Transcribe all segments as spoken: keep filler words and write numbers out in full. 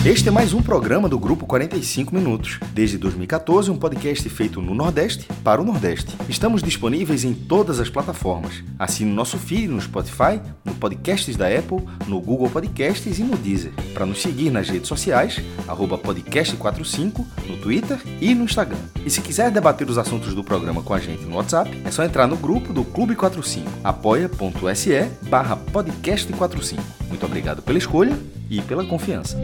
Este é mais um programa do Grupo quarenta e cinco Minutos. Desde dois mil e catorze, um podcast feito no Nordeste para o Nordeste. Estamos disponíveis em todas as plataformas. Assine o nosso feed no Spotify, no Podcasts da Apple, no Google Podcasts e no Deezer. Para nos seguir nas redes sociais, arroba podcast quarenta e cinco, no Twitter e no Instagram. E se quiser debater os assuntos do programa com a gente no WhatsApp, é só entrar no grupo do Clube quarenta e cinco, apoia.se barra podcast quarenta e cinco. Muito obrigado pela escolha e pela confiança.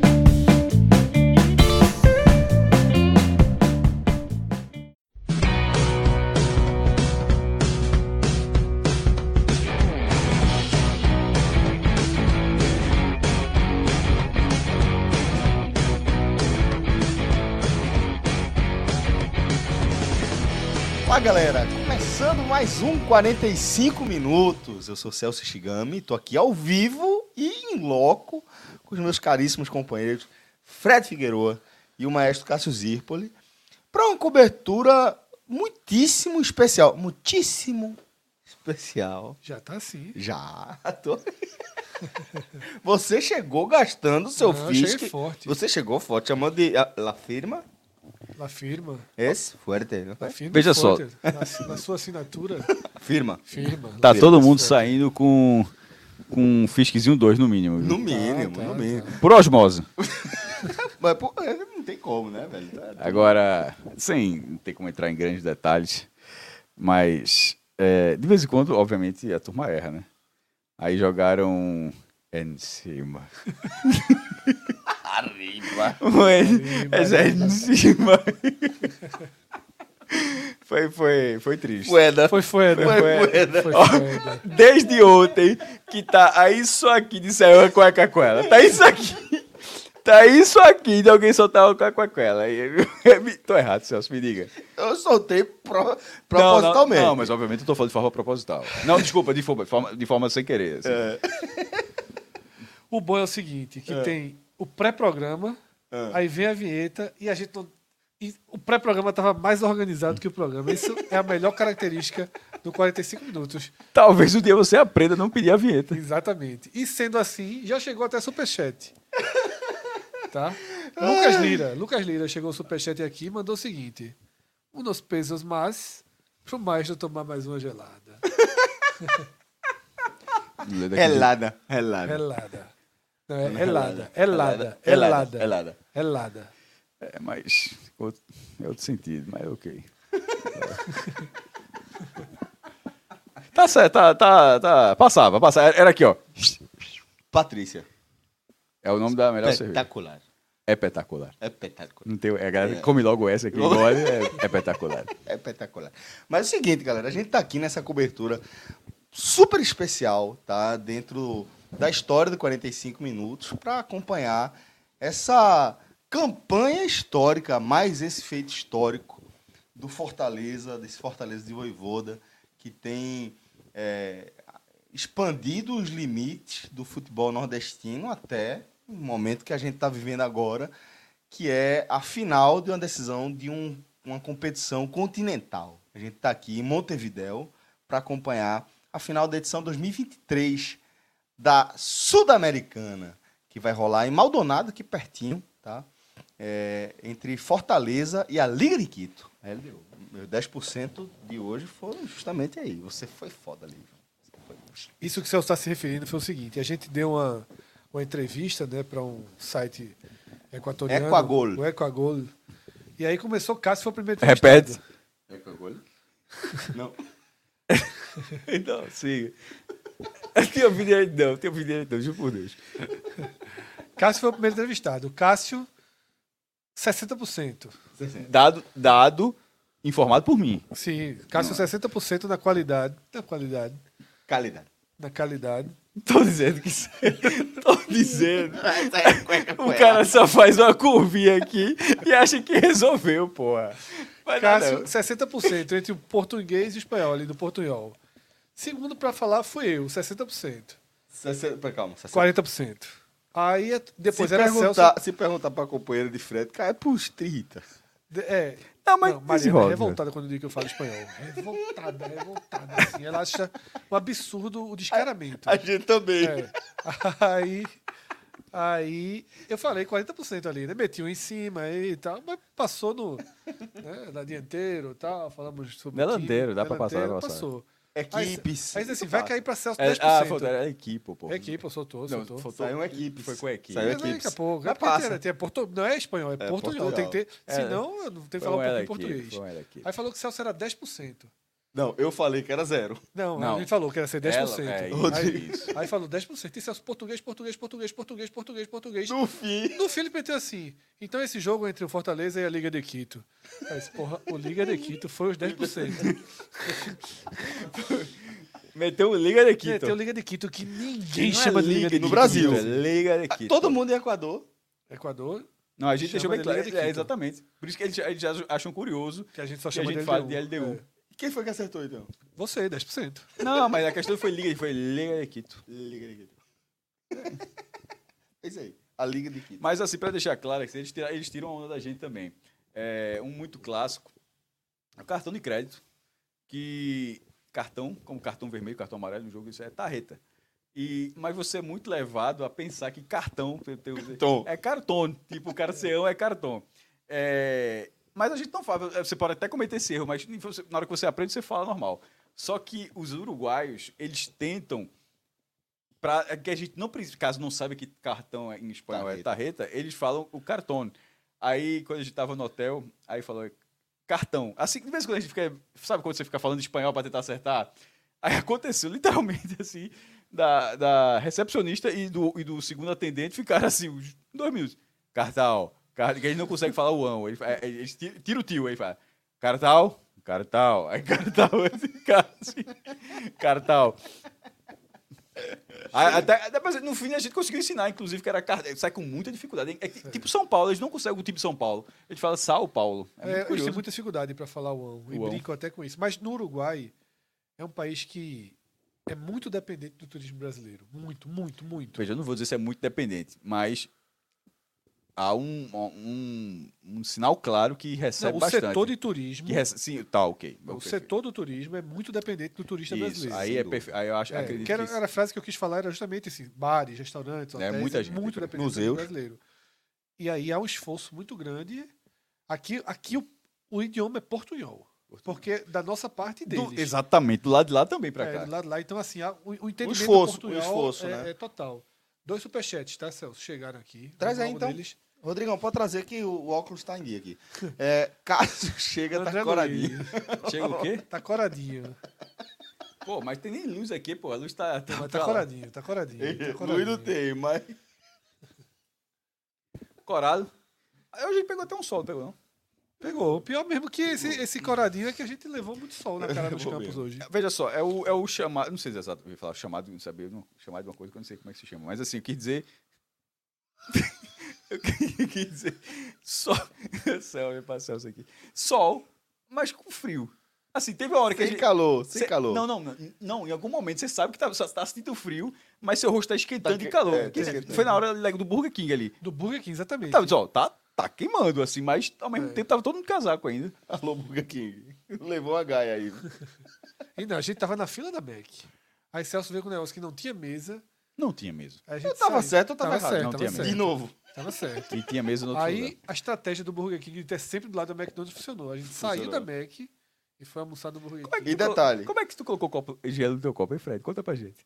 Olá, galera, começando mais um quarenta e cinco Minutos. Eu sou Celso Shigami, estou aqui ao vivo e em loco com os meus caríssimos companheiros Fred Figueroa e o maestro Cássio Zirpoli para uma cobertura muitíssimo especial. Muitíssimo especial. Já tá assim. Já, tô... Você chegou gastando o seu Não, fisque. cheguei forte. Você chegou forte, chamando de a- La Firma. La firma. Esse, fuerte, não La foi? firma Veja só. forte. Na, na sua assinatura, Firma. firma. Tá Firma. todo mundo saindo com, com um fisquezinho dois no mínimo. viu? No mínimo, tá, no tá. mínimo. Por osmose. Mas pô, é, não tem como, né, velho? Tá- Agora, sem ter como entrar em grandes detalhes, mas é, de vez em quando, obviamente, a turma erra, né? Aí jogaram em cima. Arriba. Mas é em cima. Foi, foi, foi triste. Moeda. Foi foda. Foi foda. Foi Ó, foda. Desde ontem que tá aí isso aqui de sair uma cueca-cuela. Tá isso aqui. Tá isso aqui de alguém soltar uma cueca-cuela. Tô errado, Celso, me diga. Eu soltei pro, Não, propositalmente. Não, não, mas obviamente eu tô falando de forma proposital. Não, desculpa, de forma, de forma, de forma sem querer. assim. É. O bom é o seguinte, que É. tem o pré-programa, É. aí vem a vinheta e a gente não... E o pré-programa tava mais organizado que o programa. Isso é a melhor característica do quarenta e cinco Minutos. Talvez um dia você aprenda a não pedir a vinheta. Exatamente. E sendo assim, já chegou até superchat. Tá? Lucas Lira. Lucas Lira chegou o superchat aqui e mandou o seguinte. Unos pesos mais pro maestro tomar mais uma gelada. Relada. Relada. Helada. Não, é helada. Helada. Helada. Helada. Helada. É, mas outro, é outro sentido, mas ok. Tá certo, tá, tá, tá. Passava, passava. Era aqui, ó. Patrícia. É o nome da melhor cerveja. Espetacular. É espetacular. É espetacular. Não tem, é, a galera come logo essa aqui, engole, é, é espetacular. É espetacular. Mas é o seguinte, galera, a gente tá aqui nessa cobertura super especial, tá? Dentro da história do quarenta e cinco Minutos para acompanhar essa campanha histórica, mais esse feito histórico do Fortaleza, desse Fortaleza de Vojvoda, que tem é, expandido os limites do futebol nordestino até o momento que a gente está vivendo agora, que é a final de uma decisão de um, uma competição continental. A gente está aqui em Montevidéu para acompanhar a final da edição dois mil e vinte e três da Sul-Americana, que vai rolar em Maldonado, aqui pertinho, tá? É, entre Fortaleza e a Liga de Quito. É, meu dez por cento de hoje foram justamente aí. Você foi foda, Lívia. Você foi... Isso que o Celso está se referindo foi o seguinte. A gente deu uma, uma entrevista, né, para um site equatoriano. Equagol. O Equagol. E aí começou o Cássio, foi o primeiro entrevistado. Repete. É com a gol? Não. Então, siga. Eu tinha ouvido ele, não, eu tinha ouvido ele, não, juro por Deus. Cássio foi o primeiro entrevistado. O Cássio, sessenta por cento. Dado, dado, informado por mim. Sim, Cássio, sessenta por cento na qualidade. Na qualidade. Qualidade. Na qualidade. Tô dizendo que... Tô dizendo. Essa é a cueca, O cueca. cara só faz uma curvinha aqui e acha que resolveu, porra. Mas não, Cássio, não. sessenta por cento entre o português e o espanhol, ali do portunhol. Segundo para falar foi eu, sessenta por cento. sessenta, calma, sessenta. quarenta por cento. Aí depois se era perguntar, Celso. Se perguntar pra companheira de Fred, cara, é pros trinta. de- É. Não, mas Não, Mariana é desenrola, revoltada quando eu digo que eu falo espanhol. Revoltada, revoltada. Assim. Ela acha um absurdo o descaramento. A gente também. É. Aí Aí eu falei quarenta por cento ali, né? Meti um em cima aí e tal, mas passou no. Né, na dianteiro e tal, falamos sobre. Melandeiro, time, dá pra passar, dá pra passar. Passou. Equipes. Aí, aí assim, vai cair pra Celso É, dez por cento. ah, foi, era equipe, pô. Equipe, eu soltou, Não, soltou. faltou- Saiu equipes. Foi com a equipe. Saiu Mas equipes. daqui a pouco. Mas É porque passa. tem, tem porto, não é espanhol, é, É portunhol. Portunhol. Tem que ter, É. senão eu não tenho que Foi falar um uma pouquinho em equipe, português. foi uma equipe. Aí falou que Celso era dez por cento. Não, eu falei que era zero. Não, Não. a gente falou que era ser dez por cento. Ela- é, aí, isso. aí falou dez por cento. E Celso, português, português, português, português, português, português. No fim. No fim ele meteu assim. Então esse jogo entre o Fortaleza e a Liga de Quito. Aí, disse, porra, o Liga de Quito foi os dez por cento. Meteu o Liga de Quito. Meteu Liga de Quito, que ninguém Não é chama de Liga Liga de no Quito. Brasil. É Liga de Quito. Todo mundo em Equador. Equador, Não, a gente Chama deixou bem de claro. Liga de É, Quito. exatamente. Por isso que eles, eles já acham curioso que a gente só que a chama gente de fala L D U. de L D U. É. Quem foi que acertou, então? Você, dez por cento. Não, mas a questão foi Liga, foi Liga de Quito. Liga de Quito. É isso aí. A Liga de Quito. Mas assim, pra deixar claro, que eles tiram, eles tiram a onda da gente também. É, um muito clássico, é o cartão de crédito, que cartão, como cartão vermelho, cartão amarelo no jogo, isso é tarreta. E, mas você é muito levado a pensar que cartão, Cartão. é cartão, tipo, o carceão é cartão. É, mas a gente não fala, você pode até cometer esse erro, mas você- na hora que você aprende, você fala normal. Só que os uruguaios, eles tentam, para que a gente não precisa, caso não saiba que cartão em espanhol é tarreta, eles falam o cartão. Aí, quando a gente tava no hotel, aí falou cartão. Assim, de vez em quando a gente fica, sabe quando você fica falando espanhol para tentar acertar? Aí aconteceu, literalmente, assim, da, da recepcionista e do, e do segundo atendente ficaram assim, uns dois minutos. Cartal, car- que eles não conseguem falar o ão. Eles, é, eles ti- tiram o tio, aí fala, cartal, cartal, aí cartal, esse cara assim, cartal. Aí, até, depois, no fim, a gente conseguiu ensinar, inclusive, que era cartal. Sai com muita dificuldade. É, que, tipo São Paulo, eles não conseguem o tipo São Paulo. Eles falam São Paulo. É, muito É, eles curioso. têm muita dificuldade para falar o ão. E O ão. brincam até com isso. Mas no Uruguai, é um país que é muito dependente do turismo brasileiro. Muito, muito, muito. Veja, eu não vou dizer se é muito dependente, mas há um, um, um sinal claro que recebe Não, o bastante. setor de turismo, Que rece- Sim, tá, ok. o Ok. setor do turismo é muito dependente do turista Isso, brasileiro. aí sem é dúvida. perfeito. Aí eu acho, É, acredito que era, que era a frase que eu quis falar, era justamente assim, bares, restaurantes, É, hotéis, muita gente, muito muita- dependente museus. do brasileiro. E aí há um esforço muito grande. Aqui, aqui o, o idioma é portunhol. Porque da nossa parte Do- deles. exatamente, do lado de lá também pra É, cá. do lado de lá. Então, assim, há- o, o entendimento esforço, do o portunhol esforço, é, né? é total. Dois superchats, tá, Celso? Chegaram aqui. Traz Vamos aí, logo então. deles. Rodrigão, pode trazer que o, o óculos tá em dia aqui. É, Cássio chega, André tá coradinho. Luiz. Chega o quê? Tá coradinho. Pô, mas tem nem luz aqui, pô. A luz tá. tá, Mas pra tá lá. coradinho, tá coradinho. Tá Luiz coradinho. não tem, mas... Corado. Aí a gente pegou até um sol, não pegou não? Pegou. O pior mesmo que esse, esse coradinho é que a gente levou muito sol na cara dos Levou campos mesmo. hoje. Veja só, é o, é o chamado. Não sei se é exato, eu ia falar chamado, não sabia, não, chamado de uma coisa que eu não sei como é que se chama. Mas assim, eu quis dizer. eu quis dizer. Sol. Céu, eu passei isso aqui. Sol, mas com frio. Assim, teve uma hora que a Sem gente. calor, sem Cê- calor. Não, não, não, não. Em algum momento você sabe que tá, você tá sentindo frio, mas seu rosto tá esquentando Tá de que- calor. é, tá Que- esquentando. Foi na hora do Burger King ali. Do Burger King, exatamente. Tá, ó, tá, tá queimando, assim, mas ao mesmo É. tempo tava todo mundo de casaco ainda. Alô, Burger King. Levou a gaia aí. E não, a gente tava na fila da Mac. Aí Celso veio com um negócio que não tinha mesa. Não tinha mesa. Aí a gente Eu tava saiu. certo ou tava errado? certo, Não tava tinha certo. De novo. Tava certo. E tinha mesa no outro lugar. Aí a estratégia do Burger King de ter sempre do lado da McDonald's funcionou. A gente saiu da Mac e foi almoçar no Burger Como é King. que E tu colo- detalhe. Como é que tu colocou o copo, gelo no teu copo, hein, Fred? Conta pra gente.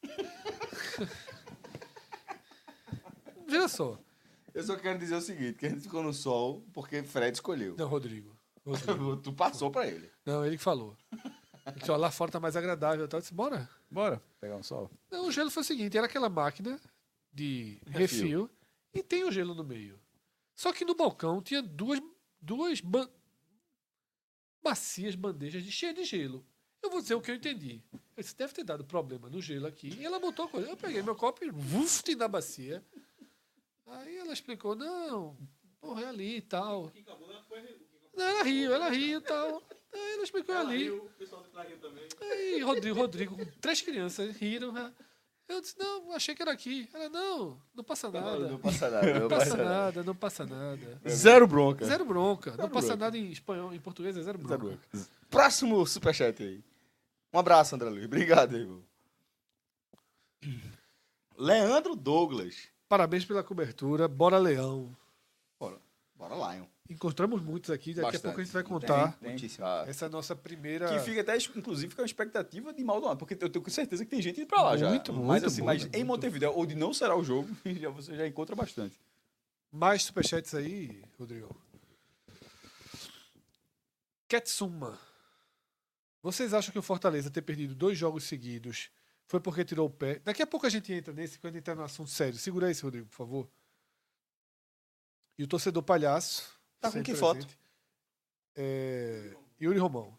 Veja só. Eu só quero dizer o seguinte, que a gente ficou no sol porque Fred escolheu. Não, Rodrigo. Rodrigo. Tu passou pra ele. Não, ele que falou. Ele disse, ó, lá fora tá mais agradável. Eu disse, bora. Bora. Pegar um sol. Não, o gelo foi o seguinte, era aquela máquina de refil, e tem o gelo no meio. Só que no balcão tinha duas, duas ban bacias, bandejas de cheia de gelo. Eu vou dizer o que eu entendi. Eu disse, deve ter dado problema no gelo aqui. E ela botou a coisa. Eu peguei meu copo e vuf, na bacia. Aí ela explicou, não, porra, é ali e tal. Não, ela riu, ela riu e tal. Aí ela explicou ali. Aí Rodrigo, Rodrigo, com três crianças, riram. né? Eu disse, não, achei que era aqui. Ela, não, não passa nada. Não passa nada. Não passa nada, não passa nada. Zero bronca. Zero bronca. Não passa bronca. nada em espanhol, em português é zero Zero bronca. bronca. Próximo superchat aí. Um abraço, André Luiz. Obrigado, irmão. Leandro Douglas. Parabéns pela cobertura. Bora, Leão. Bora, bora Lion. Encontramos muitos aqui. Daqui Bastante. a pouco a gente vai contar. Tem, tem. Muitíssimo. Ah, Essa é a nossa primeira... que fica até, inclusive, fica uma expectativa de Maldonado, porque eu tenho certeza que tem gente indo pra lá já. Muito, mas, muito, assim, mas muito, em muito. Montevidéu, onde não será o jogo, já, você já encontra bastante. Mais superchats aí, Rodrigo. Ketsuma. Vocês acham que o Fortaleza ter perdido dois jogos seguidos foi porque tirou o pé? Daqui a pouco a gente entra nesse, quando entrar no assunto sério. Segura aí, Rodrigo, por favor. E o torcedor palhaço. Tá com sempre que foto? presente, É... Yuri Romão.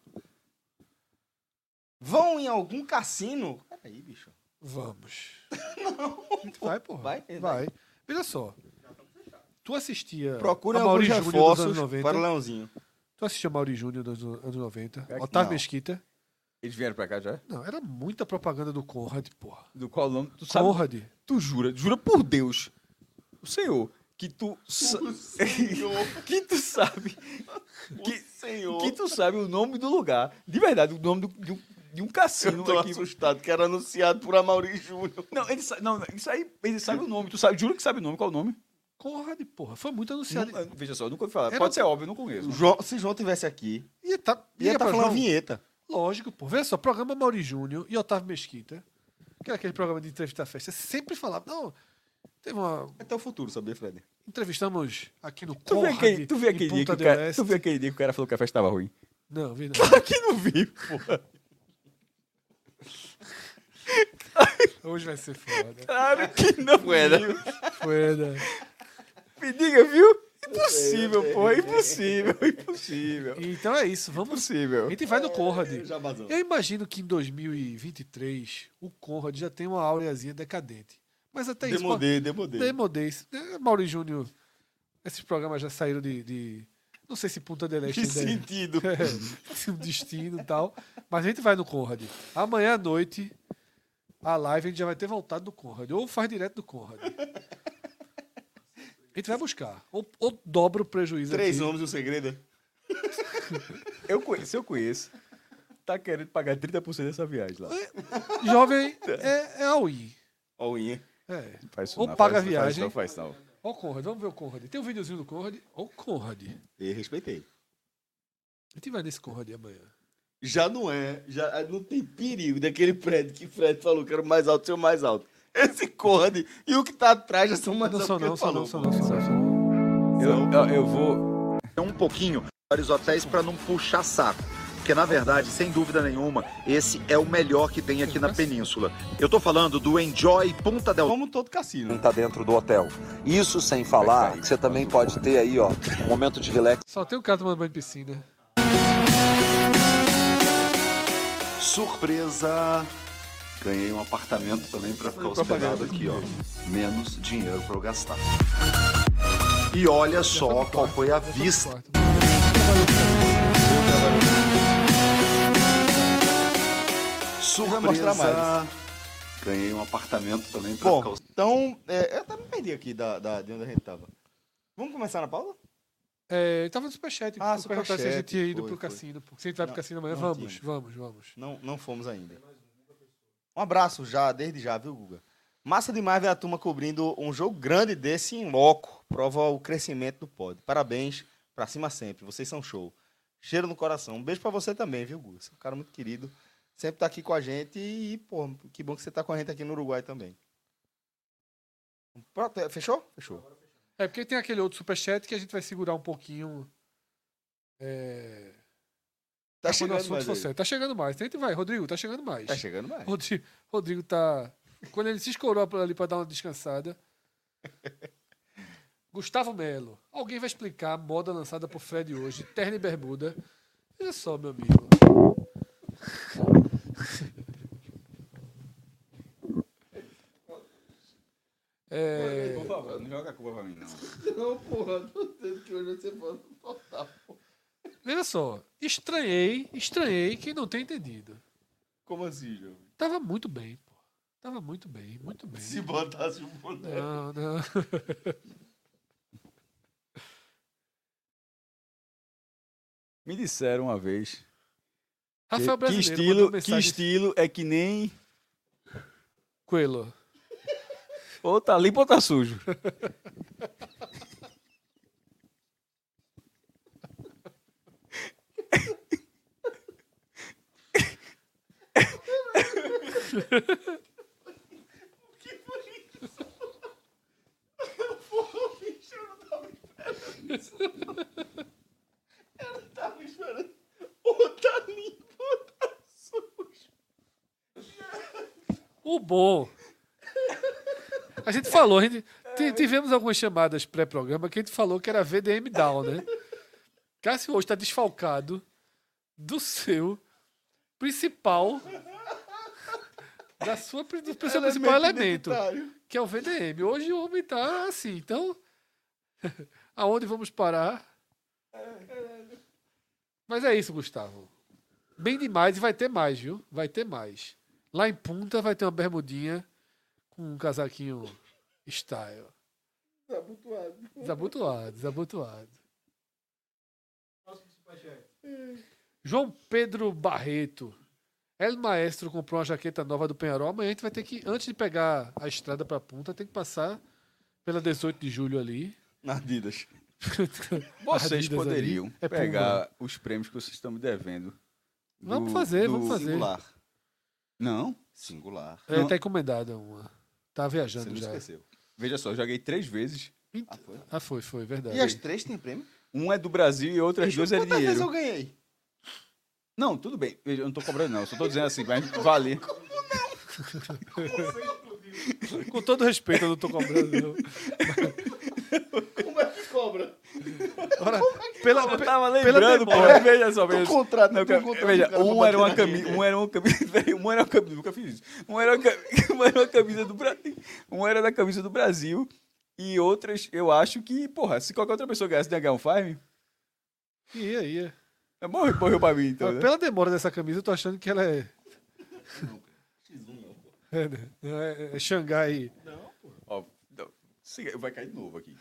Vão em algum cassino? Peraí, bicho. Vamos. Vai, porra. Vai? Vai. Veja só. Tu assistia Procurem a alguns Mauri Júnior dos reforços anos noventa. para o Leãozinho. Tu assistia Mauri Júnior dos anos noventa. É que Otávio não. Mesquita. Eles vieram pra cá já? Não, era muita propaganda do Conrad, porra. Do qual nome? Tu sabe? Conrad. Tu jura, jura por Deus, o Senhor, que tu... sa- que tu sabe... Que, Senhor. que tu sabe o nome do lugar. De verdade, o nome do- de, um, de um cassino Eu tô aqui. assustado, que era anunciado por Amaury Júnior. Não, ele, sa- não, isso aí, ele sabe o nome. Tu sabe, juro que sabe o nome. Qual o nome? Conrad, porra. Foi muito anunciado. Não, veja só, eu nunca ouvi falar. Era- Pode ser óbvio, eu não conheço. João, se João tivesse aqui, Ia tá, ia liga estar pra falando João. vinheta. Lógico, pô. Veja só, programa Mauri Júnior e Otávio Mesquita, que era aquele programa de entrevista à festa, sempre falava, não, teve uma... Até o futuro, sabia, Fred? Entrevistamos aqui no Tu viu Conrad, aquele, tu viu em aquele dia que Punta o del cara, Este. tu viu aquele dia que o cara falou que a festa tava ruim? Não, vi não. Claro que não vi, porra. Hoje vai ser foda. Claro que não Fuera. viu. Foi, né? Me diga, viu? Impossível, porra. Impossível, impossível. Então é isso, vamos... Impossível. A gente vai no Conrad. Já vazou. Eu imagino que em dois mil e vinte e três o Conrad já tem uma aureazinha decadente. Mas até isso... Demodei, demodei. Demodei. Mauri Júnior, esses programas já saíram de... de- não sei se Punta del Este Que ainda é- sentido. É, um destino e tal. Mas a gente vai no Conrad. Amanhã à noite, a live a gente já vai ter voltado do Conrad. Ou faz direto do Conrad. A gente vai buscar. Ou, ou dobra o prejuízo Três aqui. homens e um segredo. Eu conheço, se eu conheço, tá querendo pagar trinta por cento dessa viagem lá. Jovem é, é all-in. All in. É. Faz isso Ou não, paga faz a isso, faz viagem. isso não, faz isso não. Ó o Conrad, vamos ver o Conrad. Tem um videozinho do Conrad. Ó o Conrad. E respeitei. A gente vai nesse Conrad amanhã. Já não é, já não tem perigo daquele prédio que Fred falou que era o mais alto ser o mais alto. Esse Conrad e o que tá atrás já são mais Não altos sou que não, ele sou não, falou. sou não, sou não, sou não. Eu, eu, eu vou. um pouquinho vários hotéis para não puxar saco. Porque, na verdade, sem dúvida nenhuma, esse é o melhor que tem aqui na península. Eu tô falando do Enjoy Punta del Como todo cassino. tá dentro do hotel. Isso sem falar que você também pode ter aí, ó, um momento de relax. Só tem o cara tomando banho de piscina. Surpresa! Ganhei um apartamento também para ficar hospedado aqui, ó. Menos dinheiro para eu gastar. E olha só qual foi a vista. Quarto. Vai mostrar Surpresa! Ganhei um apartamento também para ficar Bom, então, é, eu até me perdi aqui da, da, de onde a gente tava. Vamos começar na pausa? É, tava no superchat. Ah, pra perguntar se a gente superchat, tinha ido foi, pro foi. cassino. Pô. Se a gente vai pro Não, cassino amanhã, não vamos, tínhamos. vamos, vamos. Não, não fomos ainda. Um abraço já, desde já, viu, Guga? Massa demais ver a turma cobrindo um jogo grande desse em loco. Prova o crescimento do pod. Parabéns, pra cima sempre. Vocês são show. Cheiro no coração. Um beijo pra você também, viu, Guga? Você é um cara muito querido. Sempre tá aqui com a gente e, pô, que bom que você tá com a gente aqui no Uruguai também. Pronto, é, fechou? Fechou. É, porque tem aquele outro superchat que a gente vai segurar um pouquinho. É... Tá quando o chegando assunto mais for aí. sério. Tá chegando mais. Então a gente vai. Rodrigo, tá chegando mais. Tá chegando mais. Rodrigo, Rodrigo tá. Quando ele se escorou ali pra dar uma descansada. Gustavo Melo. Alguém vai explicar a moda lançada por Fred hoje, terno e bermuda. Olha só, meu amigo. É... Por favor, não joga a culpa pra mim, não. Não, porra, tô dizendo que hoje você pode botar, porra. Veja só, estranhei, estranhei quem não tem entendido. Como assim, João? Tava muito bem, pô. Tava muito bem, muito bem. Se botasse um boné. Não, não. Me disseram uma vez Rafael que, que Brasileiro estilo, mandou que mensagem. estilo é que nem Coelho. Ou tá limpo ou tá sujo. Eu não tava esperando. Ou tá limpo ou tá sujo. O bom. A gente falou, a gente t- tivemos algumas chamadas pré-programa que a gente falou que era V D M down, né? Cássio hoje está desfalcado do seu principal, da sua, do seu principal elemento, que é o V D M. Hoje o homem tá assim, então aonde vamos parar? Mas é isso, Gustavo. Bem demais e vai ter mais, viu? Vai ter mais. Lá em Punta vai ter uma bermudinha com um casaquinho style. Desabotoado. Desabotoado, desabotoado. João Pedro Barreto. El Maestro comprou uma jaqueta nova do Penharol. Amanhã a gente vai ter que, antes de pegar a estrada pra Punta, tem que passar pela dezoito de julho ali. Na Adidas. Vocês Adidas poderiam ali. É pegar os prêmios que vocês estão me devendo. do- Vamos fazer, do vamos fazer. Singular. Não, Singular. É, Não. tá encomendada uma. Tá Você viajando não já. esqueceu. veja só, eu joguei três vezes. Ah, foi? Ah, foi, foi, verdade. E as três têm prêmio? Um é do Brasil e outras duas é de Quantas vezes dinheiro. eu ganhei? Não, tudo bem. Veja, eu não tô cobrando, não. Eu só tô dizendo assim, vai valer. Com todo respeito, eu não tô cobrando, não. Como é que cobra? Ora, pela, Eu pe- tava pela lembrando, pô. demora. Veja só, Tu veja só. contrata, Não, tu cara, contrata veja, o cara pra um era uma bater na camisa, gente. um era uma camisa, peraí, um era uma camisa, nunca fiz isso. Um era uma camisa, um era uma camisa do Brasil, um era da camisa do Brasil e outras, eu acho que, porra, se qualquer outra pessoa ganhasse, ia ganhar um five, Ia, ia. é morreu, morreu pra mim, então, Mas né? pela demora dessa camisa, eu tô achando que ela é. X um não, pô. É, né? é, é Xangai. Não, pô. Ó, não, siga, vai cair de novo aqui.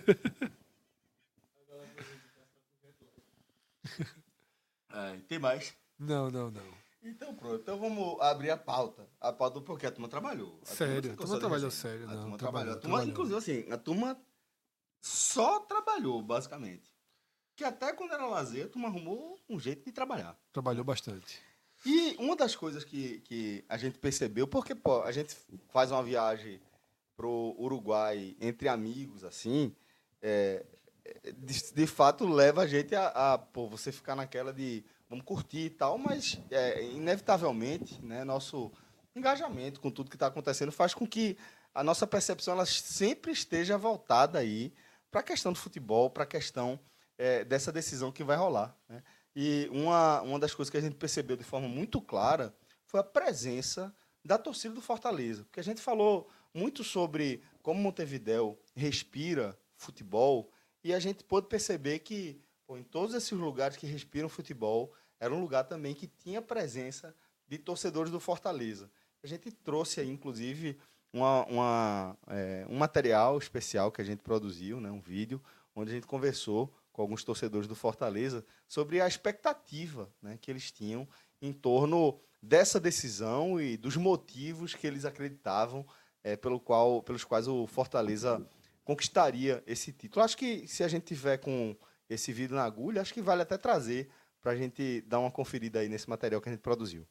É, tem mais. Não, não, não. Então pronto, então vamos abrir a pauta. A pauta porque a turma trabalhou. A Sério, ficou a turma só de trabalhou resenha. sério, A não, turma trabalhou, trabalhou. A turma, trabalhou. inclusive assim, a turma só trabalhou, basicamente. Que até quando era lazer, a turma arrumou um jeito de trabalhar. Trabalhou bastante. E uma das coisas que, que a gente percebeu, porque pô, a gente faz uma viagem pro Uruguai entre amigos, assim, é, de, de fato leva a gente a, a pô, você ficar naquela de vamos curtir e tal, mas é, inevitavelmente, né, nosso engajamento com tudo que está acontecendo faz com que a nossa percepção ela sempre esteja voltada aí para a questão do futebol, para a questão é, dessa decisão que vai rolar, né? E uma, uma das coisas que a gente percebeu de forma muito clara foi a presença da torcida do Fortaleza. Porque a gente falou muito sobre como Montevidéu respira futebol e a gente pôde perceber que pô, em todos esses lugares que respiram futebol, era um lugar também que tinha presença de torcedores do Fortaleza. A gente trouxe aí, inclusive, uma, uma, é, um material especial que a gente produziu, né, um vídeo, onde a gente conversou com alguns torcedores do Fortaleza sobre a expectativa, né, que eles tinham em torno dessa decisão e dos motivos que eles acreditavam é, pelo qual, pelos quais o Fortaleza conquistaria esse título. Acho que se a gente tiver com esse vídeo na agulha, acho que vale até trazer para a gente dar uma conferida aí nesse material que a gente produziu.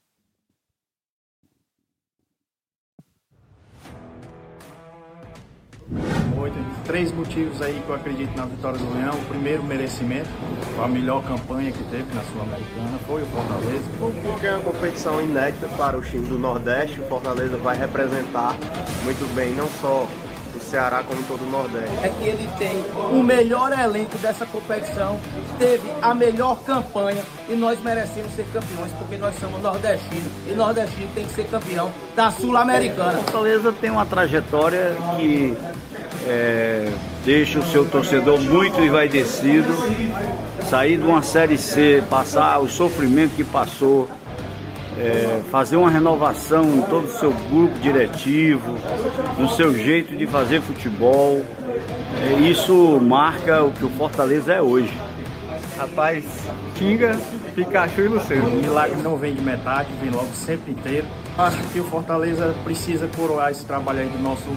Oito, três motivos aí que eu acredito na vitória do Leão. O primeiro, merecimento. A melhor campanha que teve na Sul-Americana foi o Fortaleza. Porque é uma competição inédita para o time do Nordeste. O Fortaleza vai representar muito bem, não só o Ceará, como todo o Nordeste. É que ele tem o melhor elenco dessa competição, teve a melhor campanha e nós merecemos ser campeões porque nós somos nordestinos e nordestino tem que ser campeão da Sul-Americana. O Fortaleza tem uma trajetória que é, deixa o seu torcedor muito envaidecido, sair de uma Série C, passar o sofrimento que passou, é, fazer uma renovação em todo o seu grupo diretivo, no seu jeito de fazer futebol, é, isso marca o que o Fortaleza é hoje. Rapaz, Tinga, Pikachu e Luciano. O milagre não vem de metade, vem logo sempre inteiro. Acho que o Fortaleza precisa coroar esse trabalho aí do nosso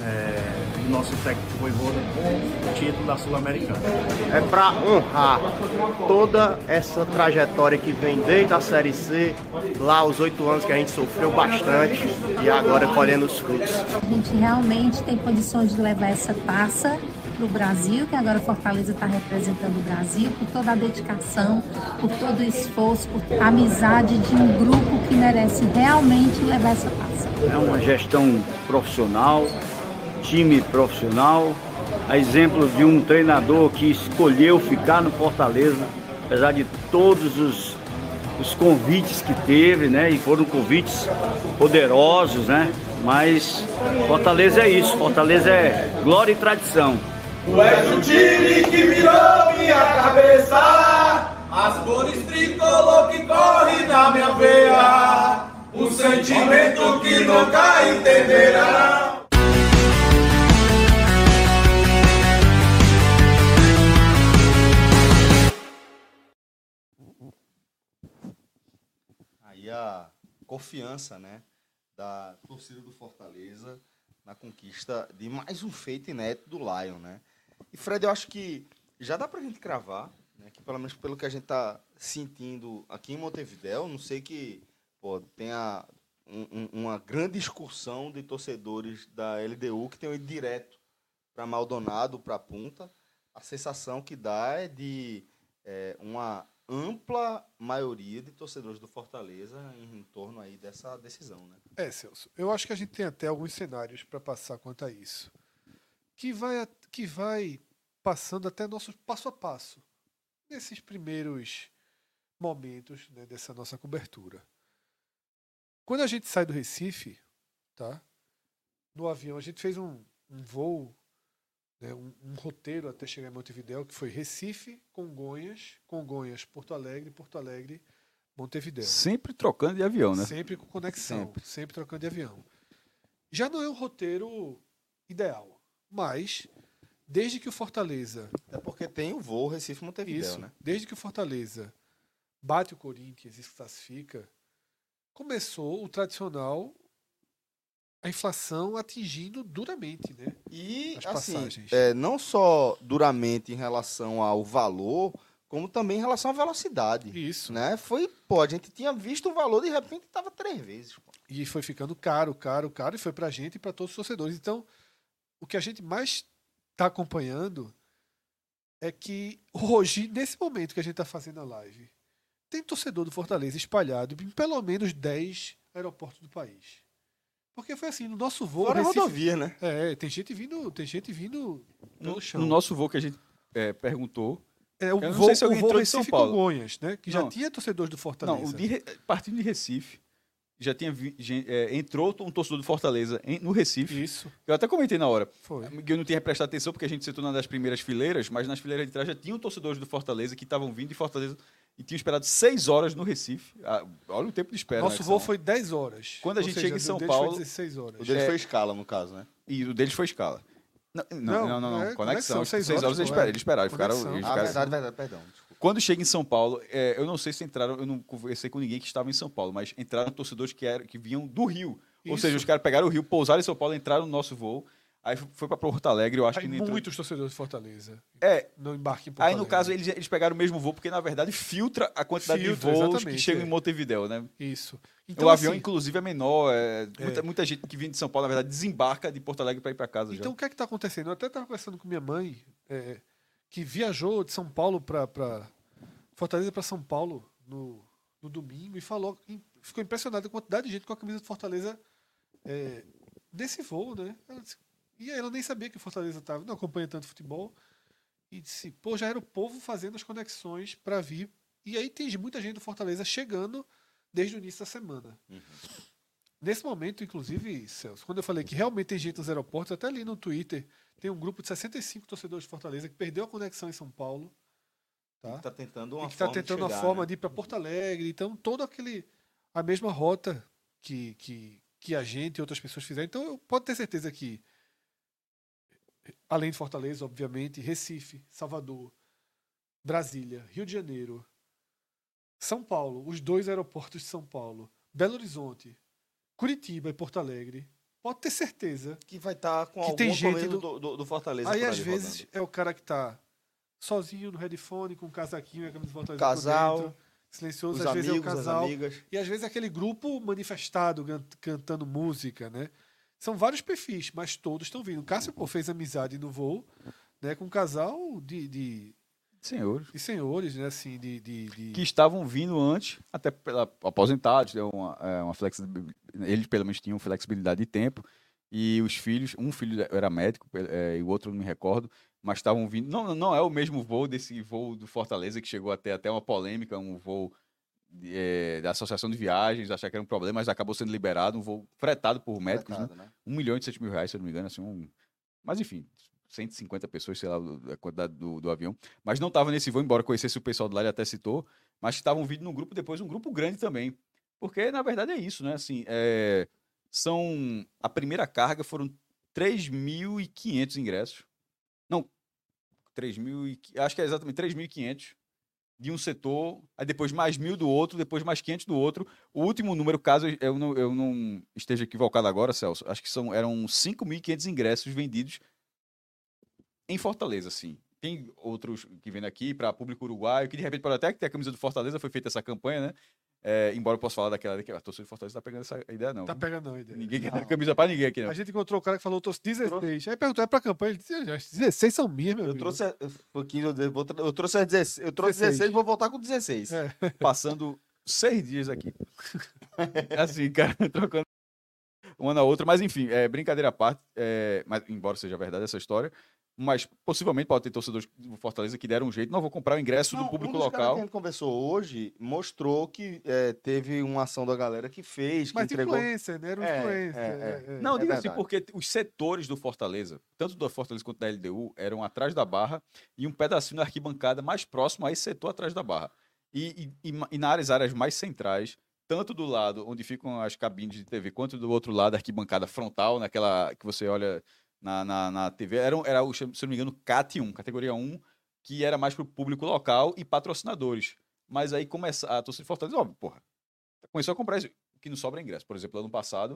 é, do nosso técnico Vojvoda com o título da Sul-Americana. É para honrar toda essa trajetória que vem desde a Série C, lá os oito anos que a gente sofreu bastante e agora colhendo os frutos. A gente realmente tem condições de levar essa taça para o Brasil, que agora Fortaleza está representando o Brasil, por toda a dedicação, por todo o esforço, por a amizade de um grupo que merece realmente levar essa taça. É uma gestão profissional, time profissional, a exemplo de um treinador que escolheu ficar no Fortaleza, apesar de todos os, os convites que teve, né? E foram convites poderosos, né? Mas Fortaleza é isso, Fortaleza é glória e tradição. Tu és o time que virou minha cabeça, as cores tricolor que corre na minha veia, um sentimento que nunca entenderá. Aí a confiança, né, da torcida do Fortaleza na conquista de mais um feito inédito do Lion, né? E, Fred, eu acho que já dá pra gente cravar, né, que pelo menos pelo que a gente tá sentindo aqui em Montevidéu, não sei que pô, tenha um, um, uma grande excursão de torcedores da L D U que tenham ido direto para Maldonado, para Punta. A sensação que dá é de é, uma ampla maioria de torcedores do Fortaleza em, em torno aí dessa decisão, né? É, Celso, eu acho que a gente tem até alguns cenários para passar quanto a isso, que vai, que vai passando até nosso passo a passo, nesses primeiros momentos, né, dessa nossa cobertura. Quando a gente sai do Recife, tá? No avião, a gente fez um, um voo, né, um, um roteiro até chegar em Montevidéu, que foi Recife, Congonhas, Congonhas, Porto Alegre, Porto Alegre, Montevidéu. Sempre trocando de avião, né? Sempre com conexão, Sempre. sempre trocando de avião. Já não é um roteiro ideal, mas desde que o Fortaleza... É porque tem o voo Recife-Montevidéu, Isso, né? desde que o Fortaleza bate o Corinthians e se classifica, começou o tradicional, a inflação atingindo duramente, né? E, as assim, passagens. é, não só duramente em relação ao valor, como também em relação à velocidade. Isso. Né? Foi, pô, a gente tinha visto o valor, de repente estava três vezes. Pô. E foi ficando caro, caro, caro, e foi pra gente e para todos os torcedores. Então, o que a gente mais está acompanhando é que hoje, nesse momento que a gente está fazendo a live, tem torcedor do Fortaleza espalhado em pelo menos dez aeroportos do país. Porque foi assim, no nosso voo... Fora Recife, rodovia, né? É, tem gente vindo, tem gente vindo pelo No, chão. no nosso voo que a gente é, perguntou... É, o eu não voo, sei se alguém o voo entrou de São Recife Paulo. Congonhas, né? Que já Não. tinha torcedores do Fortaleza. Não, o de, Re- partindo de Recife, já tinha vi, gen- é, entrou um torcedor do Fortaleza em- no Recife. Isso. Eu até comentei na hora. Foi. Que eu não tinha prestado atenção porque a gente sentou numa das primeiras fileiras, mas nas fileiras de trás já tinham torcedores do Fortaleza que estavam vindo de Fortaleza e tinham esperado seis horas no Recife. Ah, olha o tempo de espera. Nosso né, que voo são. foi dez horas. Quando a Ou gente seja, chega em o São deles Paulo- foi dezesseis horas. O deles É. foi escala, no caso, né? E o deles foi escala. Não, não, Não, não, não. não. é Conexão. conexão, Seis, seis horas, horas, eles pô, esperaram. é. Eles esperaram. Ficaram, Conexão. eles Ah, ficaram- verdade, verdade, perdão. Desculpa. Quando chega em São Paulo, é, eu não sei se entraram, eu não conversei com ninguém que estava em São Paulo, mas entraram torcedores que, eram, que vinham do Rio. Ou Isso. seja, os caras pegaram o Rio, pousaram em São Paulo, entraram no nosso voo, aí foi para Porto Alegre, eu acho Aí que nem entrou- muitos torcedores de Fortaleza. É. Não embarquem em Porto Aí, no Alegre. caso, eles, eles pegaram o mesmo voo, porque, na verdade, filtra a quantidade Filtra, de voos que exatamente, chegam é. em Montevidéu, né? Isso. o avião, assim, inclusive, é menor. é, É. Muita, muita gente que vinha de São Paulo, na verdade, desembarca de Porto Alegre para ir para casa Então, já. o que é que está acontecendo? Eu até estava conversando com minha mãe, é, que viajou de São Paulo para Fortaleza para São Paulo no, no domingo e falou, ficou impressionada com a quantidade de gente com a camisa do Fortaleza é, nesse voo, né? Ela disse, e aí ela nem sabia que o Fortaleza estava, não acompanha tanto futebol, e disse, pô, já era o povo fazendo as conexões para vir. E aí tem muita gente do Fortaleza chegando desde o início da semana. Uhum. Nesse momento, inclusive, Celso, quando eu falei que realmente tem gente nos aeroportos, até ali no Twitter, tem um grupo de sessenta e cinco torcedores de Fortaleza que perdeu a conexão em São Paulo. Tá? Tá tentando uma E que está forma de tentando uma chegar, forma né? de ir para Porto Alegre. Então, toda aquele a mesma rota que, que, que a gente e outras pessoas fizeram. Então, eu pode ter certeza que, além de Fortaleza, obviamente, Recife, Salvador, Brasília, Rio de Janeiro, São Paulo, os dois aeroportos de São Paulo, Belo Horizonte, Curitiba e Porto Alegre, pode ter certeza que vai estar com que algum tem gente comendo do, do, do, do Fortaleza. Aí, por às ali vezes, rodando. é o cara que tá sozinho no headphone, com um casaquinho e a camisa do Fortaleza Casal, por dentro, silencioso, os às vezes é o amigos, as casal. amigas. E às vezes é aquele grupo manifestado, can- cantando música, né? São vários perfis, mas todos estão vindo. O Cássio, pô, fez amizade no voo, né? Com um casal de... de Senhores. de senhores, né? Assim, de... de, de... Que estavam vindo antes, até pela, aposentados, deu uma, é, uma flexibilidade, eles pelo menos tinham flexibilidade de tempo, e os filhos, um filho era médico é, e o outro não me recordo, mas estavam vindo, não, não é o mesmo voo desse voo do Fortaleza, que chegou até, até uma polêmica, um voo é, da Associação de Viagens, achar que era um problema, mas acabou sendo liberado, um voo fretado por médicos, Fretado, né? né? um milhão e sete mil reais, se eu não me engano, assim, um... mas enfim... cento e cinquenta pessoas, sei lá, a quantidade do, do avião. Mas não estava nesse voo, embora conhecesse o pessoal de lá, ele até citou, mas estavam vindo num grupo, depois um grupo grande também. Porque, na verdade, é isso, né? Assim, é, são... A primeira carga foram três mil e quinhentos ingressos. Não, três mil e... Acho que é exatamente três mil e quinhentos de um setor, aí depois mais mil do outro, depois mais quinhentos do outro. O último número, caso eu não, eu não esteja equivocado agora, Celso, acho que são, eram cinco mil e quinhentos ingressos vendidos em Fortaleza, sim. Tem outros que vêm aqui para público uruguaio, que de repente pode até ter a camisa do Fortaleza, foi feita essa campanha, né? É, embora eu possa falar daquela que a torcida do Fortaleza tá pegando essa ideia, não. Tá pegando não a ideia. Ninguém quer dar camisa para ninguém aqui, não. A gente encontrou o cara que falou, eu trouxe dezesseis. Aí perguntou, é pra campanha? Ele disse, "As dezesseis são minhas, meu Eu amigo." trouxe, eu, pouquinho, eu, vou tra- eu trouxe as dezesseis, eu trouxe dezesseis. dezesseis, vou voltar com dezesseis. É. Passando seis dias aqui. Assim, cara, trocando uma na outra. Mas, enfim, é, brincadeira à parte, é, mas, embora seja verdade essa história, mas possivelmente pode ter torcedores do Fortaleza que deram um jeito. Não, vou comprar o ingresso Não, do público um dos caras local. que a gente conversou hoje mostrou que é, teve uma ação da galera que fez, que Mas de entregou... influência, né? Era um É, influencer. é, é, é. Não, É digo assim, verdade. porque os setores do Fortaleza, tanto do Fortaleza quanto da L D U, eram atrás da barra e um pedacinho da arquibancada mais próximo a esse setor atrás da barra. E, e, e, e nas áreas mais centrais, tanto do lado onde ficam as cabines de T V, quanto do outro lado, a arquibancada frontal, naquela que você olha na, na, na T V, era, era o, se eu não me engano, C A T um, categoria um, que era mais para o público local e patrocinadores. Mas aí começa a torcida de Fortaleza, ó, porra, começou a comprar isso, que não sobra ingresso. Por exemplo, ano passado,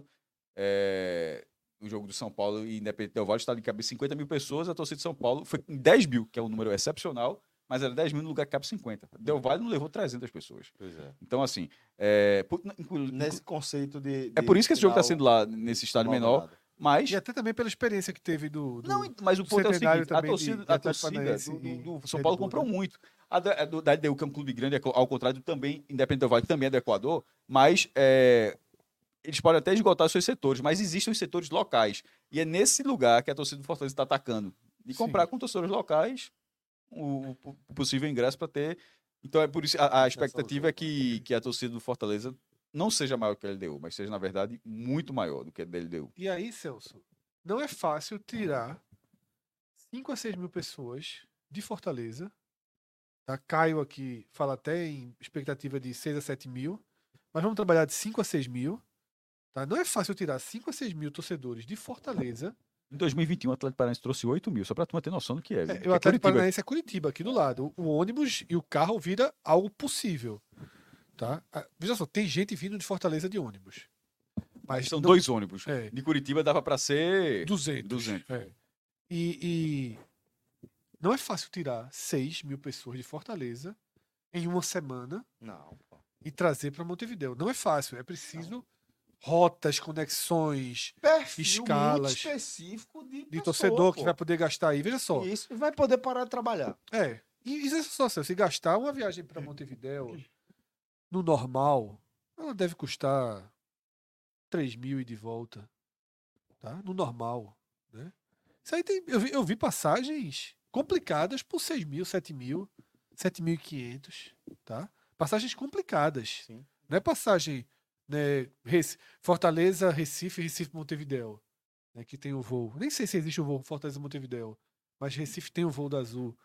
é, o jogo do São Paulo e Independente Del Valle estava de cabe cinquenta mil pessoas, a torcida de São Paulo foi em dez mil, que é um número excepcional, mas era dez mil no lugar que cabe cinquenta. Del Valle não levou trezentas pessoas. Pois é. Então, assim, é, por, inclu, Nesse conceito de, de é por isso que esse jogo está final sendo lá nesse estádio menor, Maldonado. mas... E até também pela experiência que teve do. do Não, mas o do ponto é o centenário seguinte, a também torcida, de- de a Atlético torcida Paranaense do, do- e do Red São Paulo Bull, comprou né? muito. A da, a do- da L D U, que é um clube grande, é co- ao contrário, também, Independente do Vale, que também é do Equador, mas é, eles podem até esgotar seus setores, mas existem os setores locais. E é nesse lugar que a torcida do Fortaleza está atacando. De comprar Sim. com torcedores locais o, o- o possível ingresso para ter. Então é por isso a, a expectativa é que, que a torcida do Fortaleza não seja maior que a L D U, mas seja, na verdade, muito maior do que a da L D U. E aí, Celso, não é fácil tirar cinco a seis mil pessoas de Fortaleza. Tá? Caio aqui fala até em expectativa de seis a sete mil, mas vamos trabalhar de cinco a seis mil. Tá? Não é fácil tirar cinco a seis mil torcedores de Fortaleza. Em dois mil e vinte e um, o Atlético Paranaense trouxe oito mil, só para tu ter noção do que é. É, viu? o Que é Atlético Curitiba. Paranaense é Curitiba, aqui do lado. O, o ônibus e o carro vira algo possível. Tá? Ah, veja só, tem gente vindo de Fortaleza de ônibus. Mas São não- dois ônibus. É. De Curitiba dava para ser duzentos. duzentos. É. E, e não é fácil tirar seis mil pessoas de Fortaleza em uma semana Não, pô. e trazer para Montevidéu. Não é fácil, é preciso rotas, conexões, Perfil escalas muito específico de, de pessoa, torcedor que pô. vai poder gastar aí. Veja só. Isso, e vai poder parar de trabalhar. É. E isso é só, se gastar uma viagem para Montevidéu no normal, ela deve custar três mil e de volta. Tá? No normal. Né? Isso aí tem. Eu vi, eu vi passagens complicadas por seis mil, sete mil, sete mil e quinhentos. Tá? Passagens complicadas. Sim. Não é passagem. Né, Rec- Fortaleza, Recife, Recife, Montevidéu. Né, que tem o voo. Nem sei se existe o voo Fortaleza, Montevidéu. Mas Recife tem o voo da Azul.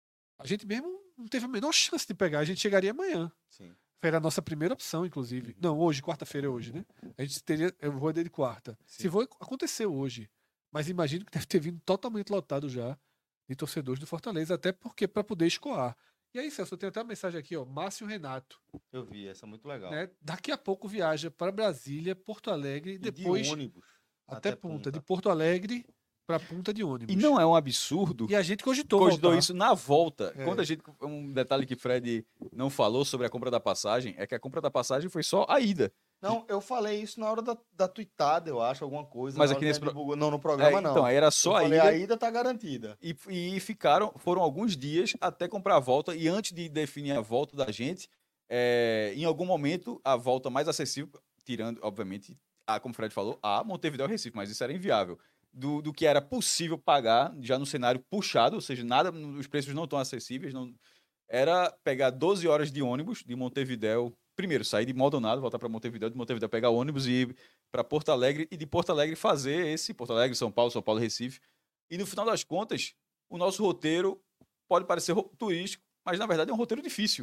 A gente mesmo não teve a menor chance de pegar. A gente chegaria amanhã. Sim. Era a nossa primeira opção, inclusive. Não, hoje, quarta-feira é hoje, né? A gente teria. Eu vou de quarta. Sim. Se voo aconteceu hoje. Mas imagino que deve ter vindo totalmente lotado já de torcedores do Fortaleza, até porque para poder escoar. E aí, Celso, eu tenho até uma mensagem aqui, ó. Márcio Renato. Eu vi, essa é muito legal. Né? Daqui a pouco viaja para Brasília, Porto Alegre e E depois de ônibus. Até, Até Punta, Punta. de Porto Alegre para Punta de ônibus. E não é um absurdo. E a gente cogitou Cogitou voltar. isso na volta. É. Quando a gente, um detalhe que Fred não falou sobre a compra da passagem é que a compra da passagem foi só a ida. Não, eu falei isso na hora da, da tuitada, eu acho, alguma coisa. Mas na aqui hora nesse que pro- divulgou. Não, no programa É, não. então, aí era só eu a falei, ida. a ida tá garantida. E, e ficaram, foram alguns dias até comprar a volta. E antes de definir a volta da gente, é, em algum momento, a volta mais acessível, tirando, obviamente, a, como o Fred falou, a Montevidéu e Recife, mas isso era inviável. Do, do que era possível pagar, já no cenário puxado, ou seja, nada, os preços não estão acessíveis, não, era pegar doze horas de ônibus de Montevidéu. Primeiro, sair de Maldonado, voltar para Montevidéu, de Montevidéu pegar ônibus e ir para Porto Alegre, e de Porto Alegre fazer esse Porto Alegre, São Paulo, São Paulo, Recife. E no final das contas, o nosso roteiro pode parecer ro- turístico, mas na verdade é um roteiro difícil.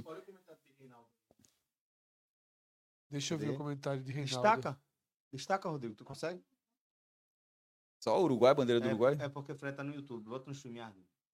Deixa eu ver Cadê? o comentário de Reinaldo. Destaca. Destaca, Rodrigo, tu consegue? Só o Uruguai, bandeira do é, Uruguai. É porque o Fred tá no YouTube. Bota no streaming.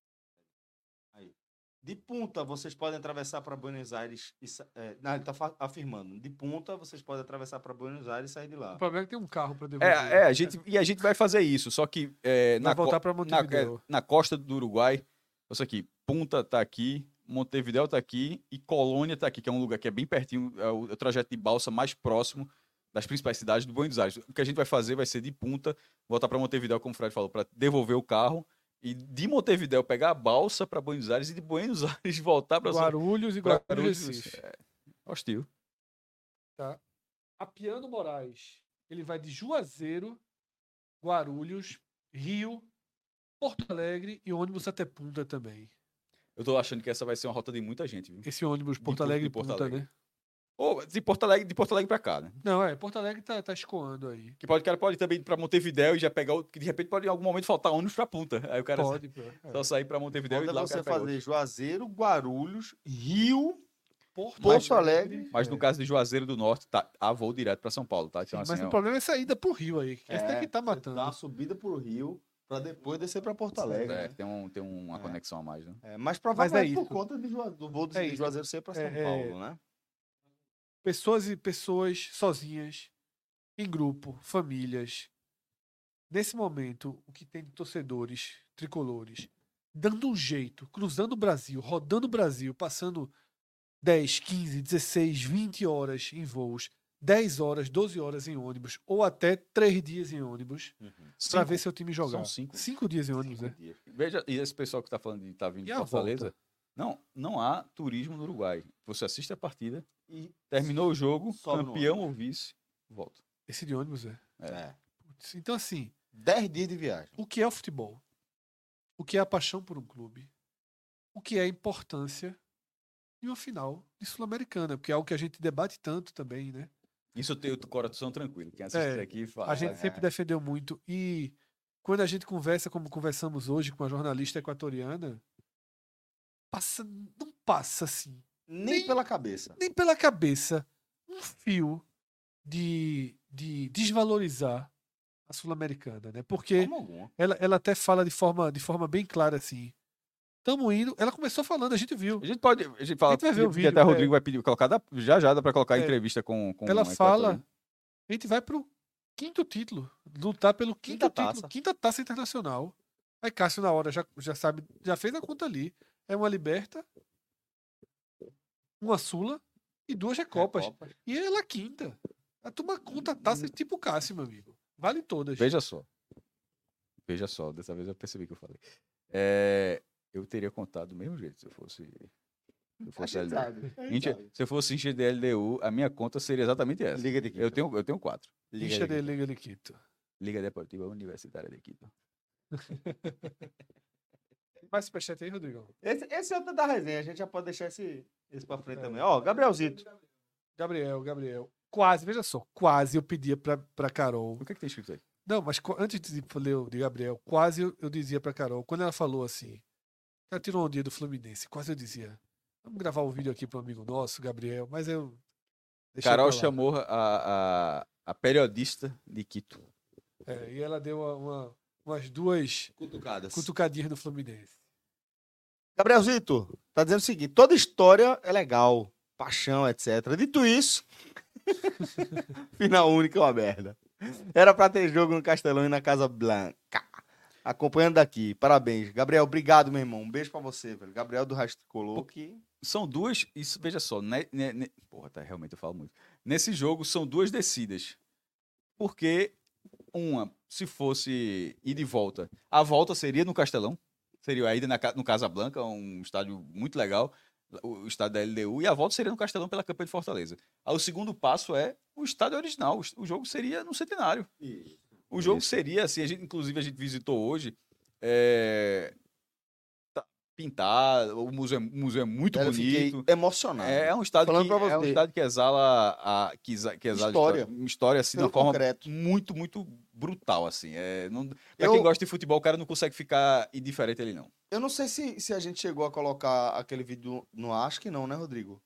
Aí. De Punta, vocês podem atravessar para Buenos Aires. E, sa- é, não, ele tá fa- afirmando. De Punta, vocês podem atravessar para Buenos Aires e sair de lá. O problema é que tem um carro para devolver. É, é a gente, e a gente vai fazer isso, só que é, Vai na, voltar co- pra na, Montevidéu. é, na costa do Uruguai, isso aqui, Punta tá aqui, Montevidéu tá aqui e Colônia tá aqui, que é um lugar que é bem pertinho, é o, é o trajeto de balsa mais próximo das principais cidades do Buenos Aires. O que a gente vai fazer vai ser de Punta, voltar para Montevidéu, como o Fred falou, para devolver o carro e de Montevidéu pegar a balsa para Buenos Aires e de Buenos Aires voltar para Guarulhos e Guarulhos Recife. É, hostil. Tá? Apiano Moraes, ele vai de Juazeiro, Guarulhos, Rio, Porto Alegre e ônibus até Punta também. Eu tô achando que essa vai ser uma rota de muita gente, viu? Esse ônibus De Porto Pu- Alegre de e Porto Punta, Alegre. né? Ou de Porto Alegre, de Porto Alegre para cá, né? Não, é, Porto Alegre tá, tá escoando aí. Que pode, o cara pode também ir pra Montevidéu e já pegar o. Que de repente pode em algum momento faltar ônibus pra Punta. Aí o cara Pode, pô. só, só sair pra Montevidéu Manda e lá o você cara pega fazer outro. Juazeiro, Guarulhos, Rio, Porto, Porto Alegre. Mas no caso de Juazeiro do Norte, tá, há voo direto pra São Paulo, tá? Então, Mas assim, o ó, problema é essa ida pro Rio aí. Que esse É, daqui tá você matando. Dá uma subida pro Rio para depois descer para Porto Alegre. é, né? tem, um, tem uma É. conexão a mais, né? É, mas Mas provavelmente é por isso. conta de Jua- do voo de, É de isso. Juazeiro ser para São É, é. Paulo, né? Pessoas e pessoas sozinhas, em grupo, famílias. Nesse momento, o que tem de torcedores tricolores dando um jeito, cruzando o Brasil, rodando o Brasil, passando dez, quinze, dezesseis, vinte horas em voos, dez horas, doze horas em ônibus, ou até três dias em ônibus, para Cinco. ver seu time jogar. São cinco. Cinco dias em ônibus, Cinco né? dias. Veja, e esse pessoal que tá falando de estar vindo E de a Fortaleza, volta? não, não há turismo no Uruguai. Você assiste a partida, E terminou o jogo, Sobe no campeão ou vice, volta. Esse de ônibus é. é, Putz, então, assim, dez dias de viagem. o que é o futebol? O que é a paixão por um clube? O que é a importância de uma final de Sul-Americana? Porque é algo que a gente debate tanto também, né? Isso eu tenho o coração tranquilo. Quem assiste É, aqui fala. A gente é, sempre defendeu muito. E quando a gente conversa, como conversamos hoje com a jornalista equatoriana, passa, não passa assim, Nem, Nem- pela cabeça. nem pela cabeça, um fio de, de desvalorizar a Sul-Americana, né? Porque Forma alguma. ela, ela até fala de forma, de forma bem clara assim. Estamos indo. Ela começou falando, a gente viu. A gente pode. A gente fala. A gente vai ver o que vídeo, até o é. Rodrigo vai pedir colocar. dá- Já já dá pra colocar a É. entrevista com. com Ela a fala. equatoriana. A gente vai pro quinto título. Lutar pelo quinto Quinta título. taça. Quinta taça internacional. Aí Cássio, na hora, já, já sabe, já fez a conta ali. É uma Liberta, uma Sula e duas Recopas. Recopas. E ela é quinta. A turma conta a taça tipo Cássio, meu amigo. Vale todas. Veja só. Veja só, dessa vez eu percebi que eu falei. É, eu teria contado do mesmo jeito se eu fosse. Se eu A fosse gente L D U. sabe. a gente Gente, sabe. se eu fosse Incha de L D U, a minha conta seria exatamente essa. Liga de Quito. Eu tenho, eu tenho quatro. Liga Lixa de de Liga de Quito. Liga Deportiva Universitária de Quito. Mais superchat aí, Rodrigão. Esse, esse é outro da resenha. A gente já pode deixar esse, esse pra frente também. Ó, Gabrielzito. Gabriel, Gabriel. Quase, veja só, quase eu pedia pra, pra Carol. O que é que tem escrito aí? Não, mas co- antes de ler o de Gabriel, quase eu, eu dizia pra Carol, quando ela falou assim, ela tirou um dia do Fluminense, quase eu dizia, vamos gravar um vídeo aqui pro amigo nosso, Gabriel, mas eu. deixei Carol pra lá. chamou a, a, a periodista de Quito. É, e ela deu uma, uma- umas duas Cutucadas. cutucadinhas no Fluminense. Gabrielzito, tá dizendo o seguinte: toda história é legal, paixão, etcétera. Dito isso, final único é uma merda. Era pra ter jogo no Castelão e na Casa Blanca. Acompanhando daqui. Parabéns. Gabriel, obrigado, meu irmão. Um beijo pra você, velho. Gabriel do Rastro Tricolor. Que... São duas... Isso, veja só. Ne, ne, ne, porra, tá, realmente eu falo muito. Nesse jogo, são duas descidas. Porque uma, se fosse ir de volta, a volta seria no Castelão. Seria a ida na, no Casa Blanca, um estádio muito legal. O estádio da L D U. E a volta seria no Castelão pela campanha de Fortaleza. Aí o segundo passo é o estádio original. O, o jogo seria no Centenário. Isso. O jogo Isso. seria, assim, a gente, inclusive a gente visitou hoje, é, tá, pintar, o museu, o museu é muito Eu bonito. Emocionado. É, é um estádio que, é um estádio que exala, a, que, que exala história. Uma história assim, de uma concreto. forma muito, muito brutal. Assim. É, não, pra Eu... quem gosta de futebol, o cara não consegue ficar indiferente ali, não. Eu não sei se, se a gente chegou a colocar aquele vídeo no Acho que não, né, Rodrigo?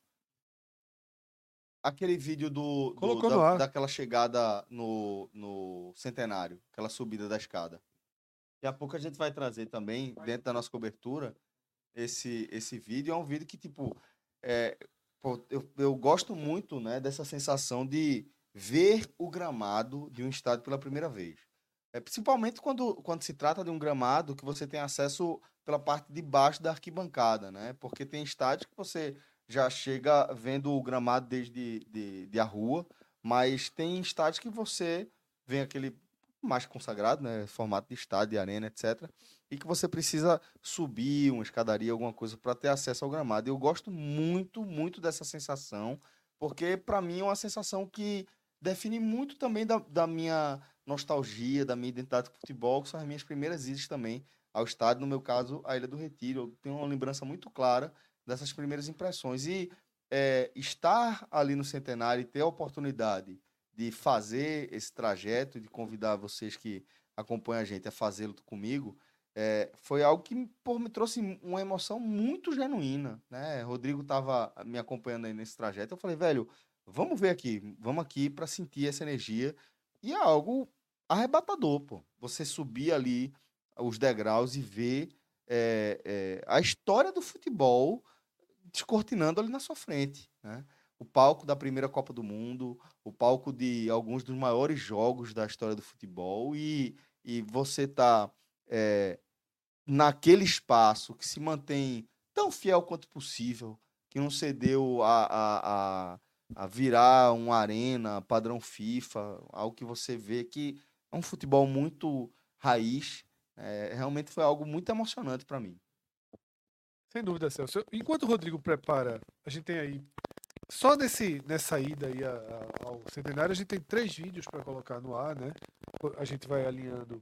Aquele vídeo do, do Colocou da, no ar. daquela chegada no, no Centenário, aquela subida da escada. Daqui a pouco a gente vai trazer também, dentro da nossa cobertura, esse, esse vídeo. É um vídeo que, tipo, é, pô, eu, eu gosto muito, né, dessa sensação de ver o gramado de um estádio pela primeira vez. É, principalmente quando, quando se trata de um gramado que você tem acesso pela parte de baixo da arquibancada, né? Porque tem estádios que você já chega vendo o gramado desde de, de a rua, mas tem estádios que você vê aquele mais consagrado, né, formato de estádio, de arena, etcétera, e que você precisa subir uma escadaria, alguma coisa para ter acesso ao gramado. Eu gosto muito, muito dessa sensação, porque para mim é uma sensação que define muito também da, da minha nostalgia, da minha identidade com futebol, que são as minhas primeiras idas também ao estádio, no meu caso, a Ilha do Retiro. Eu tenho uma lembrança muito clara dessas primeiras impressões. E é, estar ali no Centenário e ter a oportunidade de fazer esse trajeto, de convidar vocês que acompanham a gente a fazê-lo comigo, é, foi algo que pô, me trouxe uma emoção muito genuína, né? Rodrigo estava me acompanhando aí nesse trajeto. Eu falei, velho, vamos ver aqui, vamos aqui para sentir essa energia. E é algo arrebatador, pô. Você subir ali os degraus e ver é, é, a história do futebol descortinando ali na sua frente, né? O palco da primeira Copa do Mundo, o palco de alguns dos maiores jogos da história do futebol, e, e você tá é, naquele espaço que se mantém tão fiel quanto possível, que não cedeu a, a, a, a virar uma arena padrão FIFA, algo que você vê que é um futebol muito raiz. É, realmente foi algo muito emocionante para mim. Sem dúvida, Celso. Enquanto o Rodrigo prepara, a gente tem aí, só nesse, nessa ida aí ao Centenário, a gente tem três vídeos para colocar no ar, né? A gente vai alinhando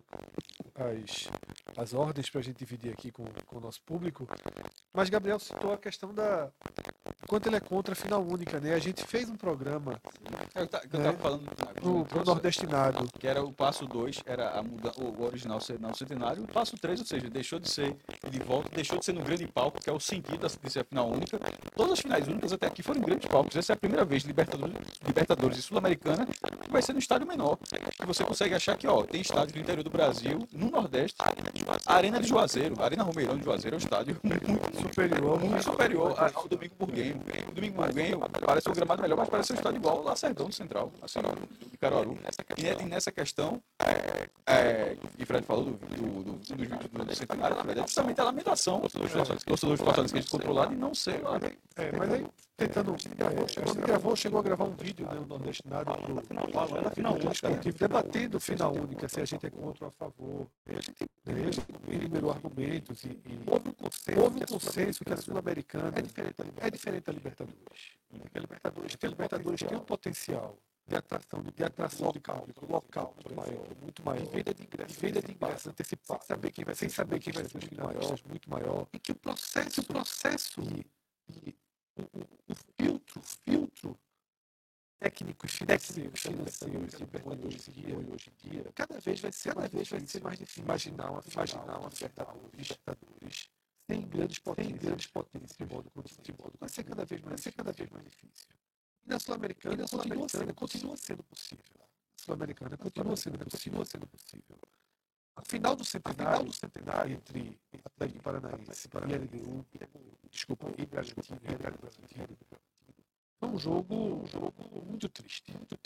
as, as ordens para a gente dividir aqui com, com o nosso público. Mas Gabriel citou a questão da quanto ele é contra a final única, né? A gente fez um programa é, eu, tá, eu né? tava falando pro, pro Nordestinado, que era o passo dois, era a muda, o original ser não Centenário, o passo três, ou seja, deixou de ser de volta, deixou de ser no grande palco, que é o sentido de ser a final única. Todas as finais únicas até aqui foram em grandes palcos. Essa é a primeira vez, Libertadores, Libertadores e Sul-Americana, que vai ser no estádio menor. Que você consegue achar que, ó, tem estádio no interior do Brasil, no Nordeste, a Arena de Juazeiro, a Arena Romeirão de Juazeiro é um estádio muito superior, muito superior ao Domingo Burguenho. O Domingo Burguenho parece um gramado melhor, mas parece um estádio igual ao Lacerdão do Central, assim, de Caruaru. E nessa questão, é, é, que o Fred falou do, do, do, dos vídeos do, do Centenário, na verdade, é justamente a lamentação dos torcedores fortalecenses que a gente controlado e não ser lá. É, mas aí, tentando. A gente gravou, chegou a gravar um vídeo, né, o Nordestinado, na final única, debatendo final única, se a gente é contra ou a favor. A gente enumerou argumentos e, e houve um consenso, houve um consenso que a Sul-Americana é diferente, é diferente da Libertadores. Porque a Libertadores, a Libertadores tem um potencial de atração de, de atração local, de local muito maior, muito maior, de venda de ingresso, venda de ingresso antecipada, sem saber quem vai, sem saber quem vai ser os maior, muito maior, e que o processo, o processo e, e o, o, o filtro, filtro técnico e financeiro, financeiro de Libertadores hoje em dia, cada vez vai ser, cada vez vai ser mais difícil imaginar uma, imaginar uma Libertadores sem grandes potências, grandes potências de modo futebol, vai ser cada vez mais, vai ser cada vez mais difícil. E na Sul-Americana, continua sendo, continua sendo possível. A Sul-Americana continua sendo, continua sendo possível. A final do centenário, do centenário entre Atlético Paranaense e L D U, desculpa, e Bragantino, foi um jogo, um jogo muito triste, muito triste.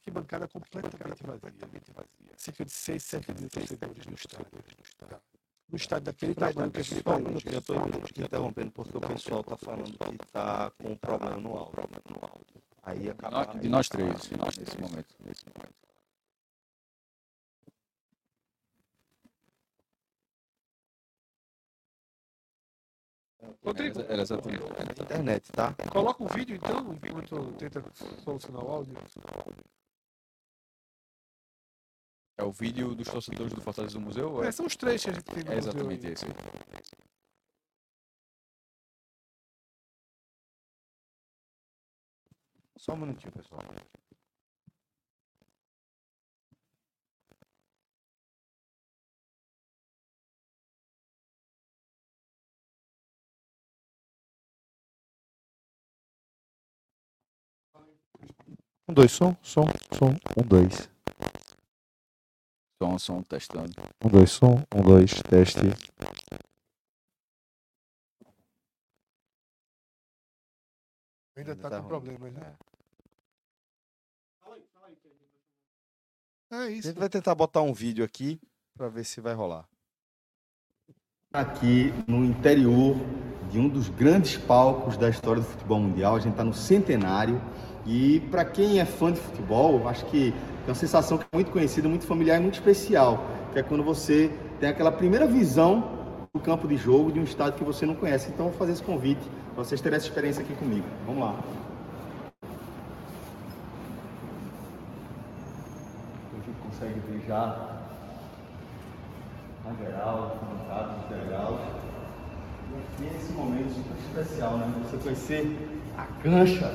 arquibancada completamente vazia. Cerca de seis, sete mil torcedores no estádio. Tá? No estádio daquele tamanho que a gente falou. Eu estou interrompendo porque o pessoal está falando que está com um problema no áudio. Aí acaba... De nós três, de nós nesse momento. Nesse momento. Rodrigo, era exatamente a internet, tá? Coloca um vídeo então, enquanto tenta solucionar o áudio. É o vídeo dos torcedores do Fortaleza do Museu? Ou é? É, são os três que a gente tem no É museu exatamente aí. esse. Só um minutinho, pessoal. Um, dois, som, som, som, um, dois. Som, som, testando. Um, dois, som, um, dois, teste. Ainda Ainda tá, tá com ruim. problemas, né? É A isso. gente vai tentar botar um vídeo aqui para ver se vai rolar. Aqui no interior de um dos grandes palcos da história do futebol mundial, a gente está no centenário e para quem é fã de futebol, acho que é uma sensação que é muito conhecida, muito familiar e muito especial, que é quando você tem aquela primeira visão do campo de jogo de um estádio que você não conhece. Então, eu vou fazer esse convite para vocês terem essa experiência aqui comigo. Vamos lá. A gente consegue ver já a geral, a bancada integral. E aqui é esse momento super especial, né? Você conhecer a cancha.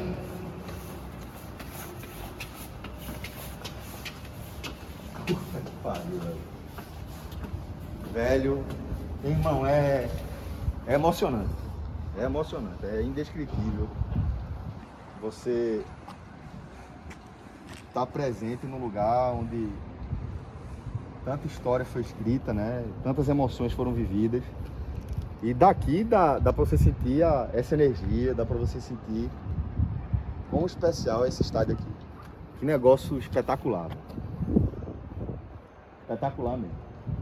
Puta que pariu, velho. Velho, irmão, é, é emocionante. É emocionante, é indescritível. Você tá presente num lugar onde tanta história foi escrita, né? Tantas emoções foram vividas. E daqui dá, dá para você sentir a, essa energia, dá para você sentir quão especial é esse estádio aqui. Que negócio espetacular. Espetacular mesmo.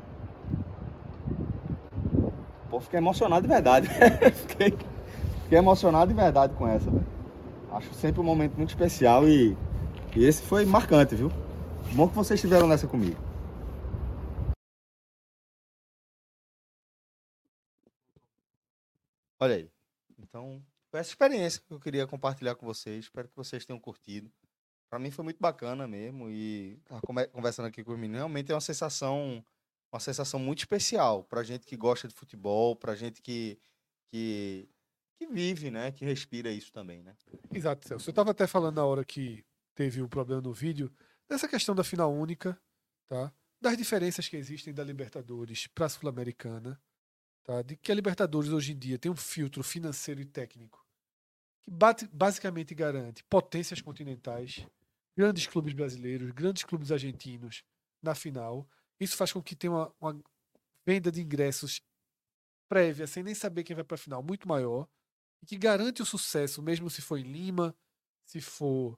Pô, fiquei emocionado de verdade. fiquei, fiquei emocionado de verdade com essa, velho. Acho sempre um momento muito especial e, e esse foi marcante, viu? Bom que vocês estiveram nessa comigo. Olha aí. Então, foi essa experiência que eu queria compartilhar com vocês. Espero que vocês tenham curtido. Para mim foi muito bacana mesmo e tava conversando aqui com os meninos, realmente é uma sensação, uma sensação muito especial pra gente que gosta de futebol, pra gente que que que vive, né, que respira isso também, né? Exato, Celso. Eu estava até falando na hora que teve o problema no vídeo, dessa questão da final única, tá? Das diferenças que existem da Libertadores para a Sul-Americana, tá? De que a Libertadores hoje em dia tem um filtro financeiro e técnico que bate, basicamente garante potências continentais, grandes clubes brasileiros, grandes clubes argentinos na final. Isso faz com que tenha uma, uma venda de ingressos prévia, sem nem saber quem vai para a final, muito maior, e que garante o sucesso, mesmo se for em Lima, se for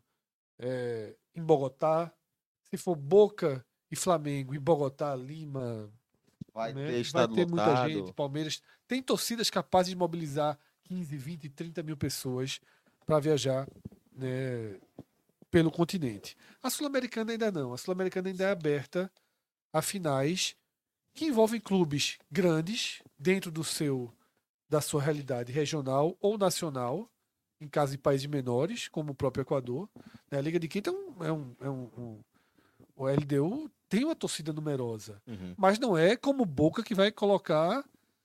é, em Bogotá, se for Boca e Flamengo, em Bogotá, Lima, Vai né? ter Vai estado ter muita lotado. gente, Palmeiras. Tem torcidas capazes de mobilizar quinze, vinte, trinta mil pessoas para viajar, né, pelo continente. A Sul-Americana ainda não. A Sul-Americana ainda é aberta a finais que envolvem clubes grandes dentro do seu, da sua realidade regional ou nacional, em caso de países menores, como o próprio Equador. Né? A Liga de Quito é um, é um, é um, um o L D U tem uma torcida numerosa, Uhum. mas não é como o Boca que vai colocar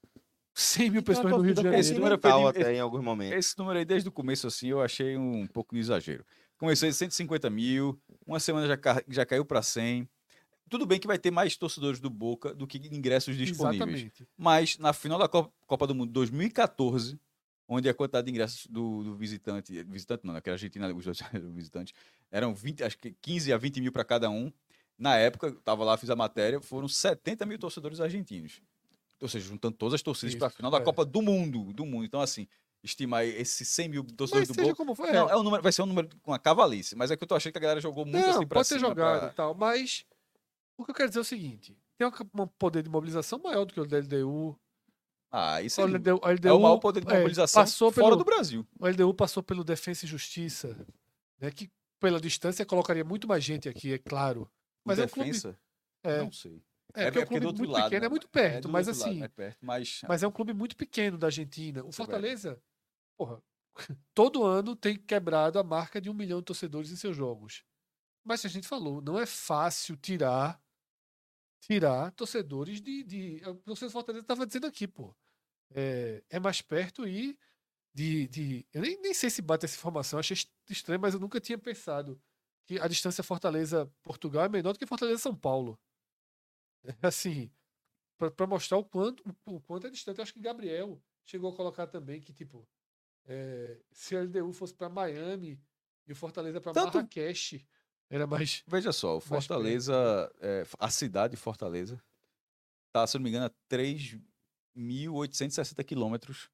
cem mil pessoas no Rio de Janeiro. Esse número foi de- até em alguns momentos. Esse número aí, desde o começo, assim, eu achei um pouco de exagero. Começou em cento e cinquenta mil, uma semana já, ca- já caiu para cem. Tudo bem que vai ter mais torcedores do Boca do que ingressos disponíveis. Exatamente. Mas na final da Copa, Copa do Mundo dois mil e quatorze, onde a quantidade de ingressos do, do visitante, visitante não, naquela Argentina, os dois visitantes, eram vinte, acho que quinze a vinte mil para cada um. Na época, eu estava lá, fiz a matéria, foram setenta mil torcedores argentinos. Ou seja, juntando todas as torcidas Isso, para a final da é. Copa do Mundo, do mundo. Então, assim, estimar esses cem mil torcedores Mas do seja Boca. como for, Não, é. é um número, vai ser um número com uma cavalice, mas é que eu tô achando que a galera jogou muito Não, assim pra pode ter cima. jogado pra- e tal, mas o que eu quero dizer é o seguinte: tem um um poder de mobilização maior do que o da L D U. Ah, isso A é, L D U, a L D U, é o maior poder de é, mobilização passou fora pelo- do Brasil. O L D U passou pelo Defensa e Justiça, né, que pela distância colocaria muito mais gente aqui, é claro. Mas O é um clube. Defensa? É, Não sei. é, porque é um clube muito pequeno, né? é muito É perto, do mas outro assim. lado, é perto, mas... Mas é um clube muito pequeno da Argentina. O Isso é Fortaleza, porra, todo ano tem quebrado a marca de um milhão de torcedores em seus jogos. Mas a gente falou, não é fácil tirar tirar torcedores de. de o torcedor do Fortaleza estava dizendo aqui, pô. É, é mais perto e de. de eu nem, nem sei se bate essa informação, achei est- estranho, mas eu nunca tinha pensado que a distância Fortaleza-Portugal é menor do que Fortaleza-São Paulo. É assim, para mostrar o quanto, o, o quanto é distante. Eu acho que Gabriel chegou a colocar também que, tipo, é, se a L D U fosse para Miami e o Fortaleza para Tanto- Marrakech, era mais. Veja só, o mais Fortaleza, é, a cidade de Fortaleza, tá, se eu não me engano, a três mil oitocentos e sessenta quilômetros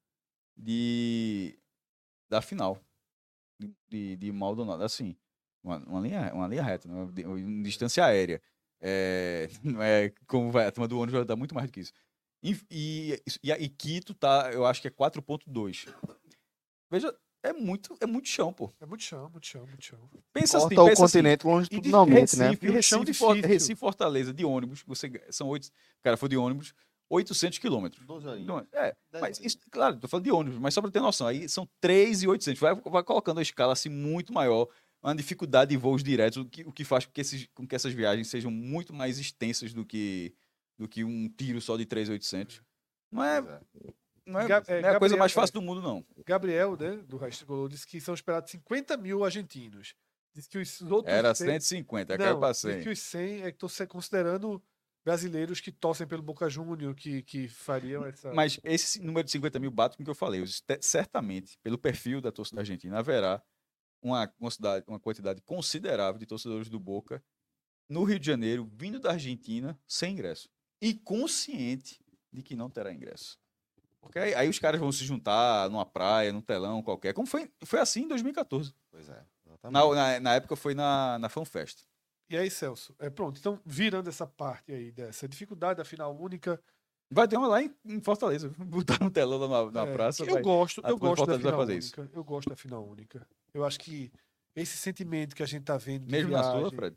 de, da final de, de, de Maldonado. Assim, uma, uma, linha, uma linha reta, né? De- uma distância aérea. É, não é como vai, a turma do ônibus vai dar muito mais do que isso. E, e, e, a- e Quito tá, eu acho que é quatro ponto dois. Veja, é muito, é muito chão, pô. É muito chão, muito chão, muito chão. Pensa Corta assim, o pensa continente assim, longitudinalmente, né? Recife, E o chão Recife, For- difícil. Recife, Fortaleza, de ônibus, você, são oito, o cara foi de ônibus, oitocentos quilômetros. doze horinhas. Não, é, dez mas horinhas. isso, claro, tô falando de ônibus, mas só para ter noção, aí são três mil e oitocentos, vai, vai colocando a escala assim muito maior, uma dificuldade de voos diretos, o que, o que faz com que, esses, com que essas viagens sejam muito mais extensas do que, do que um tiro só de três mil e oitocentos. Não é, não é, Ga- é, não é a coisa Gabriel- mais fácil é. do mundo, não. Gabriel, né, do Raiz Tricolor, disse que são esperados cinquenta mil argentinos. Diz que os outros Era cem cento e cinquenta, caiu Não, para diz cem. que os cem é que estão considerando brasileiros que torcem pelo Boca Júnior, que, que fariam essa. Mas esse número de cinquenta mil bate com o que eu falei. Os- te- Certamente, pelo perfil da torcida argentina, haverá uma quantidade, uma quantidade considerável de torcedores do Boca no Rio de Janeiro, vindo da Argentina, sem ingresso. E consciente de que não terá ingresso. Porque aí, aí os caras vão se juntar numa praia, num telão qualquer. Como foi, foi assim em dois mil e catorze. Pois é. Exatamente. Na, na, na época foi na, na FanFest. E aí, Celso? É pronto. Então, virando essa parte aí dessa dificuldade da final única. Vai ter uma lá em, em Fortaleza. Botar um telão lá na, na é, praça. eu vai- gosto, a eu turma de gosto da Fortaleza vai final fazer isso. única. Eu gosto da final única. Eu acho que esse sentimento que a gente tá vendo. de Mesmo na viagem- Sula, Fred?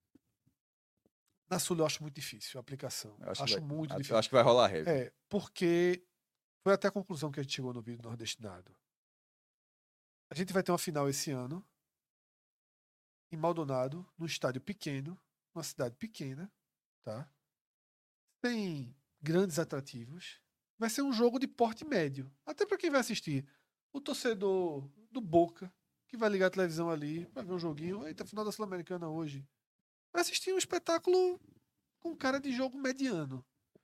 Na Sula eu acho muito difícil a aplicação. Eu Acho, acho que vai- muito eu difícil. acho que vai rolar rave. É, porque foi até a conclusão que a gente chegou no vídeo nordestinado. A gente vai ter uma final esse ano em Maldonado, num estádio pequeno, numa cidade pequena, tá? Tem grandes atrativos. Vai ser um jogo de porte médio. Até para quem vai assistir. O torcedor do Boca, que vai ligar a televisão ali para ver um joguinho. Eita, final da Sul-Americana hoje. Vai assistir um espetáculo com cara de jogo mediano.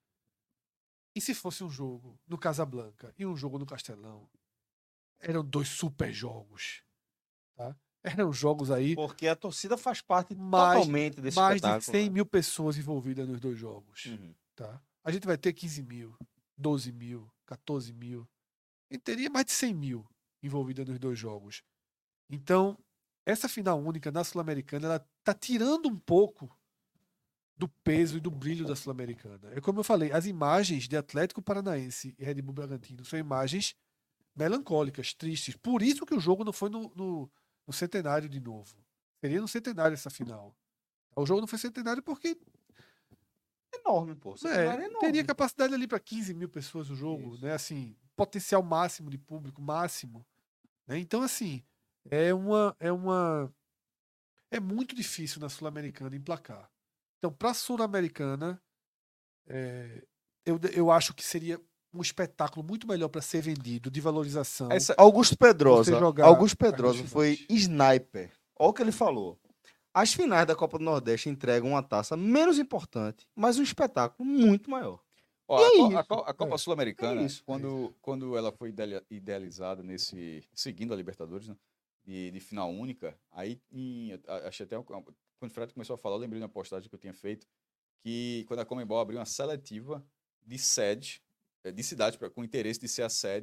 E se fosse um jogo no Casablanca e um jogo no Castelão? Eram dois super jogos. Tá? Eram jogos aí. Porque a torcida faz parte mais, totalmente desse mais de espetáculo. cem né? mil pessoas envolvidas nos dois jogos. Uhum. Tá? A gente vai ter quinze mil, doze mil, quatorze mil. E teria mais de cem mil envolvidas nos dois jogos. Então, essa final única na Sul-Americana, ela tá tirando um pouco do peso e do brilho da Sul-Americana. É como eu falei, as imagens de Atlético Paranaense e Red Bull Bragantino são imagens melancólicas, tristes. Por isso que o jogo não foi no, no, no centenário de novo. Seria no centenário essa final. O jogo não foi centenário porque Enorme, pô. é, Centenário é enorme. teria capacidade ali para quinze mil pessoas o jogo, né? Assim, potencial máximo de público, máximo. Né? Então, assim, é uma, é uma, é muito difícil na Sul-Americana emplacar. Então, para a Sul-Americana, é, eu, eu acho que seria um espetáculo muito melhor para ser vendido, de valorização. Essa- Augusto Pedrosa. Você jogar Augusto as Pedrosa duas foi finais. sniper. Olha o que ele falou. As finais da Copa do Nordeste entregam uma taça menos importante, mas um espetáculo muito maior. Ó, E a, é Co- a isso. Co- a Copa É. Sul-Americana, É isso, é quando, quando ela foi idea- idealizada nesse. Seguindo a Libertadores, né? De, de final única, aí em, a- achei até. um- Quando o Fred começou a falar, eu lembrei de uma postagem que eu tinha feito, que quando a Conmebol abriu uma seletiva de sede, eh, de cidades pra- com interesse de ser a sede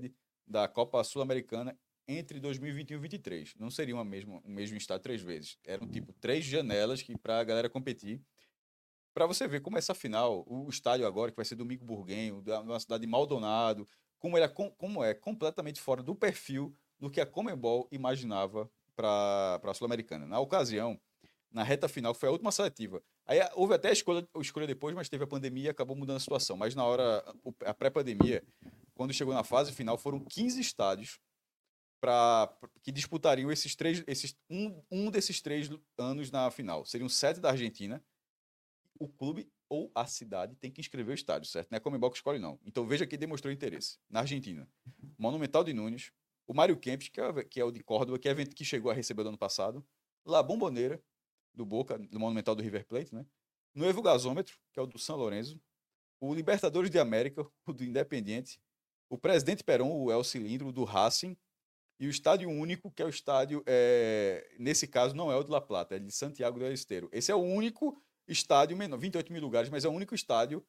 da Copa Sul-Americana entre dois mil e vinte e um e vinte e três. Não seria uma mesma, o mesmo estádio três vezes. Eram, tipo, três janelas que para a galera competir. Para você ver como essa final, o estádio agora, que vai ser Domingo Burguenho, uma cidade de Maldonado, como, ele é, como é completamente fora do perfil do que a Conmebol imaginava para a Sul-Americana. Na ocasião, na reta final, foi a última seletiva. Aí houve até a escolha, a escolha depois, mas teve a pandemia e acabou mudando a situação. Mas na hora, a pré-pandemia, quando chegou na fase final, foram quinze estádios pra, que disputariam esses três, esses, um, um desses três anos na final. Seriam sete da Argentina. O clube ou a cidade tem que inscrever o estádio, certo? Não é Conmebol que escolhe, não. Então veja quem demonstrou interesse. Na Argentina, Monumental de Nunes, o Mário Kempis, que é, que é o de Córdoba, que é o evento que chegou a receber do ano passado, La Bombonera, do Boca, do Monumental do River Plate, né? Novo Gasômetro, que é o do São Lourenço, o Libertadores de América, o do Independiente, o Presidente Perón, o El Cilindro, o do Racing, e o Estádio Único, que é o estádio, é... nesse caso não é o de La Plata, é de Santiago del Estero. Esse é o único estádio menor, vinte e oito mil lugares, mas é o único estádio,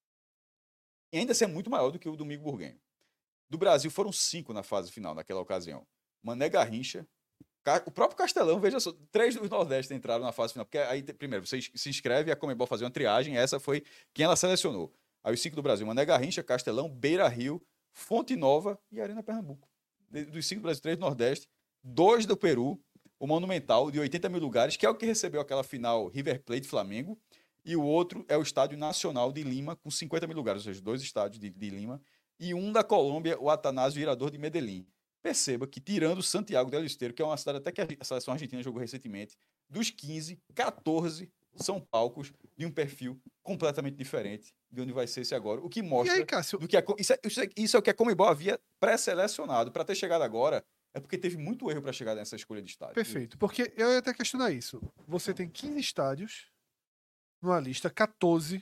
e ainda assim é muito maior do que o Domingo Burguenho. Do Brasil foram cinco na fase final, naquela ocasião. Mané Garrincha, o próprio Castelão, veja só, três dos Nordeste entraram na fase final, porque aí, primeiro, você se inscreve e a Conmebol fazer uma triagem, essa foi quem ela selecionou. Aí os cinco do Brasil, Mané Garrincha, Castelão, Beira Rio, Fonte Nova e Arena Pernambuco. Dos cinco do Brasil, três do Nordeste, dois do Peru, o Monumental, de oitenta mil lugares, que é o que recebeu aquela final River Plate Flamengo, e o outro é o Estádio Nacional de Lima, com cinquenta mil lugares, ou seja, dois estádios de, de Lima, e um da Colômbia, o Atanásio Irador de Medellín. Perceba que, tirando Santiago del Estero, que é uma cidade até que a seleção argentina jogou recentemente, dos quinze, quatorze são palcos de um perfil completamente diferente de onde vai ser esse agora, o que mostra... E aí, Cássio? Do que a, isso, é, isso, é, isso é o que a Conmebol havia pré-selecionado. Para ter chegado agora, é porque teve muito erro para chegar nessa escolha de estádio. Perfeito, porque eu ia até questionar isso. Você tem quinze estádios numa lista, quatorze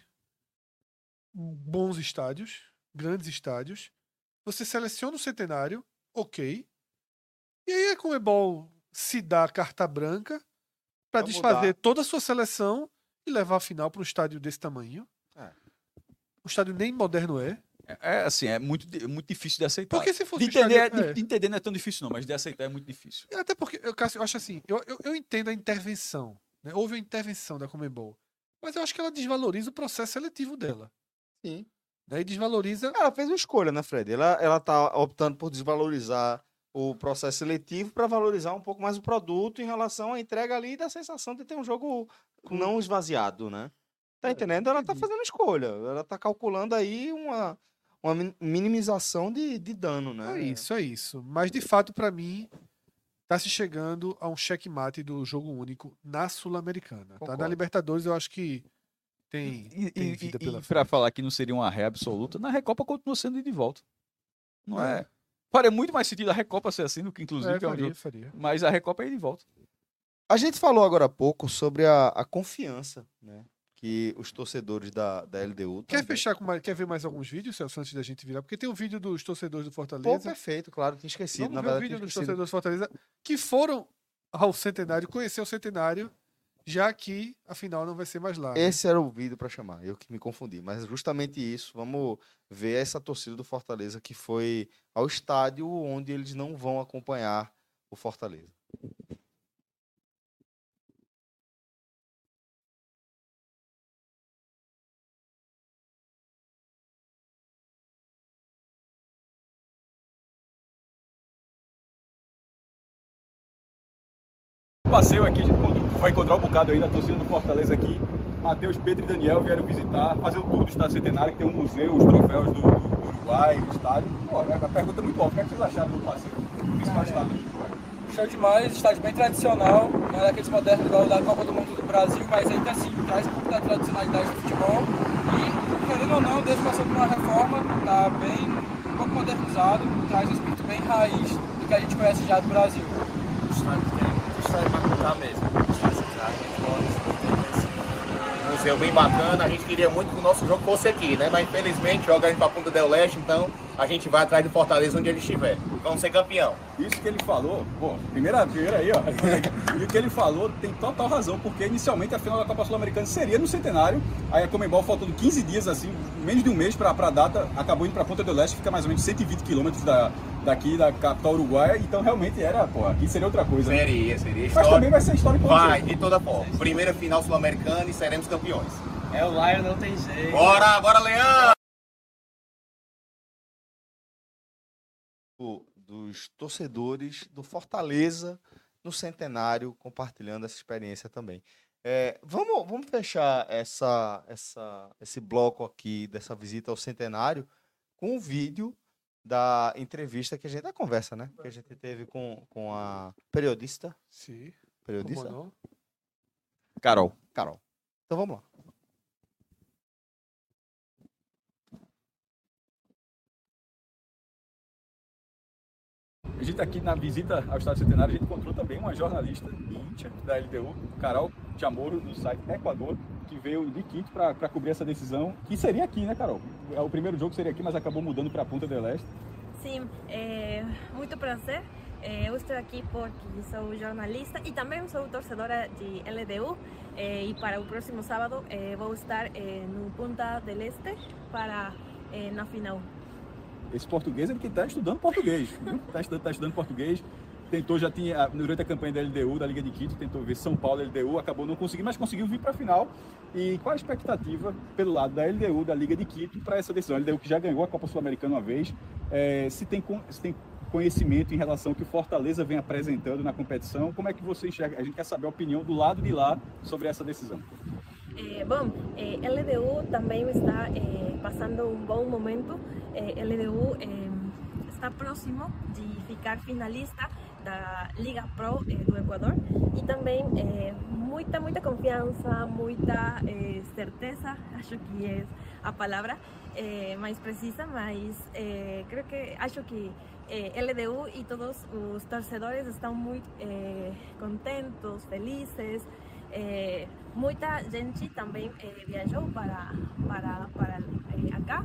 bons estádios, grandes estádios. Você seleciona o Centenário, ok. E aí a Conmebol se dá a carta branca para desfazer mudar toda a sua seleção e levar a final para um estádio desse tamanho. É. Um estádio nem moderno é. É, assim, é muito, muito difícil de aceitar. Porque se fosse de entender, estádio, é, de, de entender não é tão difícil, não, mas de aceitar é muito difícil. Até porque, eu, Cássio, eu acho assim, eu, eu, eu entendo a intervenção. Né? Houve a intervenção da Conmebol. Mas eu acho que ela desvaloriza o processo seletivo dela. Sim. Né? E desvaloriza... Ela fez uma escolha, né, Fred? Ela, ela tá optando por desvalorizar o processo seletivo para valorizar um pouco mais o produto em relação à entrega ali e da sensação de ter um jogo não esvaziado, né? Tá entendendo? Ela tá fazendo escolha. Ela tá calculando aí uma... uma minimização de, de dano, né? É isso, é isso. Mas, de fato, para mim, tá se chegando a um checkmate do jogo único na Sul-Americana. Tá? Na Libertadores, eu acho que tem, e, tem e, vida e, pela e frente. para falar que não seria uma ré absoluta, na Recopa continua sendo de volta. Não é? é? Faria muito mais sentido a Recopa ser assim do que, inclusive, é, faria, é um jogo. faria. Mas a Recopa é de volta. A gente falou agora há pouco sobre a, a confiança, né? Que os torcedores da, da L D U... Quer também. fechar com mais, quer ver mais alguns vídeos, Celso, antes da gente virar? Porque tem um vídeo dos torcedores do Fortaleza. Pô, perfeito, claro, tinha esquecido. Vamos na ver verdade, o vídeo dos esquecido. torcedores do Fortaleza que foram ao Centenário, conhecer o Centenário, já que a final não vai ser mais lá. Esse né? era o vídeo para chamar, eu que me confundi. Mas justamente isso, vamos ver essa torcida do Fortaleza que foi ao estádio onde eles não vão acompanhar o Fortaleza. Passeio aqui, a gente vai encontrar um bocado aí da torcida do Fortaleza aqui. Matheus, Pedro e Daniel vieram visitar, fazer o tour do Estádio Centenário, que tem um museu, os troféus do, do, do Uruguai, do estádio. Pô, a pergunta é muito óbvia, o que, é que vocês acharam do passeio? Principal estádio do Uruguai. Show demais, estádio bem tradicional, não é daqueles modernos igual da Copa do Mundo do Brasil, mas ainda assim traz um pouco da tradicionalidade do futebol. E, querendo ou não, desde que passou por uma reforma, tá bem, um pouco modernizado, traz um espírito bem raiz do que a gente conhece já do Brasil. O estádio tem muito história para contar mesmo. O estádio Centenário, a gente pode ter um museu bem bacana. A gente queria muito que o nosso jogo fosse aqui, né? Mas infelizmente joga a gente para Punta del Este, então a gente vai atrás do Fortaleza onde ele estiver. vamos ser campeão. Isso que ele falou, pô, primeira, primeira aí, ó. E o que ele falou tem total razão, porque inicialmente a final da Copa Sul-Americana seria no Centenário, aí a Conmebol, faltando quinze dias, assim, menos de um mês para a data, acabou indo para Ponta do Leste, fica mais ou menos cento e vinte quilômetros da, daqui, da capital uruguaia, então realmente era, pô, aqui seria outra coisa. Seria, né? seria. Mas História... também vai ser histórico. Vai, de toda forma. Primeira final sul-americana e seremos campeões. É, o Lion não tem jeito. Bora, bora, Leão! Dos torcedores do Fortaleza no Centenário, compartilhando essa experiência também. É, vamos, vamos fechar essa, essa, esse bloco aqui dessa visita ao Centenário com o vídeo da entrevista que a gente, da conversa, né? Que a gente teve com, com a periodista. Sim. Periodista? Carol. Carol. Então vamos lá. A gente aqui na visita ao Estádio Centenário, a gente encontrou também uma jornalista íntia da L D U, Carol Chamorro, do site Equador, que veio de Quito para cobrir essa decisão, que seria aqui, né, Carol? O primeiro jogo seria aqui, mas acabou mudando para Punta del Este. Sim, é muito prazer. Eu estou aqui porque sou jornalista e também sou torcedora de L D U. E para o próximo sábado vou estar no Punta del Este para na final. Esse português é que está estudando português, está estudando, tá estudando português, tentou, já tinha, durante a campanha da L D U, da Liga de Quito, tentou ver São Paulo, L D U, acabou não conseguindo, mas conseguiu vir para a final. E qual a expectativa pelo lado da L D U, da Liga de Quito, para essa decisão? A L D U que já ganhou a Copa Sul-Americana uma vez, é, se, tem, se tem conhecimento em relação ao que o Fortaleza vem apresentando na competição, como é que você enxerga? A gente quer saber a opinião do lado de lá sobre essa decisão. Eh, bom, eh, L D U também está eh, passando um bom momento. Eh, L D U eh, está próximo de ficar finalista da Liga Pro eh, do Equador e também eh, muita, muita confiança, muita eh, certeza, acho que é a palavra eh, mais precisa, mas eh, creio que acho que eh, L D U e todos os torcedores estão muito eh, contentos, felizes. Eh, muita gente também eh, viajou para, para, para eh, acá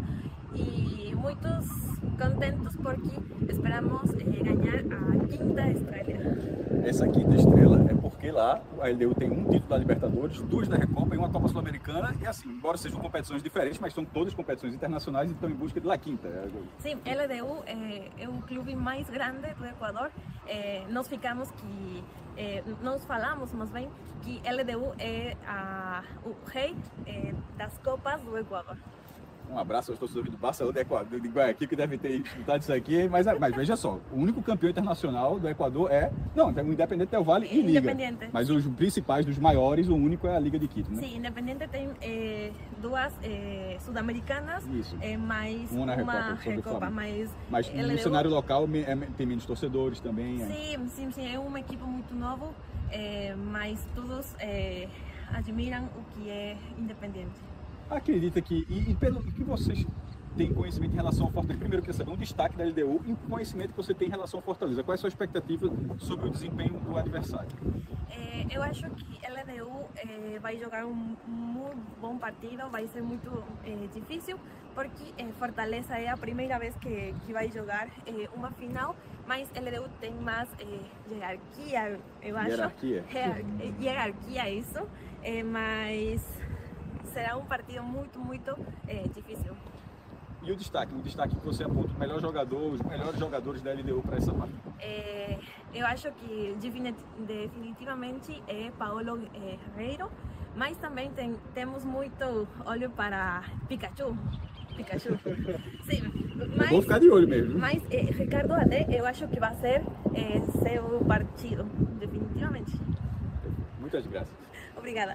e muitos contentos porque esperamos eh, ganhar a quinta estrela. Essa quinta estrela é porque lá a L D U tem um título da Libertadores, duas da Recopa e uma Copa Sul-Americana e assim, embora sejam competições diferentes, mas são todas competições internacionais e estão em busca da quinta. Sim, L D U é, é o clube mais grande do Equador. É, nós ficamos que É, nós falamos, mas bem, que L D U é a, o rei é, das Copas do Equador. Um abraço aos torcedores do Barcelona, do Equador, de Guayaquil, que devem ter escutado isso aqui, mas, mas veja só, o único campeão internacional do Equador é, não, o Independente Del Valle e Liga, mas os principais, dos maiores, o único é a Liga de Quito, né? Sim, Independente tem é, duas é, sul-americanas, é, mais uma, na uma Recopa, Recopa, mas... Mas no L D U... cenário local é, tem menos torcedores também. É. Sim, sim, sim, é uma equipe muito nova, é, mas todos é, admiram o que é Independente. Acredita que, e, e pelo que vocês têm conhecimento em relação ao Fortaleza, primeiro eu queria saber um destaque da L D U e o conhecimento que você tem em relação ao Fortaleza. Qual é a sua expectativa sobre o desempenho do adversário? É, eu acho que L D U é, vai jogar um muito bom partido, vai ser muito é, difícil, porque é, Fortaleza é a primeira vez que, que vai jogar é, uma final, mas L D U tem mais é, hierarquia, eu acho. Hierarquia? Hier, hierarquia, isso, é, mas... será um partido muito, muito é, difícil. E o destaque? O destaque que você aponta, o melhor jogador, os melhores jogadores da L D U para essa partida? É, eu acho que definitivamente é Paulo é, Herrero, mas também tem, temos muito olho para Pikachu. Pikachu. Sim, mas, vou ficar de olho mesmo. Mas é, Ricardo até eu acho que vai ser é, seu partido, definitivamente. Muitas graças. Obrigada.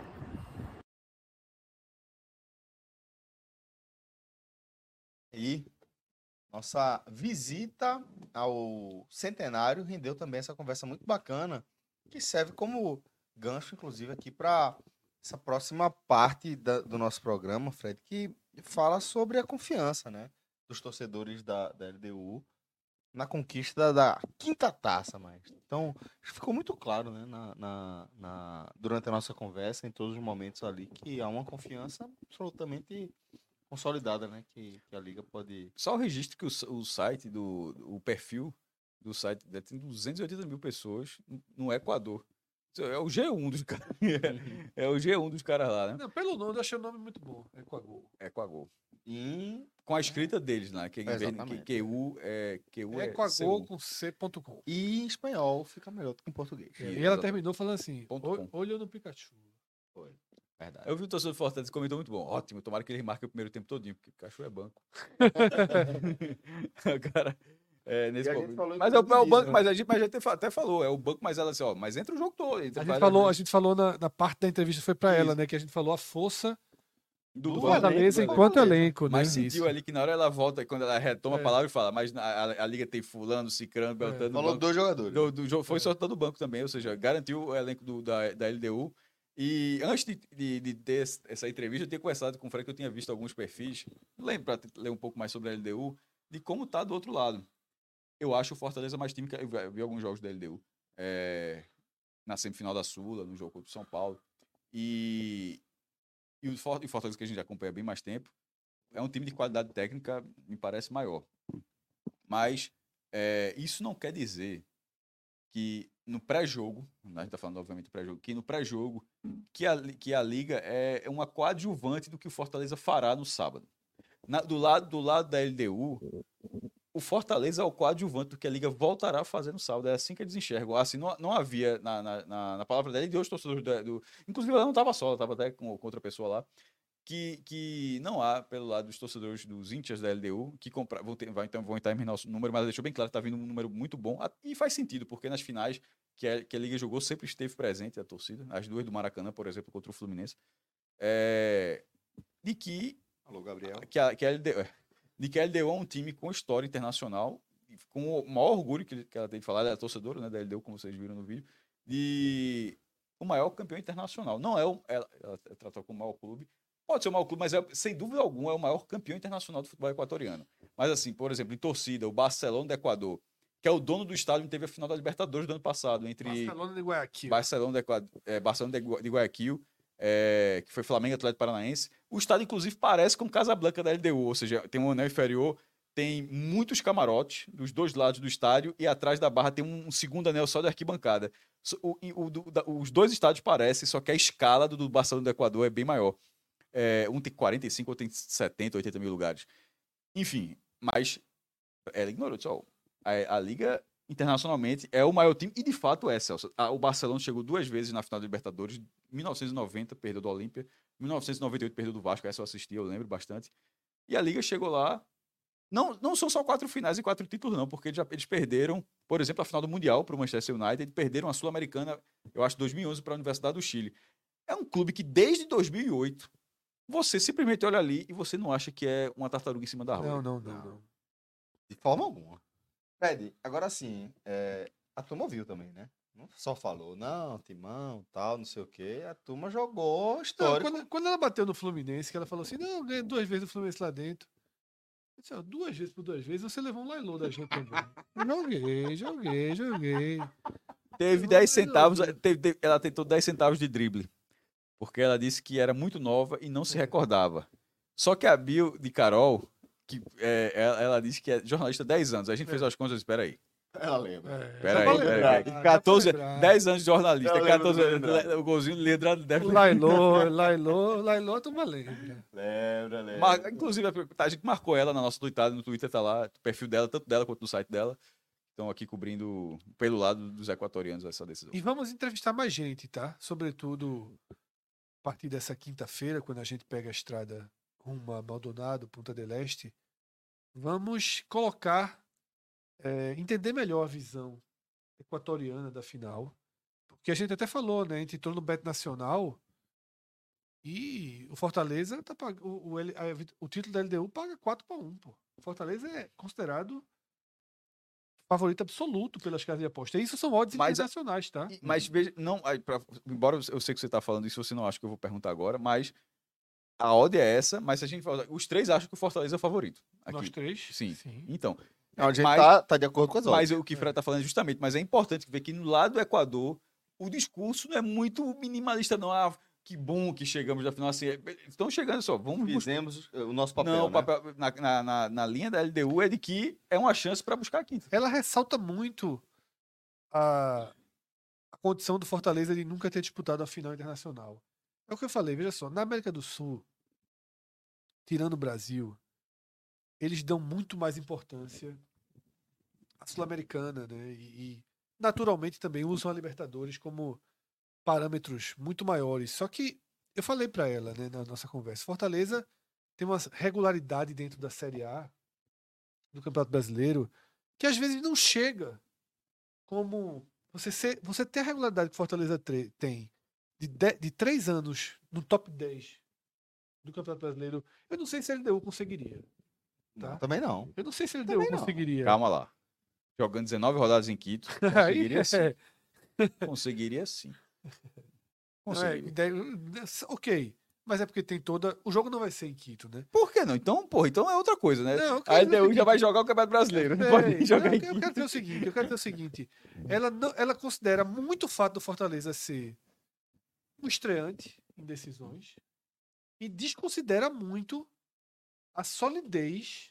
E nossa visita ao Centenário rendeu também essa conversa muito bacana, que serve como gancho, inclusive, aqui para essa próxima parte da, do nosso programa, Fred, que fala sobre a confiança, né, dos torcedores da, da L D U na conquista da, da quinta taça, mais. Então, ficou muito claro, né, na, na, na, durante a nossa conversa, em todos os momentos ali, que há uma confiança absolutamente consolidada, né, que, que a Liga pode... Só o registro que o, o site, do, o perfil do site, tem duzentas e oitenta mil pessoas no Equador. É o G um dos caras. É o G um dos caras lá, né? Não, pelo nome, eu achei o nome muito bom. Equagol. Equagol. E com a escrita deles, né? Que, Exatamente. que, Q-U é... Q-U é Equagol com C ponto com. E em espanhol fica melhor do que em português. E, e ela terminou falando assim, Ponto olho no Pikachu. Foi. Verdade. Eu vi o torcedor do Fortaleza comentou muito bom. Ótimo, tomara que ele marque o primeiro tempo todinho, porque o Pikachu é banco. Cara... É, nesse mas é o, é o banco, mas a gente, mas a gente até falou, é o banco, mas ela assim, ó, mas entra o jogo todo. A gente falou, a gente falou na, na parte da entrevista, foi pra ela, né, que a gente falou a força do, do Fortaleza enquanto elenco, né? Mas sentiu ali que na hora ela volta, quando ela retoma é. a palavra e fala, mas a, a, a liga tem fulano, cicrano, beltano. É. Falou dois jogadores. Do, do, do, foi soltando o banco também, ou seja, garantiu o elenco do, da, da L D U. E antes de, de, de ter essa entrevista, eu tinha conversado com o Fred, que eu tinha visto alguns perfis, lembro para ler um pouco mais sobre a L D U, de como tá do outro lado. Eu acho o Fortaleza mais time que... Eu vi alguns jogos da L D U. É, na semifinal da Sula, no jogo contra o São Paulo. E, e o Fortaleza, que a gente acompanha há bem mais tempo, é um time de qualidade técnica, me parece, maior. Mas é, isso não quer dizer que no pré-jogo, a gente está falando, obviamente, do pré-jogo, que no pré-jogo, que a, que a Liga é uma coadjuvante do que o Fortaleza fará no sábado. Na, do, lado, do lado da L D U... O Fortaleza é o coadjuvante do que a Liga voltará a fazer no sábado. É assim que eles enxergam. Assim, não, não havia, na, na, na palavra dela, e de hoje torcedores do, do... Inclusive, ela não estava só, ela estava até com, com outra pessoa lá. Que, que não há, pelo lado dos torcedores dos índios da L D U, que comprar, vão, ter, vai, então, vão terminar o número, mas ela deixou bem claro que está vindo um número muito bom. E faz sentido, porque nas finais que a, que a Liga jogou, sempre esteve presente a torcida. As duas do Maracanã, por exemplo, contra o Fluminense. É, de que... Alô, Gabriel. Que a, que a L D U... de que a L D U é um time com história internacional, com o maior orgulho que, que ela tem de falar, ela é torcedora, né, da L D U, como vocês viram no vídeo, de o maior campeão internacional. Não é o... Ela, ela tratou como o maior clube. Pode ser o maior clube, mas é, sem dúvida alguma é o maior campeão internacional do futebol equatoriano. Mas assim, por exemplo, em torcida, o Barcelona do Equador, que é o dono do estádio onde teve a final da Libertadores do ano passado, entre... Barcelona de Guayaquil. Barcelona de, Equador, é, Barcelona de Guayaquil, é, que foi Flamengo Atlético Paranaense. O estádio, inclusive, parece com o Casablanca da L D U, ou seja, tem um anel inferior, tem muitos camarotes dos dois lados do estádio e atrás da barra tem um segundo anel só de arquibancada. O, o, do, da, os dois estádios parecem, só que a escala do, do Barcelona do Equador é bem maior. É, um tem quarenta e cinco, outro tem setenta, oitenta mil lugares. Enfim, mas ela ignorou, só a, a Liga internacionalmente é o maior time, e de fato é, Celso. A, o Barcelona chegou duas vezes na final da Libertadores, em mil novecentos e noventa perdeu do Olímpia, em mil novecentos e noventa e oito perdeu do Vasco, essa eu assisti, eu lembro bastante. E a Liga chegou lá, não, não são só quatro finais e quatro títulos não, porque eles, já, eles perderam, por exemplo, a final do Mundial para o Manchester United, perderam a Sul-Americana, eu acho, em dois mil e onze para a Universidade do Chile. É um clube que desde dois mil e oito você simplesmente olha ali e você não acha que é uma tartaruga em cima da rua. Não, não, não, não. De forma alguma. Fred, agora sim, é, a turma ouviu também, né? Não só falou, não, timão, tal, não sei o quê. A turma jogou história. Quando, quando ela bateu no Fluminense, que ela falou assim, não, ganhei duas vezes o Fluminense lá dentro. Eu disse, ó, duas vezes por duas vezes, você levou um lailô da gente também. joguei, joguei, joguei. Teve dez centavos, teve, teve, ela tentou dez centavos de drible. Porque ela disse que era muito nova e não se recordava. Só que a bio de Carol, que é, ela, ela disse que é jornalista há dez anos. A gente é. fez as contas, espera aí. Ela lembra. É. Pera aí, pera aí. quatorze, dez anos de jornalista. quatorze, o golzinho letrado deve Lailô, Lailô, Lailô, tu lembra. Lembra, lembra. Mar, inclusive, a gente marcou ela na nossa tweetada, no Twitter tá lá, o perfil dela, tanto dela quanto no site dela. Estão aqui cobrindo pelo lado dos equatorianos essa decisão. E vamos entrevistar mais gente, tá? Sobretudo a partir dessa quinta-feira, quando a gente pega a estrada rumo a Maldonado, Punta del Este, vamos colocar, é, entender melhor a visão equatoriana da final. Porque a gente até falou, né? A gente entrou no Bet Nacional e o Fortaleza, tá, o, o, a, o título da L D U paga quatro para um. Pô. O Fortaleza é considerado favorito absoluto pelas casas de aposta. Isso são odds mas, internacionais, tá? Mas veja, não, pra, embora eu sei que você está falando isso, você não acha que eu vou perguntar agora, mas a odd é essa, mas se a gente fala, os três acham que o Fortaleza é o favorito. Aqui. Nós três? Sim. Sim. Então, não, a gente mas, tá, tá de acordo com as odds. Mas o que o Fred está falando é justamente, mas é importante ver que no lado do Equador, o discurso não é muito minimalista, não. Ah, que bom que chegamos na final. Assim, estão chegando só, vamos Fizemos o nosso papel, Não, né? o papel na, na, na, na linha da L D U é de que é uma chance para buscar a quinta. Ela ressalta muito a, a condição do Fortaleza de nunca ter disputado a final internacional. É o que eu falei, veja só, na América do Sul, tirando o Brasil, eles dão muito mais importância à Sul-Americana, né? E, e naturalmente também usam a Libertadores como parâmetros muito maiores. Só que eu falei para ela, né, na nossa conversa, Fortaleza tem uma regularidade dentro da Série A do Campeonato Brasileiro que às vezes não chega como você ser, você ter a regularidade que Fortaleza tre- tem de, de, de três anos no top dez do Campeonato Brasileiro. Eu não sei se a L D U conseguiria. Tá? Não, também não. Eu não sei se a L D U Também não. conseguiria. Calma lá. Jogando dezenove rodadas em Quito, conseguiria sim. Aí, é. Conseguiria sim. Não, é, Conseguiria. ideia- ok, mas é porque tem toda. O jogo não vai ser em Quito, né? Por que não? Então, porra, então é outra coisa, né? Não, eu A quero L D U dizer já que- vai jogar o Campeonato Brasileiro. Não É, pode nem não, jogar eu, em quero- eu Quito. quero dizer o seguinte, eu quero dizer o seguinte. Ela, não, ela considera muito o fato do Fortaleza ser um estreante em decisões e desconsidera muito a solidez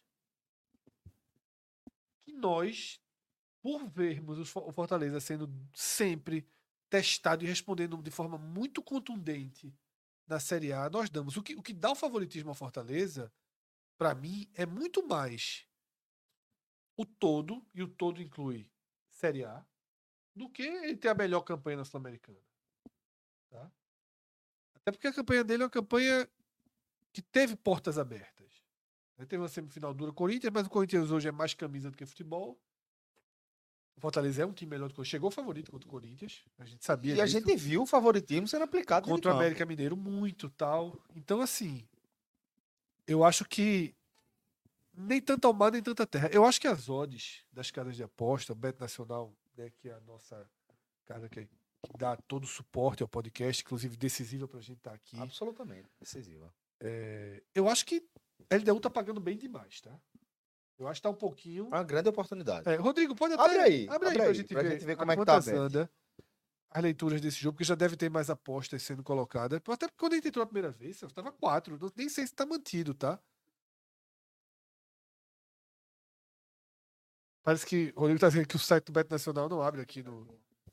que nós, por vermos o Fo- o Fortaleza sendo sempre testado e respondendo de forma muito contundente na Série A, nós damos. O que, o que dá o favoritismo ao Fortaleza, para mim, é muito mais o todo, e o todo inclui Série A, do que ele ter a melhor campanha na Sul-Americana. Tá? Até porque a campanha dele é uma campanha que teve portas abertas. Ele teve uma semifinal dura com o Corinthians, mas o Corinthians hoje é mais camisa do que futebol. O Fortaleza é um time melhor do que o Corinthians. Chegou favorito contra o Corinthians. A gente sabia E a disso. gente viu o favoritismo sendo aplicado Contra o dentro de campo. América Mineiro, muito tal. Então, assim, eu acho que nem tanto ao mar, nem tanta terra. Eu acho que as odds das casas de aposta, o Bet Nacional, né, que é a nossa casa que, que dá todo o suporte ao podcast, inclusive decisiva pra gente estar aqui. Absolutamente decisiva. É, eu acho que a L D U tá pagando bem demais, tá? Eu acho que tá um pouquinho. Uma grande oportunidade. É, Rodrigo, pode até. Abre aí, Abre aí abre pra aí, gente pra ver, gente ver a como é que tá quantas a bet. anda as leituras desse jogo, porque já deve ter mais apostas sendo colocadas. Até porque quando a gente entrou a primeira vez, eu tava quatro. Não- Nem sei se tá mantido, tá? Parece que o Rodrigo tá dizendo que o site do Bet Nacional não abre aqui no,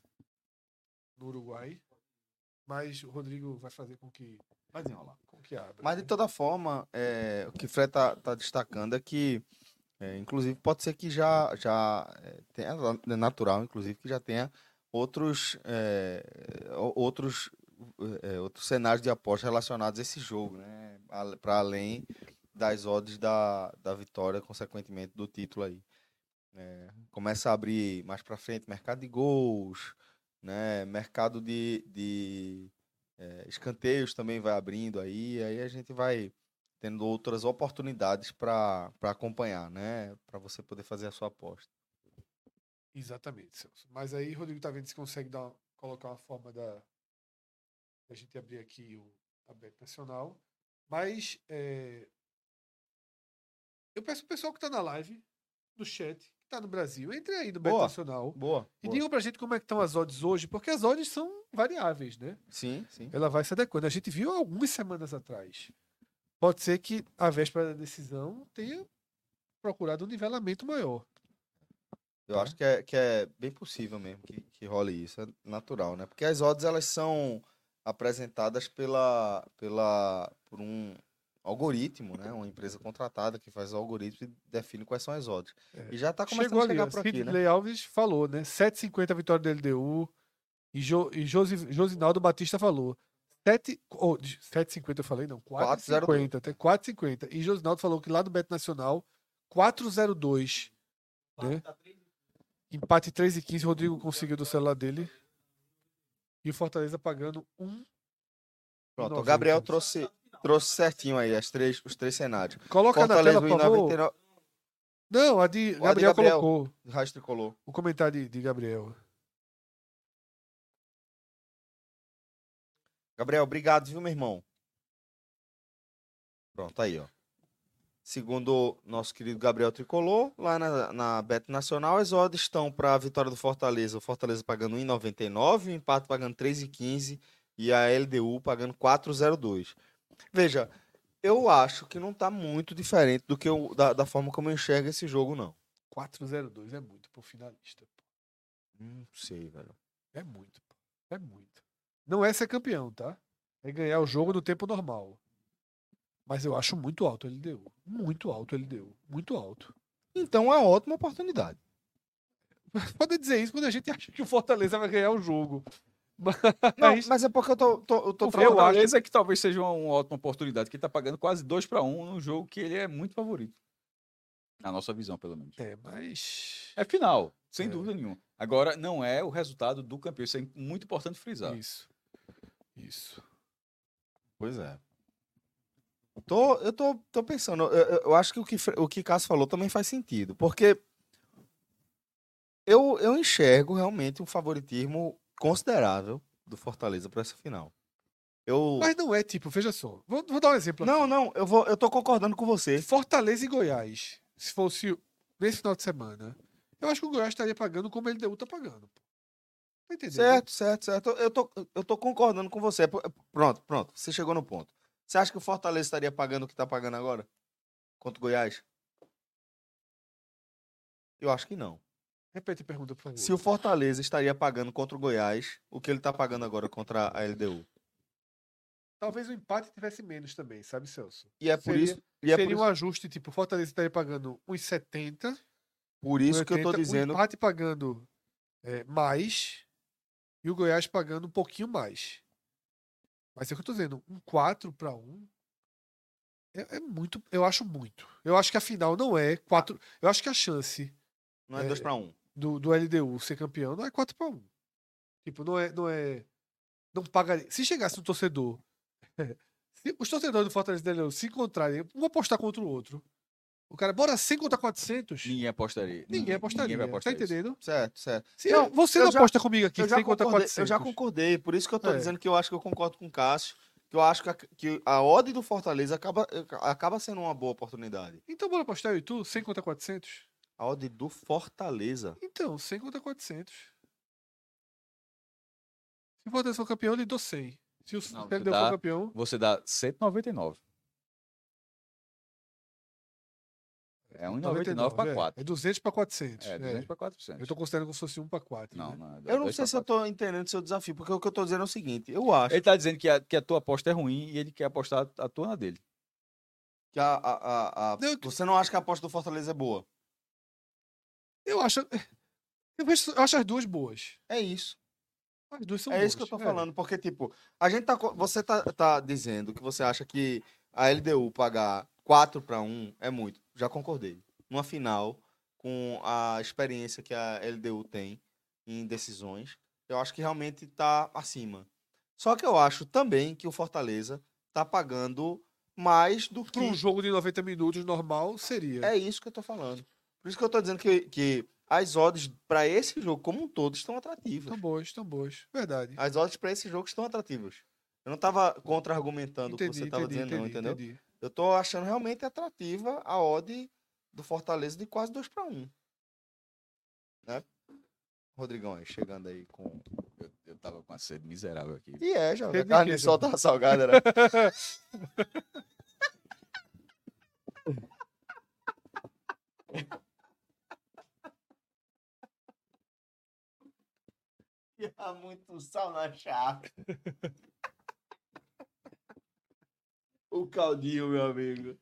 no Uruguai. Mas o Rodrigo vai fazer com que. Vai desenrolar. Com que abra. Mas de toda forma, é, o que o Fred tá, tá destacando é que, é, inclusive, pode ser que já, já é, tenha, é natural, inclusive, que já tenha outros, é, o- outros, é, outros cenários de aposta relacionados a esse jogo, né? Para além das odds da, da vitória, consequentemente, do título aí. É, começa a abrir mais para frente mercado de gols, né? Mercado de, de é, escanteios também vai abrindo aí, aí a gente vai tendo outras oportunidades para acompanhar, né? Para você poder fazer a sua aposta. Exatamente, Celso. Mas aí, Rodrigo, tá vendo se consegue dar, colocar uma forma da, da gente abrir aqui o a Bet Nacional. Mas é, eu peço pro pessoal que tá na live, no chat, que tá no Brasil, entre aí no Bet Boa, Nacional. boa, E boa. digam pra gente como é que estão as odds hoje, porque as odds são variáveis, né? Sim, sim. Ela vai se adequando. A gente viu algumas semanas atrás. Pode ser que a véspera da decisão tenha procurado um nivelamento maior. Eu acho que é, que é bem possível mesmo que, que role isso, é natural, né? Porque as odds, elas são apresentadas pela, pela, por um algoritmo, né? Uma empresa contratada que faz o algoritmo e define quais são as odds. E já está começando Chegou a ali, chegar ó, por aqui, Sidney né? Alves falou, né? sete e cinquenta a vitória do L D U. E, jo, e Josi, Josinaldo Batista falou. sete, oh, sete e cinquenta eu falei, não. quatro e cinquenta. Até quatro e cinquenta. E Josinaldo falou que lá do Bet Nacional, quatro zero dois. Né? Empate três e quinze. Rodrigo conseguiu do celular dele. E o Fortaleza pagando um. Pronto, o Gabriel trouxe, trouxe certinho aí as três, os três cenários. Coloca Fortaleza, na tela, por favor. Não, a de Ó, Gabriel, a de Gabriel colocou. Raiz Tricolor. O comentário de, de Gabriel. Gabriel, obrigado, viu, meu irmão? Pronto, aí, ó. Segundo nosso querido Gabriel Tricolor, lá na, na Bet Nacional, as odds estão para a vitória do Fortaleza. O Fortaleza pagando um e noventa e nove, o empate pagando três e quinze e a L D U pagando quatro vírgula zero dois. Veja, eu acho que não está muito diferente do que eu, da, da forma como eu enxergo esse jogo, não. quatro vírgula zero dois é muito pro finalista. Pô. Não sei, velho. É muito, pô. É muito. Não é ser campeão, tá? É ganhar o jogo no tempo normal. Mas eu acho muito alto o L D U. Muito alto o L D U. Muito alto. Então é uma ótima oportunidade. Pode dizer isso quando a gente acha que o Fortaleza vai ganhar o jogo. Mas, Não, mas é porque eu tô, tô, eu tô O trabalhando. Fortaleza é que talvez seja uma, uma ótima oportunidade, que ele tá pagando quase dois para um num jogo que ele é muito favorito. Na nossa visão, pelo menos. É, mas... É final, sem É. dúvida nenhuma. Agora, não é o resultado do campeão. Isso é muito importante frisar. Isso. Isso. Pois é. Tô, eu tô, tô pensando, eu, eu- eu acho que o que Fre- o que Cássio falou também faz sentido, porque eu, eu enxergo realmente um favoritismo considerável do Fortaleza para essa final. Eu... Mas não é tipo, veja só. Vou, vou dar um exemplo Não, aqui. não, eu, vou, eu tô concordando com você. Fortaleza e Goiás, se fosse nesse final de semana, eu acho que o Goiás estaria pagando como ele deu tá pagando. Pô. Tá entendendo? Certo, certo, certo. Eu tô, eu tô concordando com você. P- Pronto, pronto. Você chegou no ponto. Você acha que o Fortaleza estaria pagando o que tá pagando agora? Contra o Goiás? Eu acho que não. Repete a pergunta, por favor. Se o Fortaleza estaria pagando contra o Goiás, o que ele tá pagando agora contra a L D U? Talvez o empate tivesse menos também, sabe, Celso? E é por Seria- isso, e é por Seria um isso, ajuste, tipo, o Fortaleza estaria pagando uns setenta. por isso que eu tô oitenta, dizendo. O empate pagando é, mais e o Goiás pagando um pouquinho mais. Mas é o que eu tô dizendo, um quatro para um é, é muito, eu acho muito. Eu acho que a final não é quatro. Eu acho que a chance Não é é, dois para um. do, do L D U ser campeão não é quatro para um. Tipo, não é, não é, não pagaria. Se chegasse um torcedor, se os torcedores do Fortaleza e do L D U se encontrarem, um apostar contra o outro. O cara, bora cem contra quatrocentos. Ninguém apostaria. Ninguém apostaria. vai apostar Tá isso. entendendo? Certo, certo. Se você eu não já- aposta comigo aqui eu já cem contra concordei, quatrocentos. Eu já concordei, por isso que eu tô É. dizendo que eu acho que eu concordo com o Cássio, que eu acho que a, que a odd do Fortaleza acaba, acaba sendo uma boa oportunidade. Então bora apostar eu e tu, cem contra quatrocentos? A odd do Fortaleza. Então, cem contra quatrocentos. Se o Fortaleza for campeão, eu lhe dou cem. Se o Não, L D U você dá- for campeão, Você dá cento e noventa e nove. É um e noventa e nove para é. quatro. É duzentos para quatrocentos. É, duzentos para quatrocentos. Eu tô considerando como se fosse um para quatro. Não, né? não. é Eu não dois sei pra se eu quatro. tô entendendo seu desafio, porque o que eu tô dizendo é o seguinte, eu acho Ele tá dizendo que a, que a tua aposta é ruim e ele quer apostar a tua na dele. que a, a, a, a- Eu- você não acha que a aposta do Fortaleza é boa. Eu acho. Eu vejo- eu acho as duas boas. É isso. As duas são É boas. isso que eu tô falando, porque, tipo, a gente tá. co- Você tá, tá dizendo que você acha que a L D U pagar quatro para um é muito. Já concordei. Numa final, com a experiência que a L D U tem em decisões, eu acho que realmente tá acima. Só que eu acho também que o Fortaleza tá pagando mais do que. Para um jogo de noventa minutos normal, seria. É isso que eu tô falando. Por isso que eu tô dizendo que, que as odds para esse jogo como um todo estão atrativas. Estão boas, estão boas. Verdade. As odds para esse jogo estão atrativas. Eu não tava contra-argumentando o que Entendi, você tava entendi, dizendo, não, entendi, entendeu? entendi. Eu tô achando realmente atrativa a odd do Fortaleza de quase dois para um. Né? Rodrigão aí, chegando aí com. Eu, eu tava com uma sede miserável aqui. E é, já. A Sede de carne quê, de sol João? tava salgada, né? E há muito sal na chave. O caldinho, meu amigo.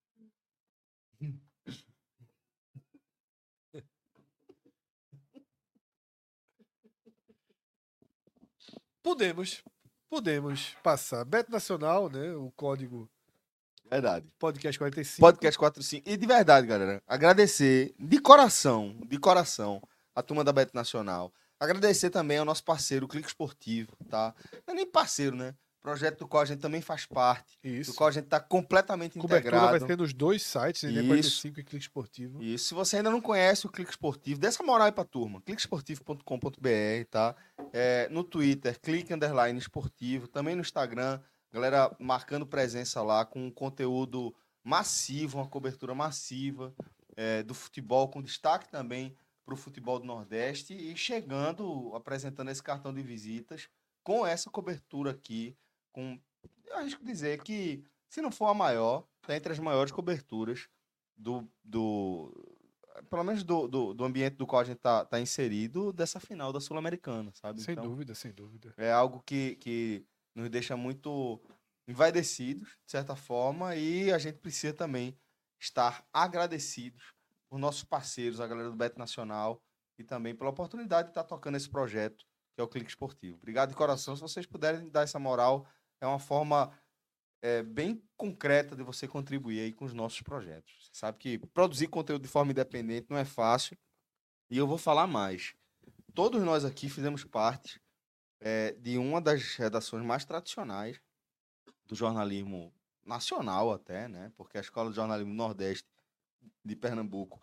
Podemos. Podemos passar. Beto Nacional, né? O código Verdade. Podcast quarenta e cinco. Podcast quatro cinco. E de verdade, galera, agradecer de coração, de coração, a turma da Beto Nacional. Agradecer também ao nosso parceiro, o Clique Esportivo, tá? Não é nem parceiro, né? Projeto do qual a gente também faz parte. Isso. Do qual a gente tá completamente Cobertura integrado. vai ter nos dois sites, né? quarenta e Isso. cinco e Clique Esportivo. E se você ainda não conhece o Clique Esportivo, dê essa moral aí pra turma. clique esportivo ponto com ponto b r, tá? É, no Twitter, clique underline esportivo. Também no Instagram, galera marcando presença lá com um conteúdo massivo, uma cobertura massiva é, do futebol, com destaque também pro futebol do Nordeste e chegando, apresentando esse cartão de visitas com essa cobertura aqui, com, eu arrisco dizer que, se não for a maior, tá entre as maiores coberturas do, do pelo menos do, do, do ambiente do qual a gente tá, tá inserido, dessa final da Sul-Americana, sabe? Sem Então, dúvida, sem dúvida. é algo que, que nos deixa muito envaidecidos, de certa forma, e a gente precisa também estar agradecidos por nossos parceiros, a galera do Bet Nacional, e também pela oportunidade de estar tocando esse projeto, que é o Clique Esportivo. Obrigado de coração. Se vocês puderem dar essa moral, é uma forma é, bem concreta de você contribuir aí com os nossos projetos. Você sabe que produzir conteúdo de forma independente não é fácil, e eu vou falar mais. Todos nós aqui fizemos parte é, de uma das redações mais tradicionais do jornalismo nacional até, né? Porque a Escola de Jornalismo Nordeste de Pernambuco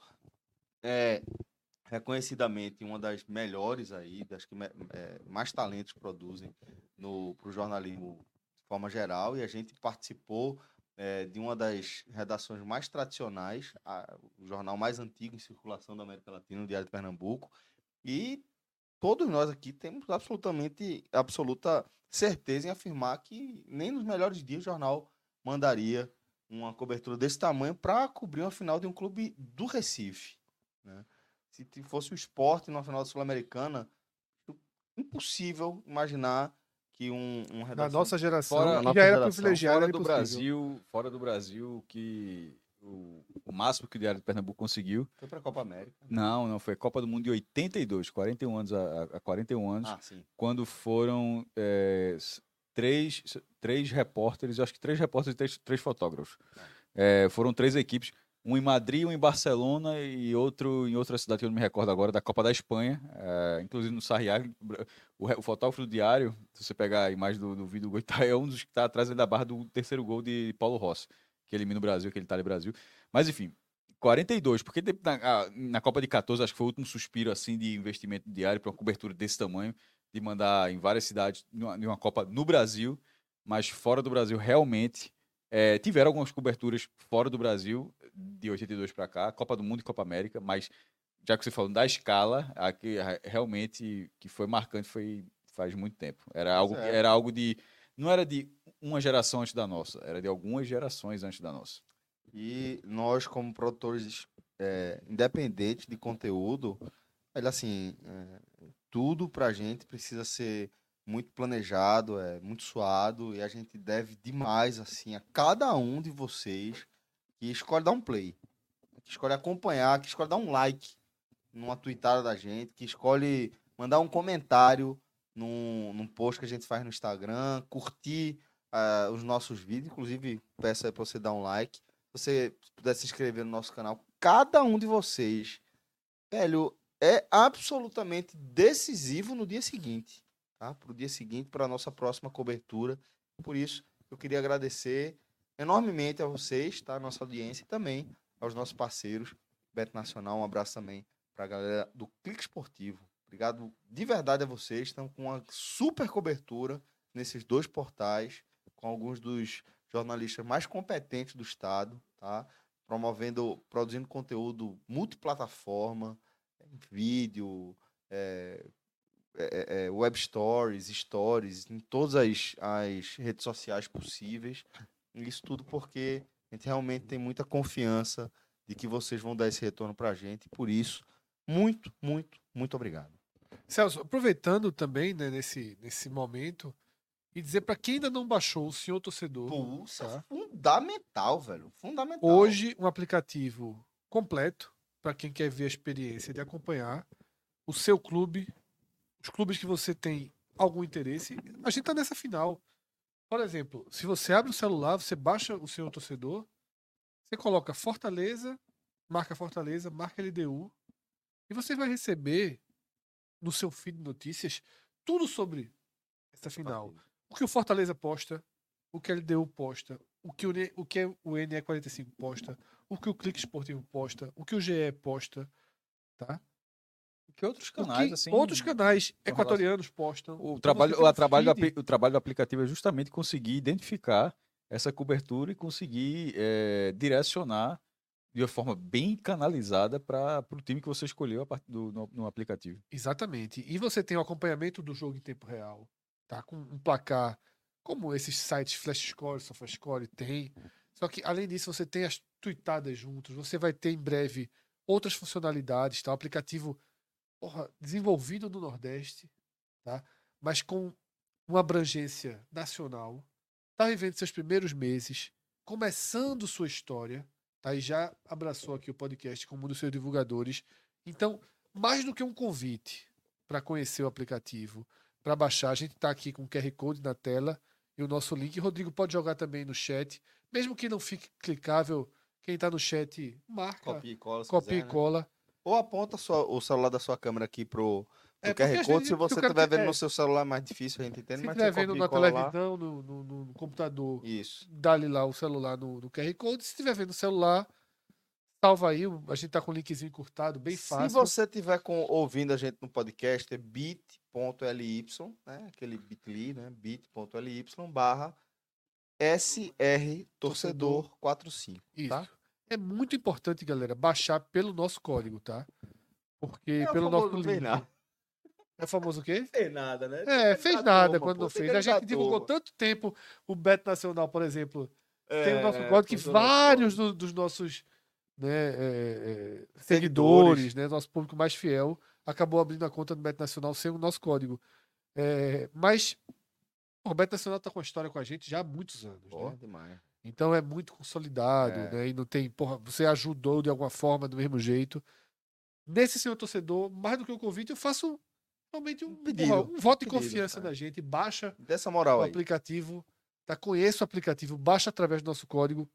é reconhecidamente uma das melhores aí, das que é, mais talentos produzem no pro jornalismo de forma geral, e a gente participou é, de uma das redações mais tradicionais, a, o jornal mais antigo em circulação da América Latina, o Diário de Pernambuco, e todos nós aqui temos absolutamente absoluta certeza em afirmar que nem nos melhores dias o jornal mandaria uma cobertura desse tamanho para cobrir uma final de um clube do Recife, né? Se fosse o Sport numa final da Sul-Americana, impossível imaginar que um, um redação... Da nossa geração, fora, que já era privilegiado, fora do Brasil, fora do Brasil, que o, o máximo que o Diário de Pernambuco conseguiu... Foi para a Copa América? Não, não, foi Copa do Mundo de oitenta e dois, quarenta e um anos a, a quarenta e um anos, ah, sim. Quando foram é, três, três repórteres, acho que três repórteres e três, três fotógrafos. É, foram três equipes, um em Madrid, um em Barcelona e outro em outra cidade que eu não me recordo agora, da Copa da Espanha, é, inclusive no Sarriá, o, o fotógrafo do Diário, se você pegar a imagem do, do vídeo do Goitá, é um dos que está atrás da barra do terceiro gol de Paulo Rossi, que elimina o Brasil, que ele está no Brasil. Mas enfim, quarenta e dois, porque na, na Copa de quatorze, acho que foi o último suspiro assim, de investimento diário para uma cobertura desse tamanho, de mandar em várias cidades, numa, numa Copa no Brasil, mas fora do Brasil realmente. É, tiveram algumas coberturas fora do Brasil, de oitenta e dois para cá, Copa do Mundo e Copa América, mas já que você falou da escala, a que realmente que foi marcante foi faz muito tempo. Era algo, é. era algo de... Não era de uma geração antes da nossa, era de algumas gerações antes da nossa. E nós, como produtores é, independentes de conteúdo, olha assim, é, tudo pra gente precisa ser muito planejado, é muito suado, e a gente deve demais assim a cada um de vocês que escolhe dar um play, que escolhe acompanhar, que escolhe dar um like numa tweetada da gente, que escolhe mandar um comentário num, num post que a gente faz no Instagram, curtir uh, os nossos vídeos, inclusive peço aí pra você dar um like, se você puder se inscrever no nosso canal. Cada um de vocês, velho, é absolutamente decisivo no dia seguinte. Tá? Para o dia seguinte, para a nossa próxima cobertura. Por isso, eu queria agradecer enormemente a vocês, tá? A nossa audiência e também aos nossos parceiros, Bet Nacional. Um abraço também para a galera do Clique Esportivo. Obrigado de verdade a vocês. Estão com uma super cobertura nesses dois portais, com alguns dos jornalistas mais competentes do estado, tá? Promovendo, produzindo conteúdo multiplataforma, vídeo, é, É, é, web stories, stories, em todas as, as redes sociais possíveis. Isso tudo porque a gente realmente tem muita confiança de que vocês vão dar esse retorno para a gente. E por isso, muito, muito, muito obrigado. Celso, aproveitando também, né, nesse, nesse momento, e dizer para quem ainda não baixou o Senhor Torcedor. Pulsa, tá? Fundamental, velho. Fundamental. Hoje, um aplicativo completo para quem quer ver a experiência de acompanhar o seu clube, os clubes que você tem algum interesse. A gente tá nessa final. Por exemplo, se você abre o celular, você baixa o Senhor Torcedor, você coloca Fortaleza, marca Fortaleza, marca L D U, e você vai receber no seu feed de notícias tudo sobre essa final. O que o Fortaleza posta, o que a L D U posta, o que o, o, que o N E quarenta e cinco posta, o que o Clique Esportivo posta, o que o G E posta, tá? Que outros canais, que assim, outros canais equatorianos postam. O trabalho, o, trabalho do, o trabalho do aplicativo é justamente conseguir identificar essa cobertura e conseguir é, direcionar de uma forma bem canalizada para o time que você escolheu a partir do, no, no aplicativo. Exatamente. E você tem o acompanhamento do jogo em tempo real. tá? Com um placar como esses sites Flash Score, SofaScore tem. Só que, além disso, você tem as tuitadas juntos, você vai ter em breve outras funcionalidades, tá? O aplicativo porra, desenvolvido no Nordeste, tá? Mas com uma abrangência nacional, está vivendo seus primeiros meses, começando sua história, tá? E já abraçou aqui o podcast como um dos seus divulgadores. Então, mais do que um convite para conhecer o aplicativo, para baixar, a gente está aqui com o Q R Code na tela e o nosso link. Rodrigo pode jogar também no chat, mesmo que não fique clicável, quem está no chat marca, Copia e cola. se copia quiser, e né? cola. Ou aponta sua- o celular da sua câmera aqui pro, pro É, porque Q R às Code. vezes Se o você cara estiver tem- vendo é. no seu celular, é mais difícil, a gente entende, Se mas estiver você vendo copia na e cola lá. televisão, no, no- no- no computador, Isso. dá-lhe lá o celular no, no Q R Code. Se estiver vendo no celular, salva aí. o- A gente tá com o linkzinho encurtado, bem fácil. Se você estiver com, ouvindo a gente no podcast, é bit.ly, né? Aquele bit.ly, né? bit.ly barra S R Torcedor quarenta e cinco. Isso. Tá? É muito importante, galera, baixar pelo nosso código, tá? Porque É o pelo famoso nosso não fez link. nada. É o famoso o quê? Fez nada, né? É, fez Da nada turma, quando pô, não tem fez. que A gente ajudar a divulgou turma. tanto tempo o Beto Nacional, por exemplo. tem o nosso É, código que tem o nosso vários do- dos nossos né, é, é, seguidores, né, nosso público mais fiel, acabou abrindo a conta do Beto Nacional sem o nosso código. É, mas pô, o Beto Nacional está com a história com a gente já há muitos anos. Pô, né? demais. Então é muito consolidado, É. né? E não tem, porra, você ajudou de alguma forma, do mesmo jeito. Nesse senhor torcedor, mais do que um convite, eu faço realmente um, pedido, porra, um voto de pedido, confiança é. na gente. Baixa Dessa moral o aí. aplicativo, tá? Conheça o aplicativo, baixa através do nosso código,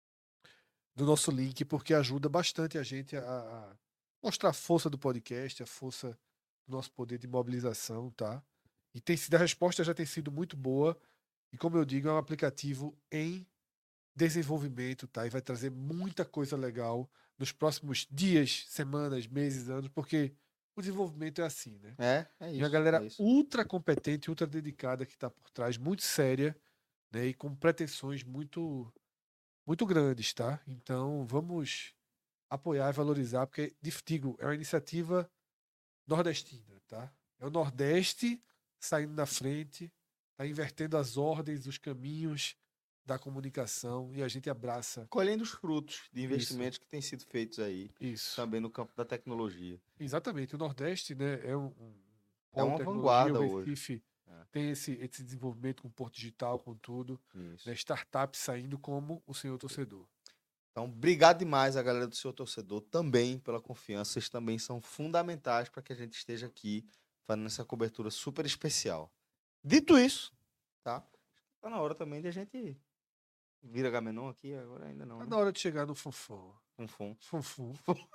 do nosso link, porque ajuda bastante a gente a, a mostrar a força do podcast, a força do nosso poder de mobilização, tá? E tem sido, a resposta já tem sido muito boa. E como eu digo, é um aplicativo em desenvolvimento, tá? E vai trazer muita coisa legal nos próximos dias, semanas, meses, anos, porque o desenvolvimento é assim, né? É, é E uma isso, galera é isso. ultra competente, ultra dedicada que está por trás, muito séria, né? E com pretensões muito, muito grandes, tá? Então vamos apoiar e valorizar, porque, digo, é uma iniciativa nordestina, tá? É o Nordeste saindo na frente, tá invertendo as ordens, os caminhos da comunicação e a gente abraça. Colhendo os frutos de investimentos que têm sido feitos aí. Isso. Também no campo da tecnologia. Exatamente. O Nordeste, né, é um, um É uma polo de tecnologia, vanguarda o hoje. Recife É. tem esse, esse desenvolvimento com porto digital, com tudo. Isso. Né, startups saindo como o senhor torcedor. Então, obrigado demais a galera do Seu Torcedor também pela confiança. Vocês também são fundamentais para que a gente esteja aqui fazendo essa cobertura super especial. Dito isso, tá? Tá na hora também de a gente vira Gamenon aqui, agora ainda não. Tá Né? na hora de chegar no Funfum. Funfum. Funfum.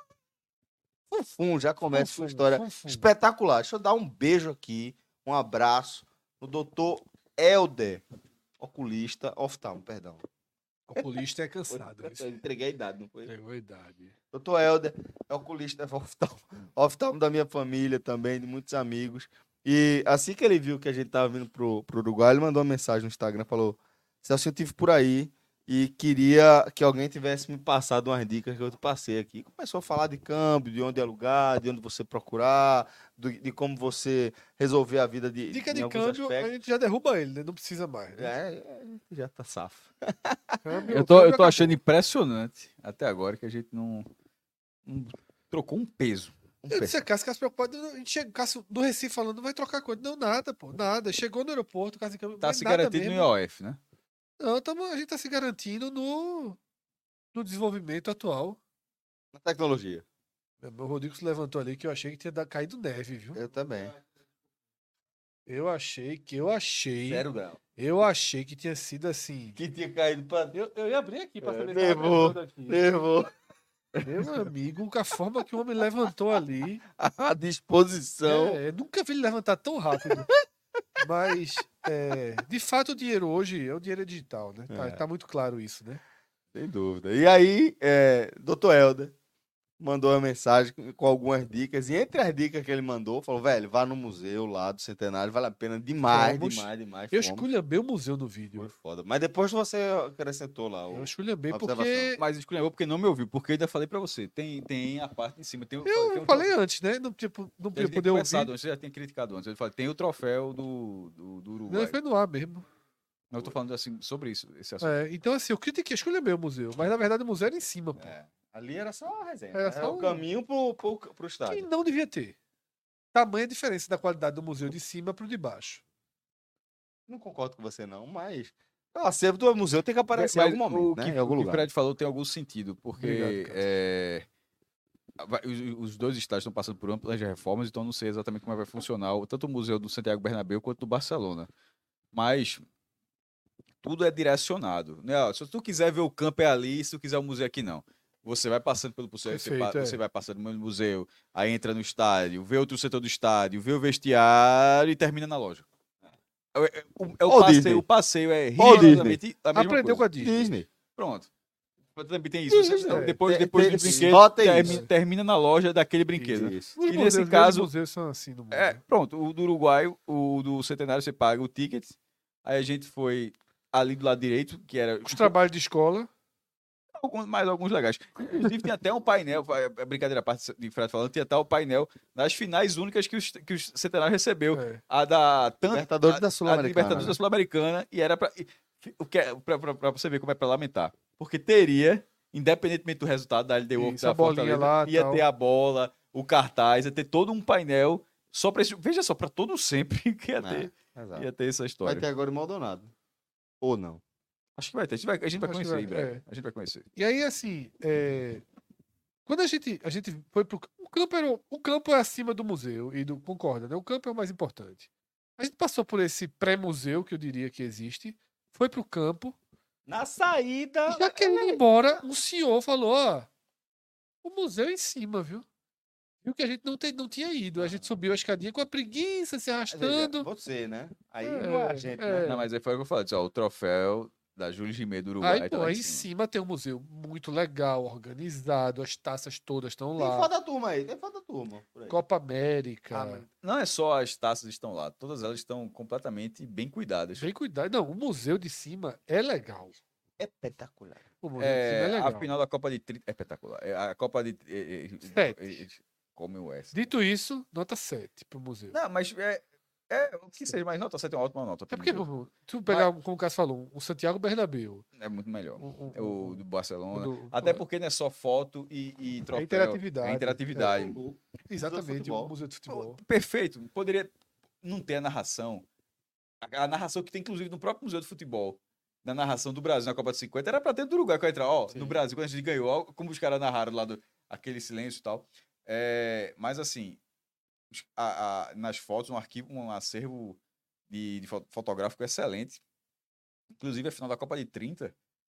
Funfum, já começa Funfum, com uma história Funfum. espetacular. Deixa eu dar um beijo aqui, um abraço no doutor Helder, oculista, oftalmo, perdão. Oculista é cansado. Eu entreguei a idade, não foi? Entregou a idade. Doutor Helder é oculista, é oftalmo, oftalmo da minha família também, de muitos amigos. E assim que ele viu que a gente tava vindo pro, pro Uruguai, ele mandou uma mensagem no Instagram, falou: Celso, eu estive por aí e queria que alguém tivesse me passado umas dicas que eu te passei aqui. Começou a falar de câmbio, de onde alugar, de onde você procurar, do- de como você resolver a vida de Dica em de alguns câmbio, a aspectos. gente já derruba ele, né? Não precisa mais. Né? É, é, já tá safo. Câmbio- Eu tô, câmbio eu tô acabou. achando impressionante até agora que a gente não, não trocou um peso. Um Eu peso. disse a Cássio, Cássio preocupado. A gente chega, Cássio do Recife falando, não vai trocar coisa. Não, nada, pô, nada. Chegou no aeroporto, Cássio câmbio. Tá mas se nada garantindo mesmo. no I O F, né? Não, tamo, a gente tá se garantindo no, no desenvolvimento atual. Na tecnologia. O Rodrigo se levantou ali que eu achei que tinha da- caído neve, viu? Eu também. Eu achei que eu achei. Zero grau. Eu achei que tinha sido assim. Que tinha caído pra. Eu, eu ia abrir aqui pra É, saber se tava nevou, nevando aqui. nevou. Meu amigo, com a forma que o homem levantou ali. A disposição. É, eu nunca vi ele levantar tão rápido. Mas, é, de fato, o dinheiro hoje é o dinheiro digital, né? Tá, É. tá muito claro isso, né? Sem dúvida. E aí, é, doutor Helder, mandou uma mensagem com- com algumas dicas. E entre as dicas que ele mandou, falou, velho, vá no museu lá do Centenário, vale a pena demais, Fomos. demais, demais. Eu fomos. esculhambei o museu no vídeo. Foi foda. Mas depois você acrescentou lá. O... Eu esculhambei a porque... observação. Mas escolheu porque não me ouviu, porque eu ainda falei pra você. Tem, tem a parte de cima. Tem, o- Eu tem um falei antes, né? Não, tipo, não Ele podia tinha poder conversado ouvir. antes, você já tinha criticado antes. Ele falou, tem o troféu do, do, do Uruguai. Não, foi no ar mesmo. Não, eu tô falando assim, sobre isso, esse assunto. É, então, assim, eu critiquei, esculhambei o museu. Mas, na verdade, o museu era em cima, pô. É, ali era só a resenha. Era Era, só o um- caminho pro, pro, pro Que estádio. não devia ter. Tamanha diferença da qualidade do museu de cima pro de baixo. Não concordo com você, não, mas... O acervo do museu tem que aparecer Mas em algum momento, o né? que, em algum o que o lugar. Fred falou tem algum sentido, porque Obrigado, cara. é, vai- os, os dois estádios estão passando por amplas reformas, então não sei exatamente como vai funcionar o- tanto o museu do Santiago Bernabéu quanto do Barcelona. Mas tudo é direcionado, né? Ó, se tu quiser ver o campo é ali, se tu quiser o museu é aqui não. Você vai passando pelo museu, você, Perfeito, pa- é. você vai passando pelo museu, aí entra no estádio, vê outro setor do estádio, vê o vestiário e termina na loja. É, é- o, é o Ó o passeio, Disney. o passeio é Ó o rigorosamente a mesma Aprendeu coisa. com a Disney. Disney. Pronto. Também tem isso. Disney, Você- é. depois Tem- depois tem- do brinquedo, só tem termi- isso. termina na loja daquele brinquedo. Isso. Os E museus- nesse os caso, museus são assim no mundo. é, pronto, o do Uruguai, o do Centenário, você paga o ticket. Aí a gente foi ali do lado direito, que era Os trabalhos de escola. alguns, mais alguns legais. Inclusive, tem até um painel, a brincadeira à parte de Fred falando, tem até o painel das finais únicas que, os, que o Centenário recebeu. É. A da tanto- Libertadores a- da a Sul-Americana, Libertadores né? da Sul-Americana, e era pra, e- o que é, pra, pra, pra você ver como é parlamentar. Porque teria, independentemente do resultado da L D U, Isso, a bolinha lá, ia tal. ter a bola, o cartaz, ia ter todo um painel só para esse. Veja só, para todo sempre que ia ter, É, exato. ia ter essa história. Vai ter agora em Maldonado. Ou não? Acho que vai ter. A gente vai, a gente vai Acho que conhecer vai, em breve. é. A gente vai conhecer. E aí, assim, é, quando a gente, a gente foi pro. O campo, era, o- o campo é acima do museu, e do. Concorda, né? O campo é o mais importante. A gente passou por esse pré-museu, que eu diria que existe, foi pro campo. Na saída. E já querendo ir embora, um senhor falou: ó, o museu é em cima, viu? Viu que a gente não, tem, não tinha ido. A gente subiu a escadinha com a preguiça se arrastando. Você, né? Aí É, não é a gente, é. né? Não, mas aí foi o que eu falei. Disse, ó, o troféu da Júlio Gimet do Uruguai. Aí, tá pô, lá aí em em cima. cima tem um museu muito legal, organizado, as taças todas estão Tem lá. foto da turma aí, tem foto da turma. por aí. Copa América. Ah, mas- Não é só as taças estão lá, todas elas estão completamente bem cuidadas. Bem cuidado. Não, o museu de cima é legal. É espetacular. O museu de cima é É, legal. a final da Copa de trinta é espetacular. É, a Copa de é, é, Sete. é, é, como o S. Dito isso, nota sete pro museu. Não, mas é, é o que seja, mas nota sete é uma ótima nota. É pro porque, museu. vamos, tu pegar, como o Cássio falou, o Santiago Bernabéu. É muito melhor. Um- um- É o do Barcelona. o do- Até porque não é só foto e, e troféu. interatividade. É interatividade. É. Exatamente, futebol. o museu de futebol. Perfeito. Poderia não ter a narração. A, a narração que tem, inclusive, no próprio Museu de Futebol. Na narração do Brasil na Copa de cinquenta, era pra ter do Uruguai que vai entrar. Ó, no Brasil, quando a gente ganhou, ó, como os caras narraram lá do aquele silêncio e tal. É, mas assim, os- a- a- nas fotos, um arquivo, um acervo de, de fo- fotográfico excelente. Inclusive, a final da Copa de trinta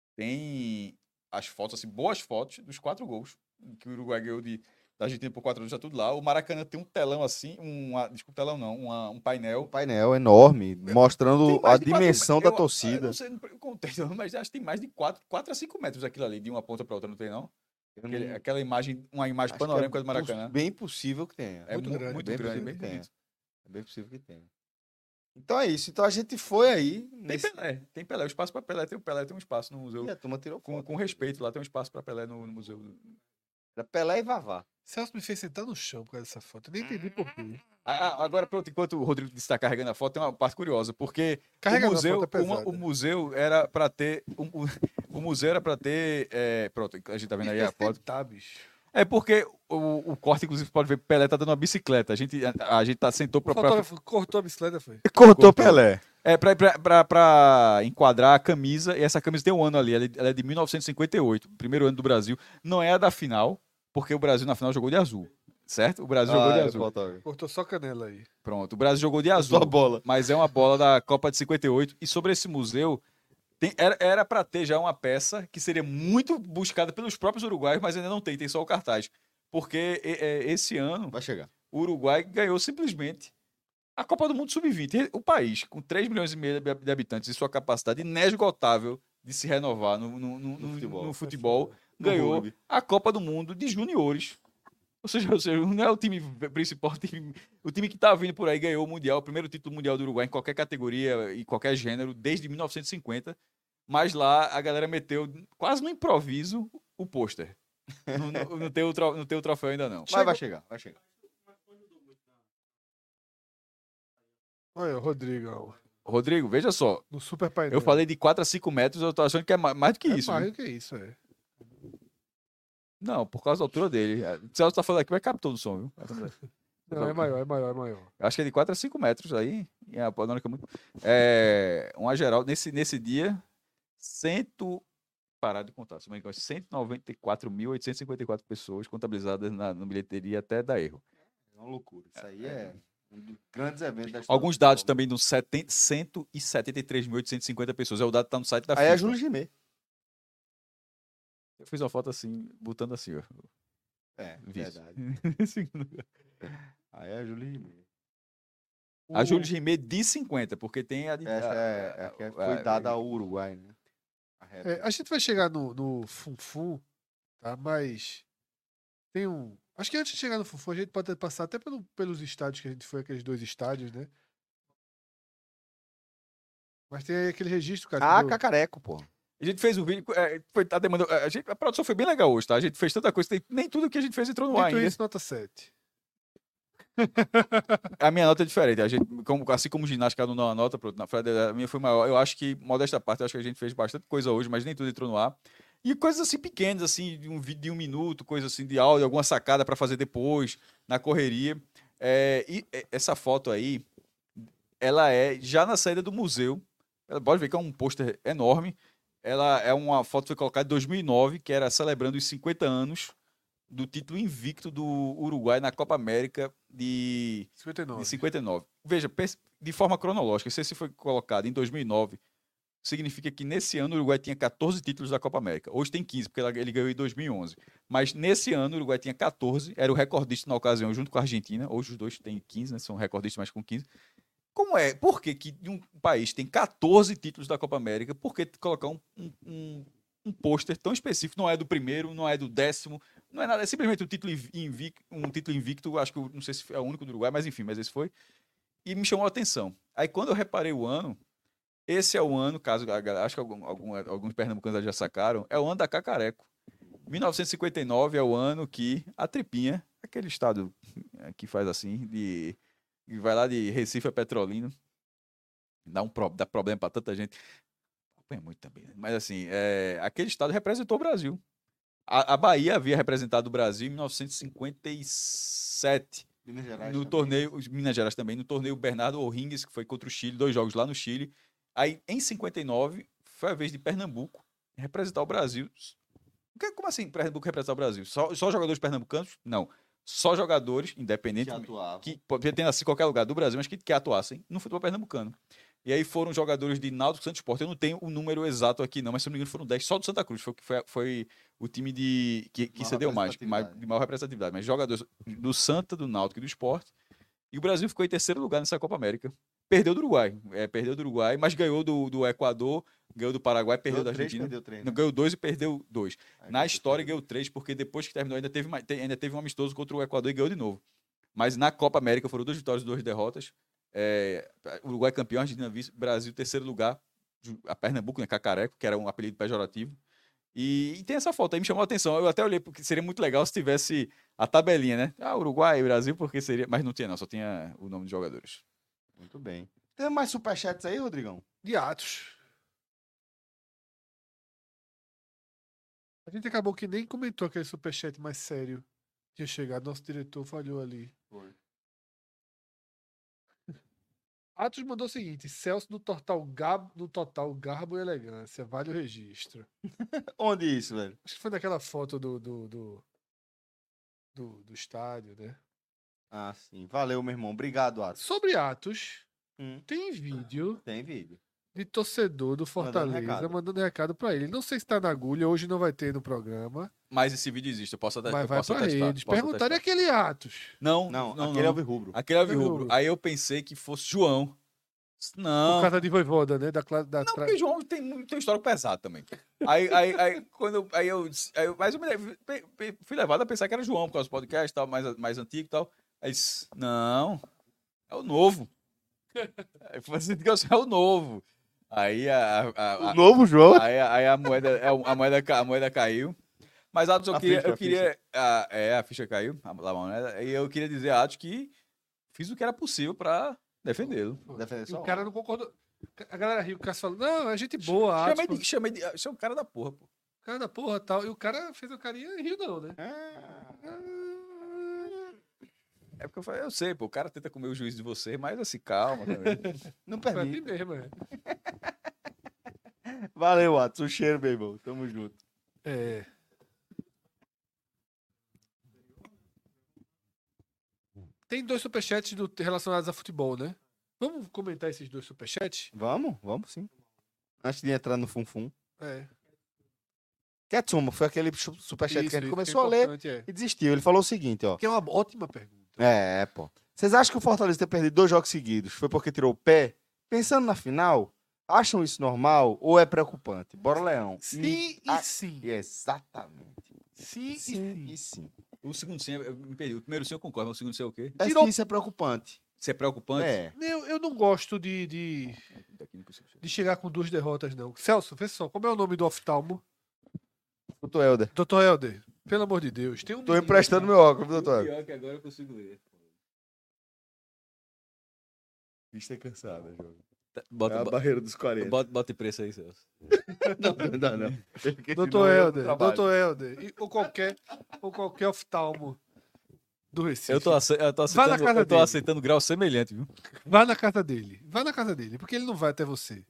tem as fotos, assim, boas fotos dos quatro gols que o Uruguai ganhou de, da Argentina por quatro anos, tá tudo lá. O Maracanã tem um telão assim, um, desculpa, telão não, uma- um painel. Um painel enorme, mostrando Tem a mais de quatro- dimensão eu- da Eu torcida. não sei no contexto, mas acho que tem mais de quatro a cinco metros aquilo ali, de uma ponta para outra, não tem não? Eu Aquele- não- aquela imagem, uma imagem Acho que panorâmica é do Maracanã. poss- Bem possível que tenha. É muito mu- grande, muito bem grande, possível bem que tenha. bonito. É bem possível que tenha. Então é isso. Então a gente foi aí. Tem Nesse... Pelé, tem Pelé, o espaço para Pelé, tem o Pelé, tem um espaço no museu. E a turma tirou Com, foto. com respeito, lá tem um espaço para Pelé no, no museu. Era Pelé e Vavá. Celso me fez sentar no chão por causa dessa foto. Eu nem entendi por quê. Ah, ah, agora, pronto, enquanto o Rodrigo está carregando a foto, tem uma parte curiosa, porque Carregar o na museu, foto é uma- pesado. o museu era para ter. O, o- o museu era para ter. É, pronto, a gente tá vendo aí a foto. Tá, bicho. É porque o, o corte, inclusive, pode ver, Pelé tá dando uma bicicleta. A gente, a, a gente tá sentou O pra. pra fotógrafo cortou a bicicleta, foi? cortou Pelé. É, pra, pra, pra, pra enquadrar a camisa, e essa camisa tem um ano ali, ela é- ela é de mil novecentos e cinquenta e oito, primeiro ano do Brasil. Não é a da final, porque o Brasil na final jogou de azul, certo? O Brasil jogou de Ah, é, azul. fotógrafo. Cortou só a canela aí. Pronto, o Brasil jogou de azul. Só a bola. Mas é uma bola da Copa de cinquenta e oito. E sobre esse museu, tem, era, era pra ter já uma peça que seria muito buscada pelos próprios uruguaios, mas ainda não tem, tem só o cartaz. Porque é, é, esse ano, Vai chegar. o Uruguai ganhou simplesmente a Copa do Mundo sub vinte. O país, com três milhões e meio de de habitantes e sua capacidade inesgotável de se renovar no, no, no- no- no futebol, futebol. ganhou rugby. a Copa do Mundo de juniores. Ou seja, ou seja, não é o time principal, o time, o time que tá vindo por aí ganhou o Mundial, o primeiro título mundial do Uruguai em qualquer categoria e qualquer gênero, desde mil novecentos e cinquenta. Mas lá a galera meteu, quase no improviso, o pôster. Não, não, não, tem o tro, não tem o troféu ainda não. Mas vai chegar, vai chegar. Olha, Rodrigo. Rodrigo, veja só. No super painel. Eu falei de quatro a cinco metros, eu tô achando que é ma- mais do que É isso. mais viu? do que isso, é. Não, por causa da altura dele. O Celso tá falando aqui, mas captou no som, viu? Não, é maior, é maior, é maior. Eu acho que é de quatro a cinco metros aí. E a panorâmica é muito. É, uma geral, nesse, nesse dia, cento. Parar de contar, se não me engano, cento e noventa e quatro mil oitocentos e cinquenta e quatro pessoas contabilizadas na, na bilheteria até dar erro. É uma loucura. Isso aí é um dos grandes eventos da história. Alguns dados também no setenta, cento e setenta e três mil oitocentos e cinquenta pessoas. É o dado que tá no site da Aí é FIFA. Júlio Gimê. Eu fiz uma foto assim, botando assim, ó. É, Vice. verdade. Aí é Júlio Gimê. A Júlio Gimê de cinquenta, porque tem a de. Essa a- é, é a que foi a- dada ao Uruguai, né? A reta. É, a gente vai chegar no, no Funfun, tá? Mas tem um. Acho que antes de chegar no Funfun, a gente pode passar até pelo, pelos estádios que a gente foi, aqueles dois estádios, né? Mas tem aí aquele registro, cara. Ah, do- Cacareco, pô. A gente fez um vídeo. é, foi, a, demanda, a, gente, a produção foi bem legal hoje, tá? A gente fez tanta coisa, tem- nem tudo que a gente fez entrou no ar Dito ainda. isso, nota sete. A minha nota é diferente. A gente, como, assim como ginástica não dá uma nota, pronto, na Fred, a minha foi maior. Eu acho que, modesta parte, eu acho que a gente fez bastante coisa hoje, mas nem tudo entrou no ar. E coisas assim pequenas, assim, de um vídeo de um minuto, coisa assim de áudio, alguma sacada para fazer depois, na correria. É, e é, essa foto aí, ela é já na saída do museu. Ela pode ver que é um pôster enorme. Ela é uma foto que foi colocada em dois mil e nove, que era celebrando os cinquenta anos do título invicto do Uruguai na Copa América de cinquenta e nove. de cinquenta e nove. Veja, pense- de forma cronológica, se esse foi colocado em dois mil e nove, significa que nesse ano o Uruguai tinha catorze títulos da Copa América. Hoje tem quinze, porque ela- ele ganhou em dois mil e onze. Mas nesse ano o Uruguai tinha catorze, era o recordista na ocasião, junto com a Argentina. Hoje os dois têm quinze, né? São recordistas, mas com quinze. Como é? Por que, que um país tem catorze títulos da Copa América? Por que colocar um, um, um, um pôster tão específico? Não é do primeiro, não é do décimo, não é nada. É simplesmente um título invicto, um título invicto. Acho que eu não sei se é o único do Uruguai, mas enfim, mas esse foi. E me chamou a atenção. Aí quando eu reparei o ano, esse é o ano, caso a galera- acho que algum, algum, alguns pernambucanos já sacaram, é o ano da Cacareco. mil novecentos e cinquenta e nove é o ano que a Tripinha, aquele estado eh, que faz assim, de que vai lá de Recife a Petrolina, dá, um, pro- dá problema para tanta gente. É muito também, né? Mas assim, é, aquele estado representou o Brasil. A, a Bahia havia representado o Brasil em mil novecentos e cinquenta e sete. Minas Gerais No também. torneio, os Minas Gerais também, no torneio Bernardo O'Higgins, que foi contra o Chile, dois jogos lá no Chile. Aí, em cinquenta e nove, foi a vez de Pernambuco representar o Brasil. Que- Como assim Pernambuco representar o Brasil? Só, só jogadores pernambucanos? Não. Só jogadores, independente, Que atuavam. que podia ter nascido em qualquer lugar do Brasil, mas que, que atuassem no futebol pernambucano. E aí foram jogadores de Náutico, Santos Sport. Eu não tenho o número exato aqui, não, mas se não me engano foram dez. Só do Santa Cruz foi, o que foi, foi o time de, que, que Maior cedeu mais, representatividade. mais, de maior representatividade. Mas jogadores do Santa, do Náutico e do Sport. E o Brasil ficou em terceiro lugar nessa Copa América. Perdeu do Uruguai. É, perdeu do Uruguai, mas ganhou do, do Equador, ganhou do Paraguai, perdeu Ganhou da três, Argentina. perdeu três, Não, né? ganhou dois e perdeu dois. Aí Na ganhou história ganhou três, porque depois que terminou ainda teve, mais- te- ainda teve um amistoso contra o Equador e ganhou de novo. Mas na Copa América foram duas vitórias e duas derrotas. É, Uruguai campeão, Argentina vice, Brasil terceiro lugar, ju- a Pernambuco, né, Cacareco, que era um apelido pejorativo. E, e tem essa foto aí, me chamou a atenção. Eu até olhei, porque seria muito legal se tivesse a tabelinha, né? Ah, Uruguai e Brasil, porque seria. Mas não tinha, não, só tinha o nome dos jogadores. Muito bem. Tem mais superchats aí, Rodrigão? De Atos. A gente acabou que nem comentou aquele superchat mais sério. Tinha chegado, nosso diretor falhou ali. Foi. Atos mandou o seguinte: Celso no total, gab, no total garbo e elegância. Vale o registro. Onde isso, velho? Acho que foi naquela foto do, do, do, do, do estádio, né? Ah, sim. Valeu, meu irmão. Obrigado, Atos. Sobre Atos, Hum. tem vídeo Tem vídeo. de torcedor do Fortaleza recado. mandando recado pra ele. Não sei se tá na agulha, hoje não vai ter no programa. Mas esse vídeo existe, eu posso até Mas eu vai posso pra atestar, redes. posso Perguntaram atestar. aquele Atos. Não, Não, não, aquele não. é o Alvirrubro. Aquele é o Alvirrubro. Alvirrubro. Aí eu pensei que fosse João. Não. Por causa de Voivoda, né? Da, cla- da Não, tra- porque o João tem, muito- tem um histórico pesado também. Aí, aí, aí, quando eu, aí eu, aí eu, mas eu me leve- pe- pe- fui levado a pensar que era João, por causa do podcast e tal, mais, mais antigo e tal. Aí disse, não, é o novo. Aí foi assim que eu é o novo. Aí a, a, a, O novo João? Aí, a- aí a moeda, a moeda, ca- a moeda caiu. Mas, Atos, eu A queria. ficha, eu a queria a, é, a ficha caiu, a, a moneda. E eu queria dizer, Atos, que fiz o que era possível pra defendê-lo. Defender E só. o cara não concordou. A galera riu, o Cássio falou, não, é gente boa, Chamei Atos, de, chamei de. Você é um cara da porra, pô. cara da porra e tal. E o cara fez a carinha e riu não, né? É porque eu falei, eu sei, pô, o cara tenta comer o juízo de você, mas assim, calma também. Não Foi assim permite. mesmo, é. Valeu, Watson. Um cheiro, meu irmão. Tamo junto. É. Tem dois superchats do- relacionados a futebol, né? Vamos comentar esses dois superchats? Vamos? Vamos sim. Antes de entrar no Funfum. É. Ketsuma, foi aquele su- superchat Isso, que a gente isso começou que é a ler importante, é. e desistiu. Ele falou o seguinte, ó. Que é uma ótima pergunta. É, pô. Vocês acham que o Fortaleza ter perdido dois jogos seguidos foi porque tirou o pé? Pensando na final, acham isso normal ou é preocupante? Bora, Leão. Sim E- e a- sim. Exatamente. Sim, Sim e e sim. O segundo sim, eu me perdi. O primeiro sim eu concordo, mas o segundo sim é o quê? É Tirou- sim, isso é preocupante. Isso é preocupante? É. Eu, eu não gosto de, de, de chegar com duas derrotas, não. Celso, vê só, como é o nome do oftalmo? Doutor Helder. doutor Helder, pelo amor de Deus. Tem um Tô menino emprestando aqui. meu óculos, doutor Helder. Pior que agora eu consigo ler. Vista cansada, jogo. Bota, É a bo- barreira dos quarenta. Bota, bota preço aí, Celso. Não, não dá, não. Porque doutor senão eu Helder, trabalho. doutor Helder. E- Ou qualquer, ou qualquer oftalmo do Recife. Eu tô, ace- eu tô Vá na aceitando, casa eu tô dele. aceitando grau semelhante, viu? Vá na casa dele. Vá na casa dele, porque ele não vai até você.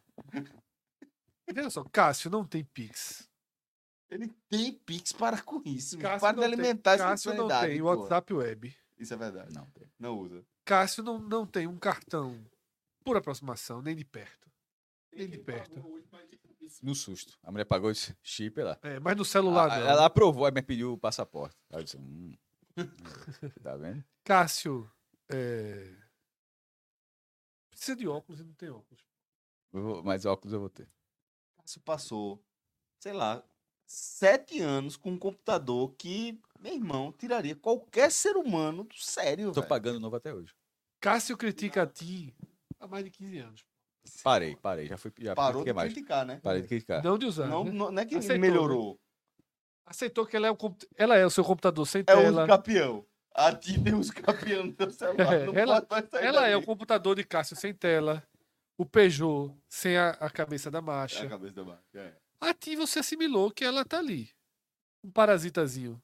Veja só, Cássio não tem Pix. Ele tem Pix para com isso. Cássio para de não tem- alimentar essa Cássio não insanidade, tem pô. WhatsApp Web. Isso é verdade. Não tem. Não usa. Cássio não, não tem um cartão por aproximação, nem de perto. Nem de perto. No susto. A mulher pagou esse chip lá. É, mas no celular A- não. Ela aprovou, aí me pediu o passaporte. Aí eu disse, hum. Tá vendo? Cássio é... precisa de óculos e não tem óculos. Eu vou- mas óculos eu vou ter. Cássio passou, sei lá, sete anos com um computador que, meu irmão, tiraria qualquer ser humano do sério, Tô velho. pagando novo até hoje. Cássio critica a Tim há mais de quinze anos. Parei, parei. Já fui. Já Parou critiquei de mais. criticar, né? Parei de criticar. Não de usar. Não, né? não, não é que Aceitou, melhorou. Aceitou que ela é, o, compu- ela é o seu computador sem É tela. o campeão. A Ti tem os campeões no teu celular. É, não ela pode mais sair ela é dali. o computador de Cássio sem tela. O Peugeot sem a, a cabeça da É marcha. a cabeça da marca. É. A Tim você assimilou que ela tá ali. Um parasitazinho.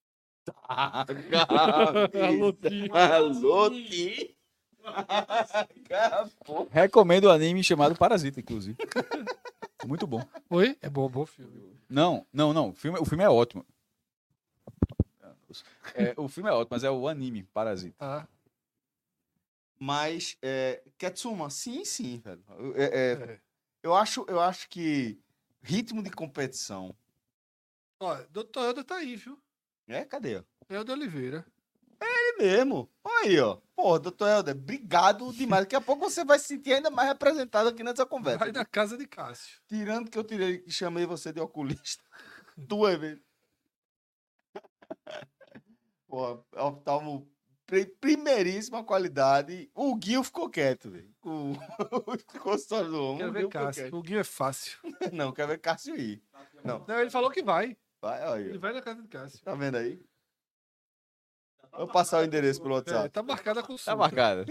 Alô, Tim. Alô, Ti. Recomendo o anime chamado Parasita, inclusive. Muito bom. Oi? É bom, bom filme. Não, não, não. O filme, o filme é ótimo. É, o filme é ótimo, mas é o anime Parasita. Ah, Mas, é, Ketsuma, sim, sim, velho. É, é, é. eu, acho, eu acho que ritmo de competição. Ó, doutor Helder tá aí, viu? É, cadê? ó? Helder Oliveira. Ele mesmo. Olha aí, ó. Pô, doutor Helder, obrigado demais. Daqui a pouco você vai se sentir ainda mais representado aqui nessa conversa. Vai na casa de Cássio. Tirando que eu tirei, chamei você de oculista duas vezes. Pô, oftalmo pri- primeiríssima qualidade. O Guinho ficou quieto, velho. O, o consultório do homem. Quero o ver Guinho ficou Cássio. quieto. O Guinho é fácil. Não, quer ver Cássio ir. Não, Não, ele falou que vai. vai, olha aí. Ele vai na casa de Cássio. Tá vendo aí? Vou passar o endereço pelo É, WhatsApp. tá marcada a consulta. Tá marcado.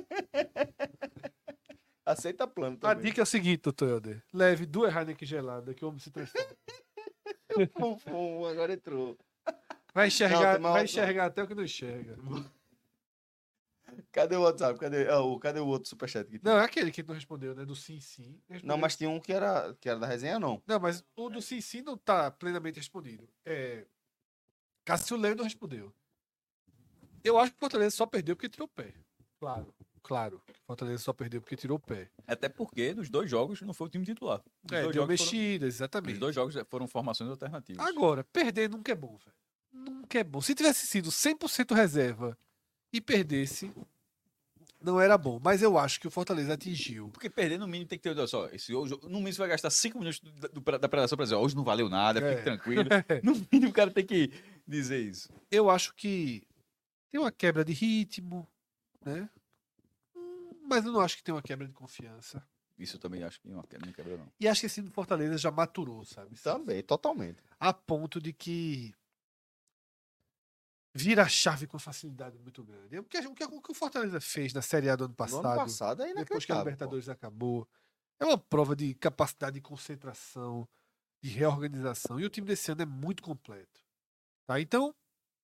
Aceita plano A também. dica é o seguinte, doutor Helder. Leve duas Heineken geladas que o homem se transforma. Fum, fum, agora entrou. Vai enxergar, Não, tem mais vai WhatsApp. enxergar até o que não enxerga. Cadê o WhatsApp? Cadê, ah, o, cadê o outro superchat que Não, é aquele que não respondeu, né? Do sim, sim. Respondeu. Não, mas tinha um que era, que era da resenha, não. Não, mas o do sim, sim não tá plenamente respondido. É... Cássio Leo não respondeu. Eu acho que o Fortaleza só perdeu porque tirou o pé. Claro, claro. O Fortaleza só perdeu porque tirou o pé. Até porque nos dois jogos não foi o time titular. Os É, dois deu jogos foram- mexida, exatamente. Os dois jogos foram formações alternativas. Agora, perder nunca é bom, velho. Nunca é bom. Se tivesse sido cem por cento reserva e perdesse, não era bom. Mas eu acho que o Fortaleza atingiu. Porque perder no mínimo tem que ter, olha só, esse hoje, no mínimo você vai gastar cinco minutos do, do, da predação pra dizer, hoje não valeu nada, É. fique tranquilo. No mínimo o cara tem que dizer isso. Eu acho que tem uma quebra de ritmo, né? Hum, Mas eu não acho que tem uma quebra de confiança. Isso eu também acho que não, não quebra, não. E acho que esse do Fortaleza já maturou, sabe? Também, totalmente. A ponto de que vira a chave com facilidade muito grande. O que, o que- o que o Fortaleza fez na Série A do ano passado, passado é depois que a inacreditável, Libertadores acabou, é uma prova de capacidade de concentração, de reorganização. E o time desse ano é muito completo. Tá? Então,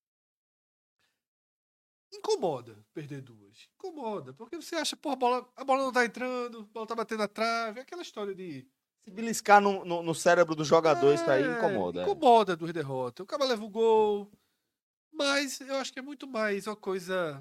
incomoda perder duas. Incomoda, porque você acha, pô, a bola, a bola não tá entrando, a bola tá batendo na trave, aquela história de. Se beliscar no, no, no cérebro do jogador, isso aí É, incomoda. é. Incomoda duas derrotas. O cara leva o gol. Mas eu acho que é muito mais uma coisa.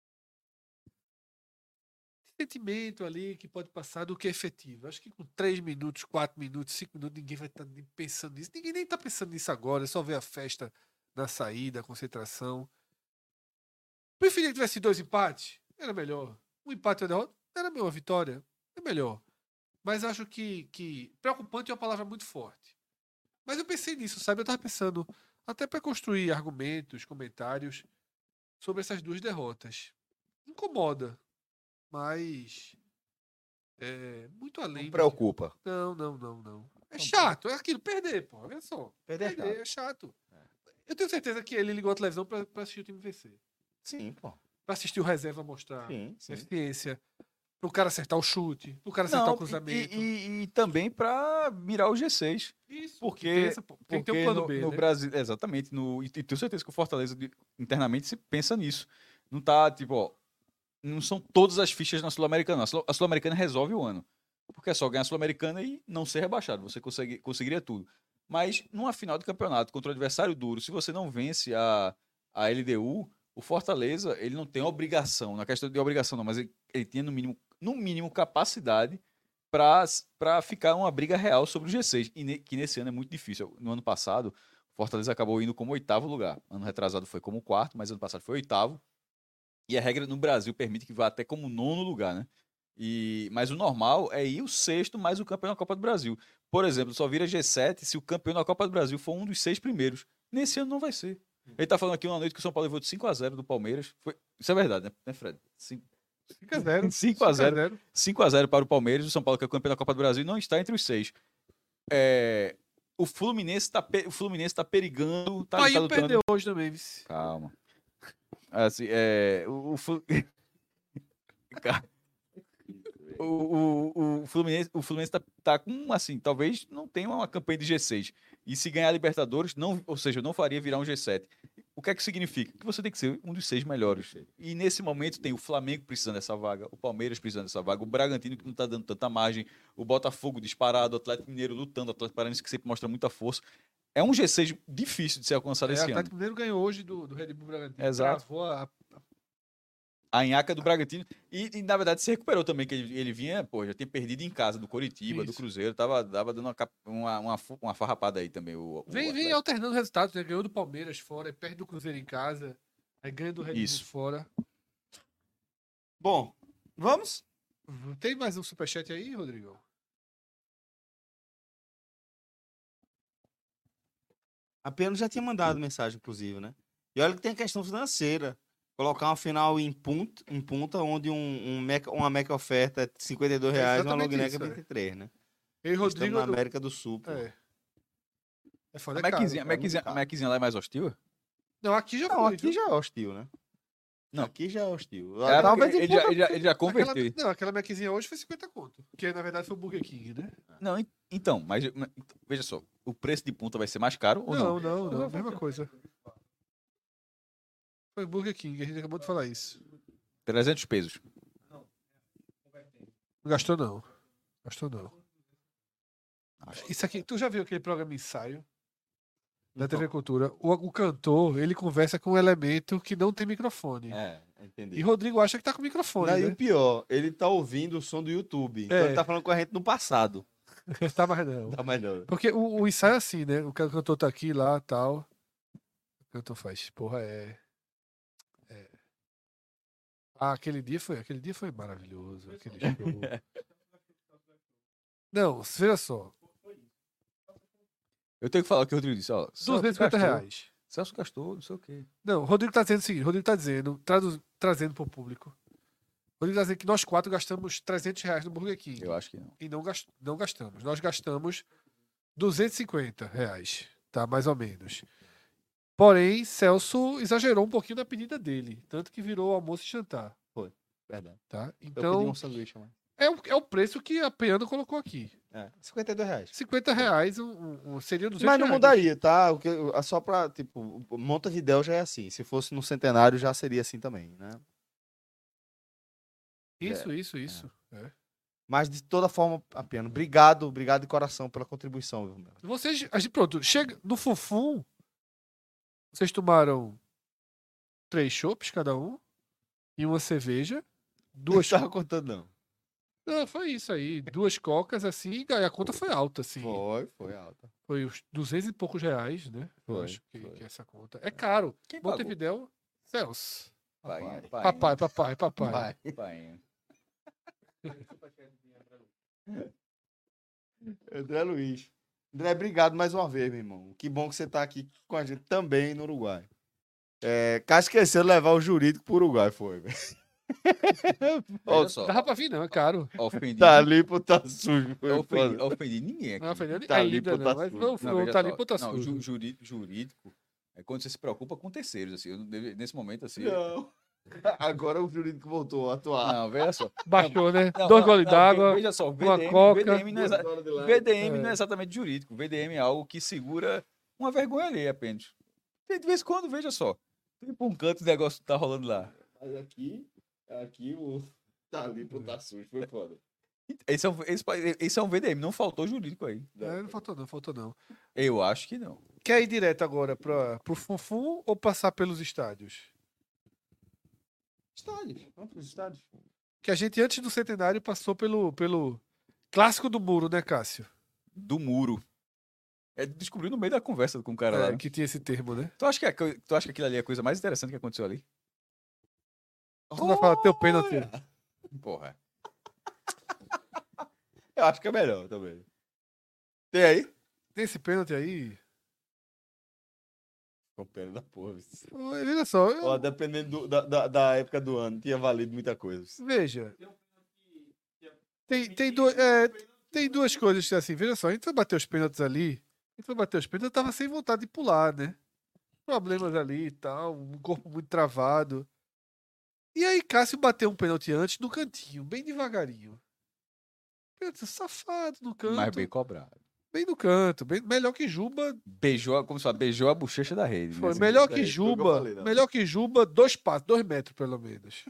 Sentimento ali que pode passar do que efetivo. Acho que com três minutos, quatro minutos, cinco minutos, ninguém vai estar nem pensando nisso. Ninguém nem tá pensando nisso agora. É só ver a festa na saída, a concentração. Preferia que tivesse dois empates? Era melhor. Um empate e uma derrota? Era uma vitória? É melhor. Mas acho que, que preocupante é uma palavra muito forte. Mas eu pensei nisso, sabe? Eu tava pensando até para construir argumentos, comentários sobre essas duas derrotas. Incomoda, mas é muito além. Não preocupa. De... Não, não, não, não. É chato, é aquilo, perder, pô. Olha só. Perder é é chato. Eu tenho certeza que ele ligou a televisão para assistir o time vencer. Sim, pô. Pra assistir o reserva mostrar Sim, sim. eficiência. Pro cara acertar o chute, pro cara acertar Não, o cruzamento. E, e- e também para mirar o G seis. Isso, Porque, tem essa- tem que ter um porque plano no, B, no né? Brasil, exatamente, no, e e tenho certeza que o Fortaleza de- internamente se pensa nisso. Não tá, tipo, ó, não são todas as fichas na Sul-Americana. A Sul- a Sul-Americana resolve o ano. Porque é só ganhar a Sul-Americana e não ser rebaixado. Você consegue, conseguiria tudo. Mas numa final de campeonato contra um adversário duro, se você não vence a, a L D U, o Fortaleza, ele não tem obrigação, na questão de obrigação não, mas ele, ele tinha no mínimo, no mínimo capacidade para ficar uma briga real sobre o G seis, e ne, que nesse ano é muito difícil. No ano passado, o Fortaleza acabou indo como oitavo lugar. Ano retrasado foi como quarto, mas ano passado foi oitavo. E a regra no Brasil permite que vá até como nono lugar, né? E, mas o normal é ir o sexto mais o campeão da Copa do Brasil. Por exemplo, só vira G sete se o campeão da Copa do Brasil for um dos seis primeiros. Nesse ano não vai ser. Ele tá falando aqui uma noite que o São Paulo levou de cinco a zero do Palmeiras. Foi... Isso é verdade, né, né Fred? cinco a zero. cinco a zero. cinco a zero para o Palmeiras. O São Paulo, que é o campeão da Copa do Brasil, não está entre os seis. É... O Fluminense está pe... o Fluminense tá perigando. Tá, Aí tá perdeu lutando... hoje também, vice. Calma. Assim, é... O, o, Flu... o, o, o Fluminense, o Fluminense tá, tá com, assim, talvez não tenha uma campanha de G seis. E se ganhar a Libertadores, não, ou seja, não faria virar um G sete. O que é que significa? Que você tem que ser um dos seis melhores. E nesse momento tem o Flamengo precisando dessa vaga, o Palmeiras precisando dessa vaga, o Bragantino que não está dando tanta margem, o Botafogo disparado, o Atlético Mineiro lutando, o Atlético Paranaense que sempre mostra muita força. É um G seis difícil de ser alcançado É, o esse ano. Atlético Mineiro ganhou hoje do, do Red Bull Bragantino. Exato. Travou a, A nhaca do Bragantino. E, e, na verdade, se recuperou também, que ele, ele vinha, pô, já tinha perdido em casa do Coritiba, do Isso. Cruzeiro, tava, tava dando uma, cap- uma, uma, fu- uma farrapada aí também. O, o Vem, vem Atlético. alternando resultados, né? Ganhou do Palmeiras fora, aí perde do Cruzeiro em casa, aí ganha do Red Bull Isso. fora. Bom, vamos? Tem mais um superchat aí, Rodrigo? A Pena já tinha mandado mensagem, inclusive, né? E olha que tem a questão financeira. Colocar uma final em punta, em punta onde um, um meca, uma meca oferta é cinquenta e dois reais e uma exatamente long neck isso, é é. vinte e três, né? Eu e Rodrigo. Estamos na América do Sul, pô. É. É foda, A é caro, Maczinha, a cara, Maczinha- muito a Maczinha lá é mais hostil? Não, aqui já Não, foi. aqui já é hostil, né? Não. Aqui já é hostil. É, Talvez ele, em já, punta- ele, já, ele já Aquela, converteu. não, aquela Maczinha hoje foi cinquenta conto. Que na verdade foi o Burger King, né? Não, en- então, mas mas, veja só, o preço de punta vai ser mais caro ou não? Não, não, não. Mesma coisa. Foi o Burger King, a gente acabou de falar isso. trezentos pesos. Não gastou, não. Gastou, não. Isso aqui, tu já viu aquele programa Ensaio? Da T V Cultura. O, o cantor, ele conversa com um elemento que não tem microfone. É, entendi. E Rodrigo acha que tá com microfone, Não, e né? o pior, ele tá ouvindo o som do YouTube. Então É. ele tá falando com a gente no passado. Tá mais não. Tá melhor. Porque o, o ensaio é assim, né? O cantor tá aqui, lá, tal. O cantor faz, porra, é... é... Ah, aquele dia foi, aquele dia foi maravilhoso. Aquele show. Não, veja só. Eu tenho que falar o que o Rodrigo disse. Ó, duzentos e cinquenta reais. Celso gastou, não sei o quê. Não, o Rodrigo tá dizendo o seguinte, o Rodrigo tá dizendo, tradu- trazendo pro público. O Rodrigo tá dizendo que nós quatro gastamos trezentos reais no Burger King. Eu acho que não. E não, gast- não gastamos. Nós gastamos duzentos e cinquenta reais, tá? Mais ou menos. Porém, Celso exagerou um pouquinho na pedida dele. Tanto que virou almoço e jantar. Foi, verdade. Tá? Eu Então, pedi um sanduíche, mano. é o, é o preço que a Peano colocou aqui. É, cinquenta e dois reais. cinquenta reais um, um, um, seria duzentos Mas não reais. mudaria, tá? O que, é só pra, tipo, Montevidéu já é assim. Se fosse no Centenário, já seria assim também, né? Isso, É, isso, isso. É. Mas de toda forma, Apiano, obrigado, obrigado de coração pela contribuição, viu, meu? Vocês, a gente, pronto, chega no Fufum, vocês tomaram três chopps cada um e uma cerveja, duas. Não tava contando, não. Não, foi isso aí, duas cocas assim, e a conta foi alta, assim. Foi, foi alta. Foi uns duzentos e poucos reais, né? Eu Foi, acho que, foi. que essa conta. É caro. Quem pagou? Montevidéu, Celso. Papai, Papai, papai, papai. Papai. André Luiz. André, obrigado mais uma vez, meu irmão. Que bom que você tá aqui com a gente também no Uruguai. É, Cássio esqueceu de levar o jurídico pro Uruguai, foi, velho. Olha só. Dava pra vir, não, é caro. Ofendi. Tá ali pro tá sujo. Foi Ofendi, foda. ofendi ninguém aqui. Não, Fernando, Tá ali ainda pro não, tá mas sujo. vamos, Não, vamos veja tá ali só, pro tá não, sujo. ju- jurídico, jurídico é quando você se preocupa com terceiros, assim. Eu não deve- nesse momento, assim. Não. Agora o jurídico voltou a atuar. Não, veja só. Baixou, né? Não, Dois não, goles não, d'água, Veja só, o uma V D M, coca. V D M não é, exa- Duas horas de lá. V D M não É. é exatamente jurídico. V D M é algo que segura uma vergonha ali apenas. De vez em quando, veja só. Tu ir pra um canto e o negócio tá rolando lá. Mas aqui, aqui o tá ali pro tá sujo. Foi foda. Esse é, um, esse, esse é um V D M, não faltou jurídico aí. É, não faltou não, faltou não. Eu acho que não. Quer ir direto agora pra, pro Fufum ou passar pelos estádios? Estádios. Vamos pros estádios. Que a gente, antes do centenário, passou pelo, pelo clássico do muro, né, Cássio? Do muro. É, descobriu no meio da conversa com o cara lá. É, né? que tinha esse termo, né? Tu acha, que é, co- tu acha que aquilo ali é a coisa mais interessante que aconteceu ali? Tu vai falar teu pênalti. Porra. Eu acho que é melhor também. Tem aí? Tem esse pênalti aí? Com pena da porra. viu? Oi, Veja só, eu- Ó, dependendo do- da, da, da época do ano, tinha valido muita coisa. veja. Tem, tem, du- é, tem duas coisas que, assim, veja só, a gente foi bater os pênaltis ali, a gente foi bater os pênaltis, eu tava sem vontade de pular, né? Problemas ali e tal, um corpo muito travado. E aí Cássio bateu um pênalti antes no cantinho, bem devagarinho. Pênalti safado no canto. Mas bem cobrado. Bem no canto, bem, melhor que Juba. Beijou, a- como se fala, beijou a bochecha da rede. Foi né? melhor é, que isso foi o que eu Juba. falei, não. Melhor que Juba, dois passos, dois metros pelo menos.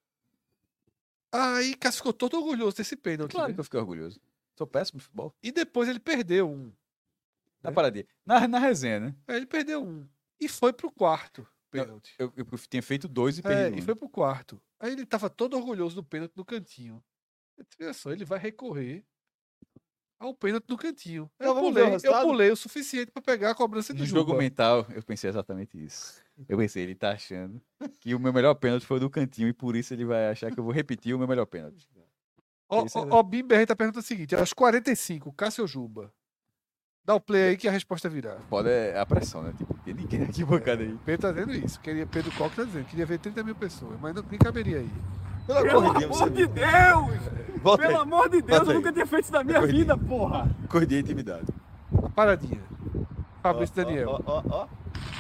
Aí Cássio ficou todo orgulhoso desse pênalti. Claro né? que eu fiquei orgulhoso. Sou péssimo no futebol. E depois ele perdeu um. Na paradinha. Na, na resenha, né? Aí ele perdeu um. E foi pro quarto pênalti. Eu, eu tinha feito dois e É, perdi e um. foi pro quarto. Aí ele tava todo orgulhoso do pênalti no cantinho. Eu disse, olha só, ele vai recorrer ao pênalti no cantinho. Aí Então eu, vamos ver o pulei, eu resultado? pulei o suficiente pra pegar a cobrança de No Juba. jogo mental, eu pensei exatamente isso. Eu pensei, ele tá achando que o meu melhor pênalti foi do cantinho e por isso ele vai achar que eu vou repetir o meu melhor pênalti. Ó, Esse é- ó, ó, Bimber tá perguntando o seguinte: aos quarenta e cinco, Cássio ou Juba? Dá o play aí que a resposta virá. Pode é a pressão, né? Tipo, tem ninguém aqui bancada aí. Pedro tá dizendo isso. Queria, Pedro Coque tá dizendo. Queria ver trinta mil pessoas, mas não, nem caberia aí. Pela Pelo corridinha, você amor de viu? Deus! Volta Pelo aí. amor de Deus, Volta eu aí. nunca tinha feito isso na minha Corridinha. vida, porra! Corridinha e intimidade. Uma paradinha. Fabrício Ó, ó, Daniel. Ó, ó, ó.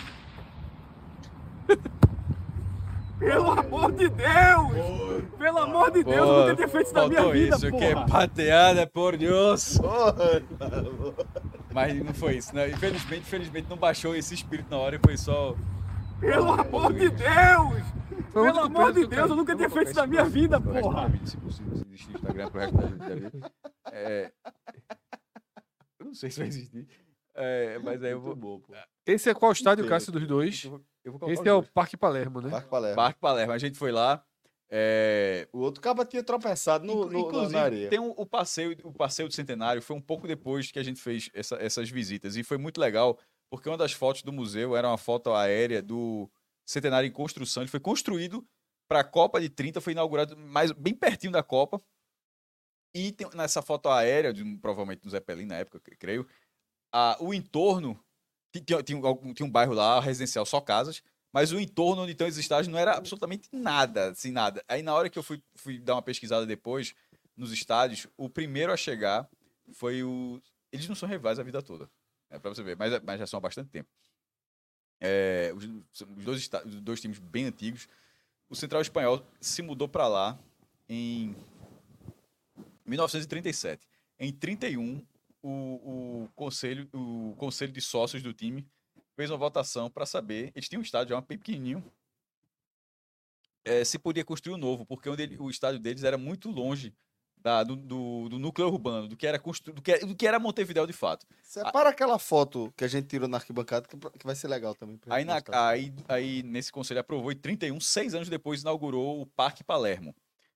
Pelo amor de Deus! Pelo amor de Deus, eu nunca tinha feito isso na minha faltou vida, isso, porra! que é pateada por Deus. Porra. Mas não foi isso, né? Infelizmente, infelizmente não baixou esse espírito na hora e foi só... Pelo amor de Deus! Foi o Pelo único amor pênalti de que eu Deus, eu nunca tinha feito isso na minha vida, pro resto da porra! vida, se possível, se existir Instagram pro resto da vida. É... Eu não sei se vai existir. É, mas aí eu vou... Muito bom, pô. Esse é qual estádio, Pênalti. Cássio, dos dois? Eu vou, eu vou colocar Esse os é o dois. Parque Palermo, né? Parque Palermo. Parque Palermo. A gente foi lá. É... O outro caba tinha tropeçado no, Inclu- no, Inclusive, na areia. tem um- o, passeio, o passeio do Centenário foi um pouco depois que a gente fez essa- essas visitas. E foi muito legal, porque uma das fotos do museu era uma foto aérea do Centenário em construção. Ele foi construído para a Copa de trinta, foi inaugurado mais, bem pertinho da Copa. E tem, nessa foto aérea, de, provavelmente do Zeppelin na época, creio, a, o entorno, tinha, tinha, um, tinha um bairro lá, residencial, só casas, mas o entorno onde estão os estádios não era absolutamente nada, assim, nada. Aí na hora que eu fui, fui dar uma pesquisada depois, nos estádios, o primeiro a chegar foi o... Eles não são rivais a vida toda, é pra você ver, mas, mas já são há bastante tempo. É, os, os, dois está, os dois times bem antigos. O Central Espanhol se mudou para lá em mil novecentos e trinta e sete. Em trinta e um, o, o, conselho, o conselho de sócios do time fez uma votação para saber, eles tinham um estádio já bem pequenininho, é, se podia construir um novo, porque onde ele, o estádio deles era muito longe da, do, do, do núcleo urbano, do que, era constru, do, que, do que era Montevidéu de fato. Separa a... aquela foto que a gente tirou na arquibancada, que, que vai ser legal também. Aí, na, aí, aí nesse conselho aprovou, e trinta e um, seis anos depois, inaugurou o Parque Palermo,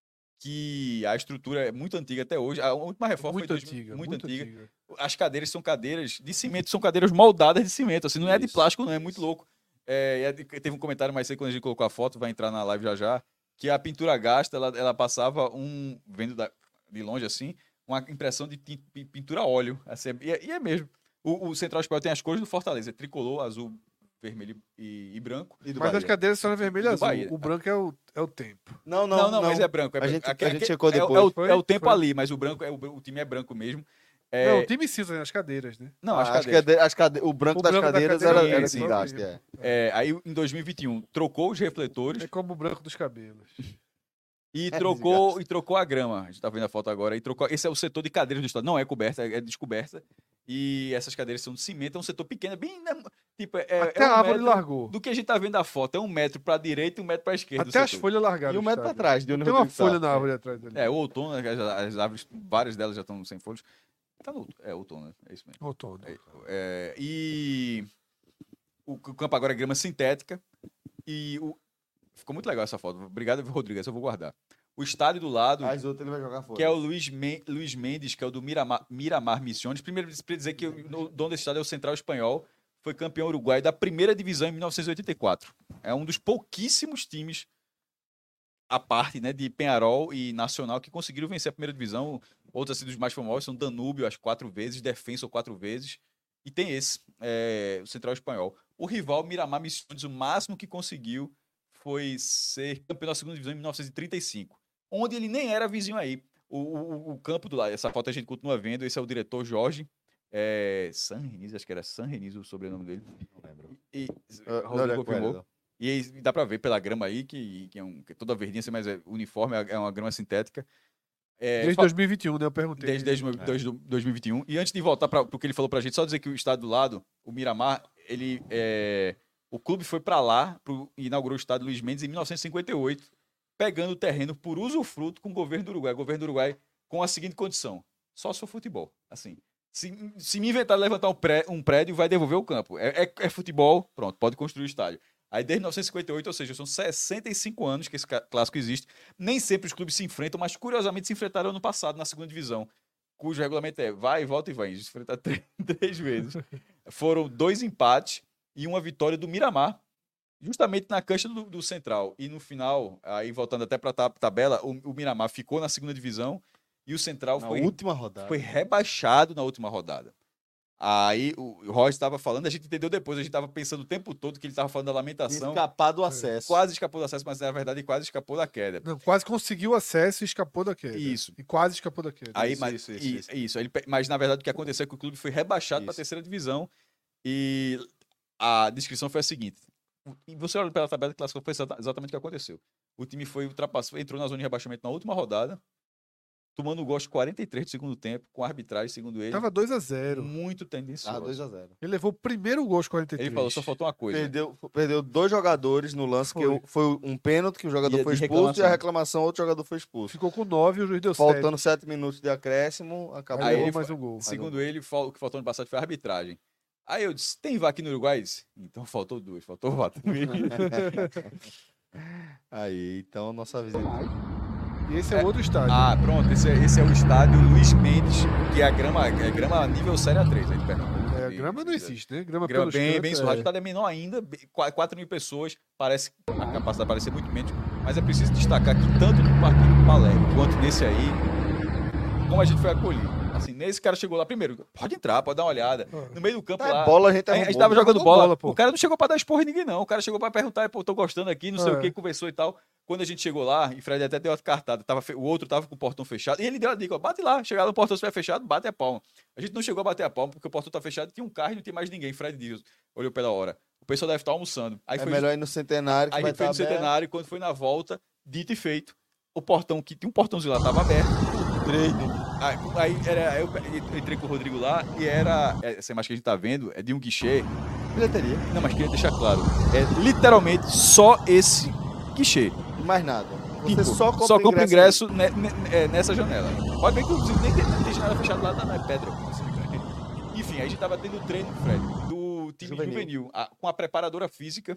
que a estrutura é muito antiga até hoje. A última reforma muito foi antiga, muito, muito antiga. antiga. As cadeiras são cadeiras de cimento, são cadeiras moldadas de cimento, assim, não é de plástico, não, é muito louco. É, é, teve um comentário mais cedo quando a gente colocou a foto, vai entrar na live já já, que a pintura gasta, ela, ela passava um, vendo da, de longe assim, uma impressão de pintura a óleo, assim, e, é, e é mesmo. O, o Central Espanhol tem as cores do Fortaleza, é tricolor, azul, vermelho e, e branco. E mas Bahia. As cadeiras são vermelho e azul. Bahia. O branco é o, é o tempo. Não, não, não, não, mas é branco. É a gente, branco. A gente checou é, depois. É, é, o, foi, é o tempo foi. ali, mas o branco é o, o time é branco mesmo. É... Não, o time cinza, as cadeiras, né? Não, ah, as cadeiras. cadeiras. As cade... O branco o das branco cadeiras da cadeira era, era sim, desgaste. É. É, aí em dois mil e vinte e um trocou os refletores. É como o branco dos cabelos. E trocou, e trocou a grama. A gente tá vendo a foto agora. E trocou... Esse é o setor de cadeiras do estado. Não é coberta, é descoberta. E essas cadeiras são de cimento. É um setor pequeno, bem... Né? Tipo, é, Até é um a árvore metro... largou. Do que a gente tá vendo a foto. É um metro pra direita e um metro pra esquerda. Até as folhas largaram. E um metro pra trás. De onde tem uma folha na árvore atrás dele. É, o outono, as, as árvores, várias delas já estão sem folhas. Tá no, é outono, né? É isso mesmo. Outono. É, é, e o campo agora é grama sintética. E o... ficou muito legal essa foto. Obrigado, Rodrigo. Essa eu vou guardar. O estádio do lado, as outras ele vai jogar fora. Que é o Luiz, Men Luiz Mendes, que é o do Miramar, Miramar Misiones. Primeiro, para dizer que o dono desse estádio é o Central Espanhol, foi campeão uruguaio da primeira divisão em mil novecentos e oitenta e quatro. É um dos pouquíssimos times, à parte, né, de Peñarol e Nacional, que conseguiram vencer a primeira divisão. Outros assim, dos mais famosos são Danúbio, as quatro vezes, Defensor quatro vezes. E tem esse, é, o Central Espanhol. O rival, Miramar Misiones, o máximo que conseguiu foi ser campeão da segunda divisão em mil novecentos e trinta e cinco. Onde ele nem era vizinho aí. O, o, o campo do lado, essa foto a gente continua vendo, esse é o diretor Jorge é, San Renis, acho que era San Renis o sobrenome dele. Não lembro. E, uh, Rodrigo confirmou. E aí dá pra ver pela grama aí, que, que é, um, que é toda verdinha, mas é uniforme, é uma grama sintética. É, desde dois mil e vinte e um, né? Eu perguntei. Desde, desde é. dois mil e vinte e um. E antes de voltar para o que ele falou pra gente, só dizer que o estádio do lado, o Miramar, ele é, o clube foi para lá, pro, inaugurou o estádio Luiz Mendes em mil novecentos e cinquenta e oito, pegando o terreno por usufruto com o governo do Uruguai. O governo do Uruguai com a seguinte condição: só se for futebol. Assim, se, se me inventar de levantar um, pré, um prédio, vai devolver o campo. É, é, é futebol, pronto, pode construir o estádio. Aí desde mil novecentos e cinquenta e oito, ou seja, são sessenta e cinco anos que esse clássico existe. Nem sempre os clubes se enfrentam, mas curiosamente se enfrentaram ano passado na segunda divisão, cujo regulamento é vai, volta e vai. A gente se enfrenta três, três vezes. Foram dois empates e uma vitória do Miramar, justamente na cancha do, do Central. E no final, aí voltando até para a tabela, o, o Miramar ficou na segunda divisão e o Central na foi, última rodada. foi rebaixado na última rodada. Aí o Royce estava falando, a gente entendeu depois, a gente estava pensando o tempo todo que ele estava falando da lamentação. Escapar do acesso. Quase escapou do acesso, mas na verdade quase escapou da queda. Não, quase conseguiu o acesso e escapou da queda. Isso. E quase escapou da queda. Aí, isso, mas, isso, isso, e, isso. isso. Ele, mas na verdade o que aconteceu é que o clube foi rebaixado para a terceira divisão e a descrição foi a seguinte. E você olha pela tabela de classificação, foi exatamente o que aconteceu. O time foi ultrapassou, entrou na zona de rebaixamento na última rodada, tomando o gosto quarenta e três do segundo tempo, com a arbitragem, segundo ele. Tava dois a zero. Muito tendencioso. Ah, dois a zero. Ele levou o primeiro gol aos quarenta e três. Ele falou, só faltou uma coisa. Perdeu, perdeu dois jogadores no lance, Foi. que foi um pênalti que o jogador E foi de expulso e a reclamação. reclamação, outro jogador foi expulso. Ficou com nove e o juiz deu Faltando sete minutos de acréscimo, acabou. Aí Aí levou ele mais fa- um gol. Segundo ele, fal- o que faltou no passado foi a arbitragem. Aí eu disse, tem V A R aqui no Uruguai? Ele disse, então faltou duas, faltou o V A R também. Aí, então, nossa visita. E esse é, o outro estádio. Ah, pronto, esse é, esse é o estádio Luiz Mendes, que é a grama, é grama nível Série A três aí de Pernambuco. É, a grama não existe, né? Grama, Grama pelos bem, cantos, bem é. surrado, o estádio é menor ainda, quatro mil pessoas, parece, a capacidade parece ser muito menos, Mas é preciso destacar que tanto no Parque Palermo quanto nesse aí, como a gente foi acolhido. Assim, nesse cara chegou lá primeiro, pode entrar, pode dar uma olhada. No meio do campo É, lá. bola a gente a gente arrumou, tava jogando jogou bola. bola, pô. O cara não chegou pra dar esporro em ninguém, não. O cara chegou pra perguntar, pô, tô gostando aqui, não sei É. o que, conversou e tal. Quando a gente chegou lá, e Fred até deu uma cartada, tava, fe- o outro tava com o portão fechado, e ele deu a dica, ó, bate lá, chegar no portão, se estiver fechado, bate a palma. A gente não chegou a bater a palma, porque o portão tá fechado, tinha um carro e não tinha mais ninguém. Fred diz, olhou pela hora. O pessoal deve estar almoçando. Aí É foi melhor ir no Centenário, que Aí a vai gente foi no estar aberto. Centenário, e quando foi na volta, dito e feito, o portão, que tinha um portãozinho lá, tava aberto, treino. Aí, aí era, eu entrei com o Rodrigo lá, e era, essa imagem que a gente tá vendo, é de um guichê. Bilheteria. Não, mas queria deixar claro, é literalmente só esse guichê. Mais nada. Você Tipo, só compra só compra ingresso ingresso, ne- ne- é, nessa janela. Pode ver que inclusive nem tem, não tem janela fechada lá, não é pedra. Assim, né? Enfim, aí a gente tava tendo treino, Fred, do time Juvenil. juvenil, a- com a preparadora física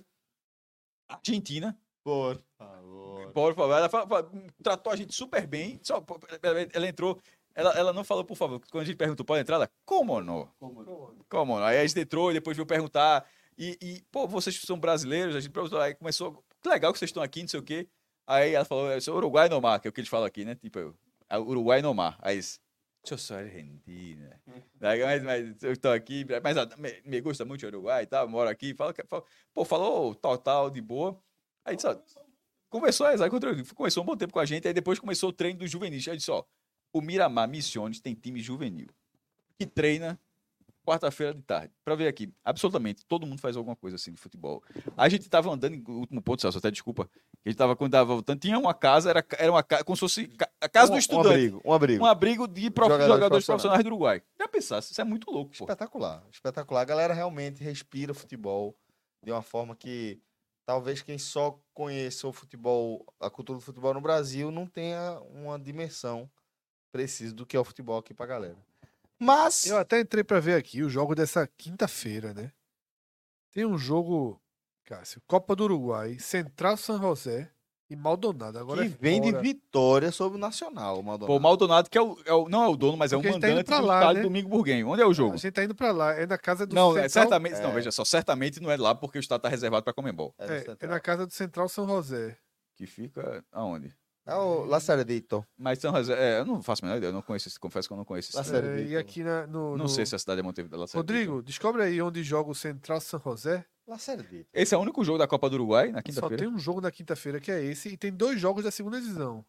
argentina. Por favor. Por favor, ela fa- fa- tratou a gente super bem. Só, pô, ela, ela entrou, ela, ela não falou, por favor. Quando a gente perguntou, pode entrar? Ela, como não? Como não? Aí a gente entrou e depois veio perguntar. E, e, pô, vocês são brasileiros? A gente perguntou, aí começou, que legal que vocês estão aqui, não sei o quê. Aí ela falou, eu sou Uruguai no mar, que é o que eles falam aqui, né? Tipo, eu, é Uruguai no mar. Aí eles, eu sou argentina. Daí, mas, mas eu estou aqui, mas ah, me, me gusta muito o Uruguai e tal, moro aqui. Fala, fala, pô, falou total, de boa. Aí disse, ó, conversou, exato, começou um bom tempo com a gente, aí depois começou o treino do juvenis. Aí disse, ó, o Miramar Missiones tem time juvenil, que treina quarta-feira de tarde. Pra ver aqui, absolutamente, todo mundo faz alguma coisa assim de futebol. A gente tava andando, em o último ponto, Celso, até desculpa, a gente tava, quando tava voltando, tinha uma casa, era, era uma casa, como se fosse ca- a casa Um- do um estudante. abrigo, um abrigo. Um abrigo de prof, Jogadores jogadores, profissionais. profissionais do Uruguai. Já pensasse, isso é muito louco, pô. Espetacular, espetacular. A galera realmente respira futebol de uma forma que talvez quem só conheça o futebol, a cultura do futebol no Brasil, não tenha uma dimensão precisa do que é o futebol aqui pra galera. Mas Eu até entrei pra ver aqui o jogo dessa quinta-feira, né? Tem um jogo, Cássio, Copa do Uruguai, Central San José e Maldonado. Agora que é vem de fora. vitória sobre o Nacional, o Maldonado. Pô, o Maldonado, que é o, é o- não é o dono, mas é o Porque a gente tá indo mandante pra do lá, estádio né? Domingo Burguenho. Onde é o jogo? A gente tá indo pra lá, é na casa do Não, Central... é, certamente, não, É. veja só, certamente não é lá porque o estado tá reservado para Comembol. É do É, é Central. na casa do Central São José. Que fica aonde? É o Laceredito. Mas São José, é, eu não faço a menor ideia, eu não conheço, esse- confesso que eu não conheço esse. Laceredito. É, e aqui na, no, Não no- sei se a cidade é Montevideo. Laceredito. Rodrigo, descobre aí onde joga o Central São José. Laceredito. Esse é o único jogo da Copa do Uruguai na Só quinta-feira. tem um jogo na quinta-feira que é esse e tem dois jogos da segunda divisão.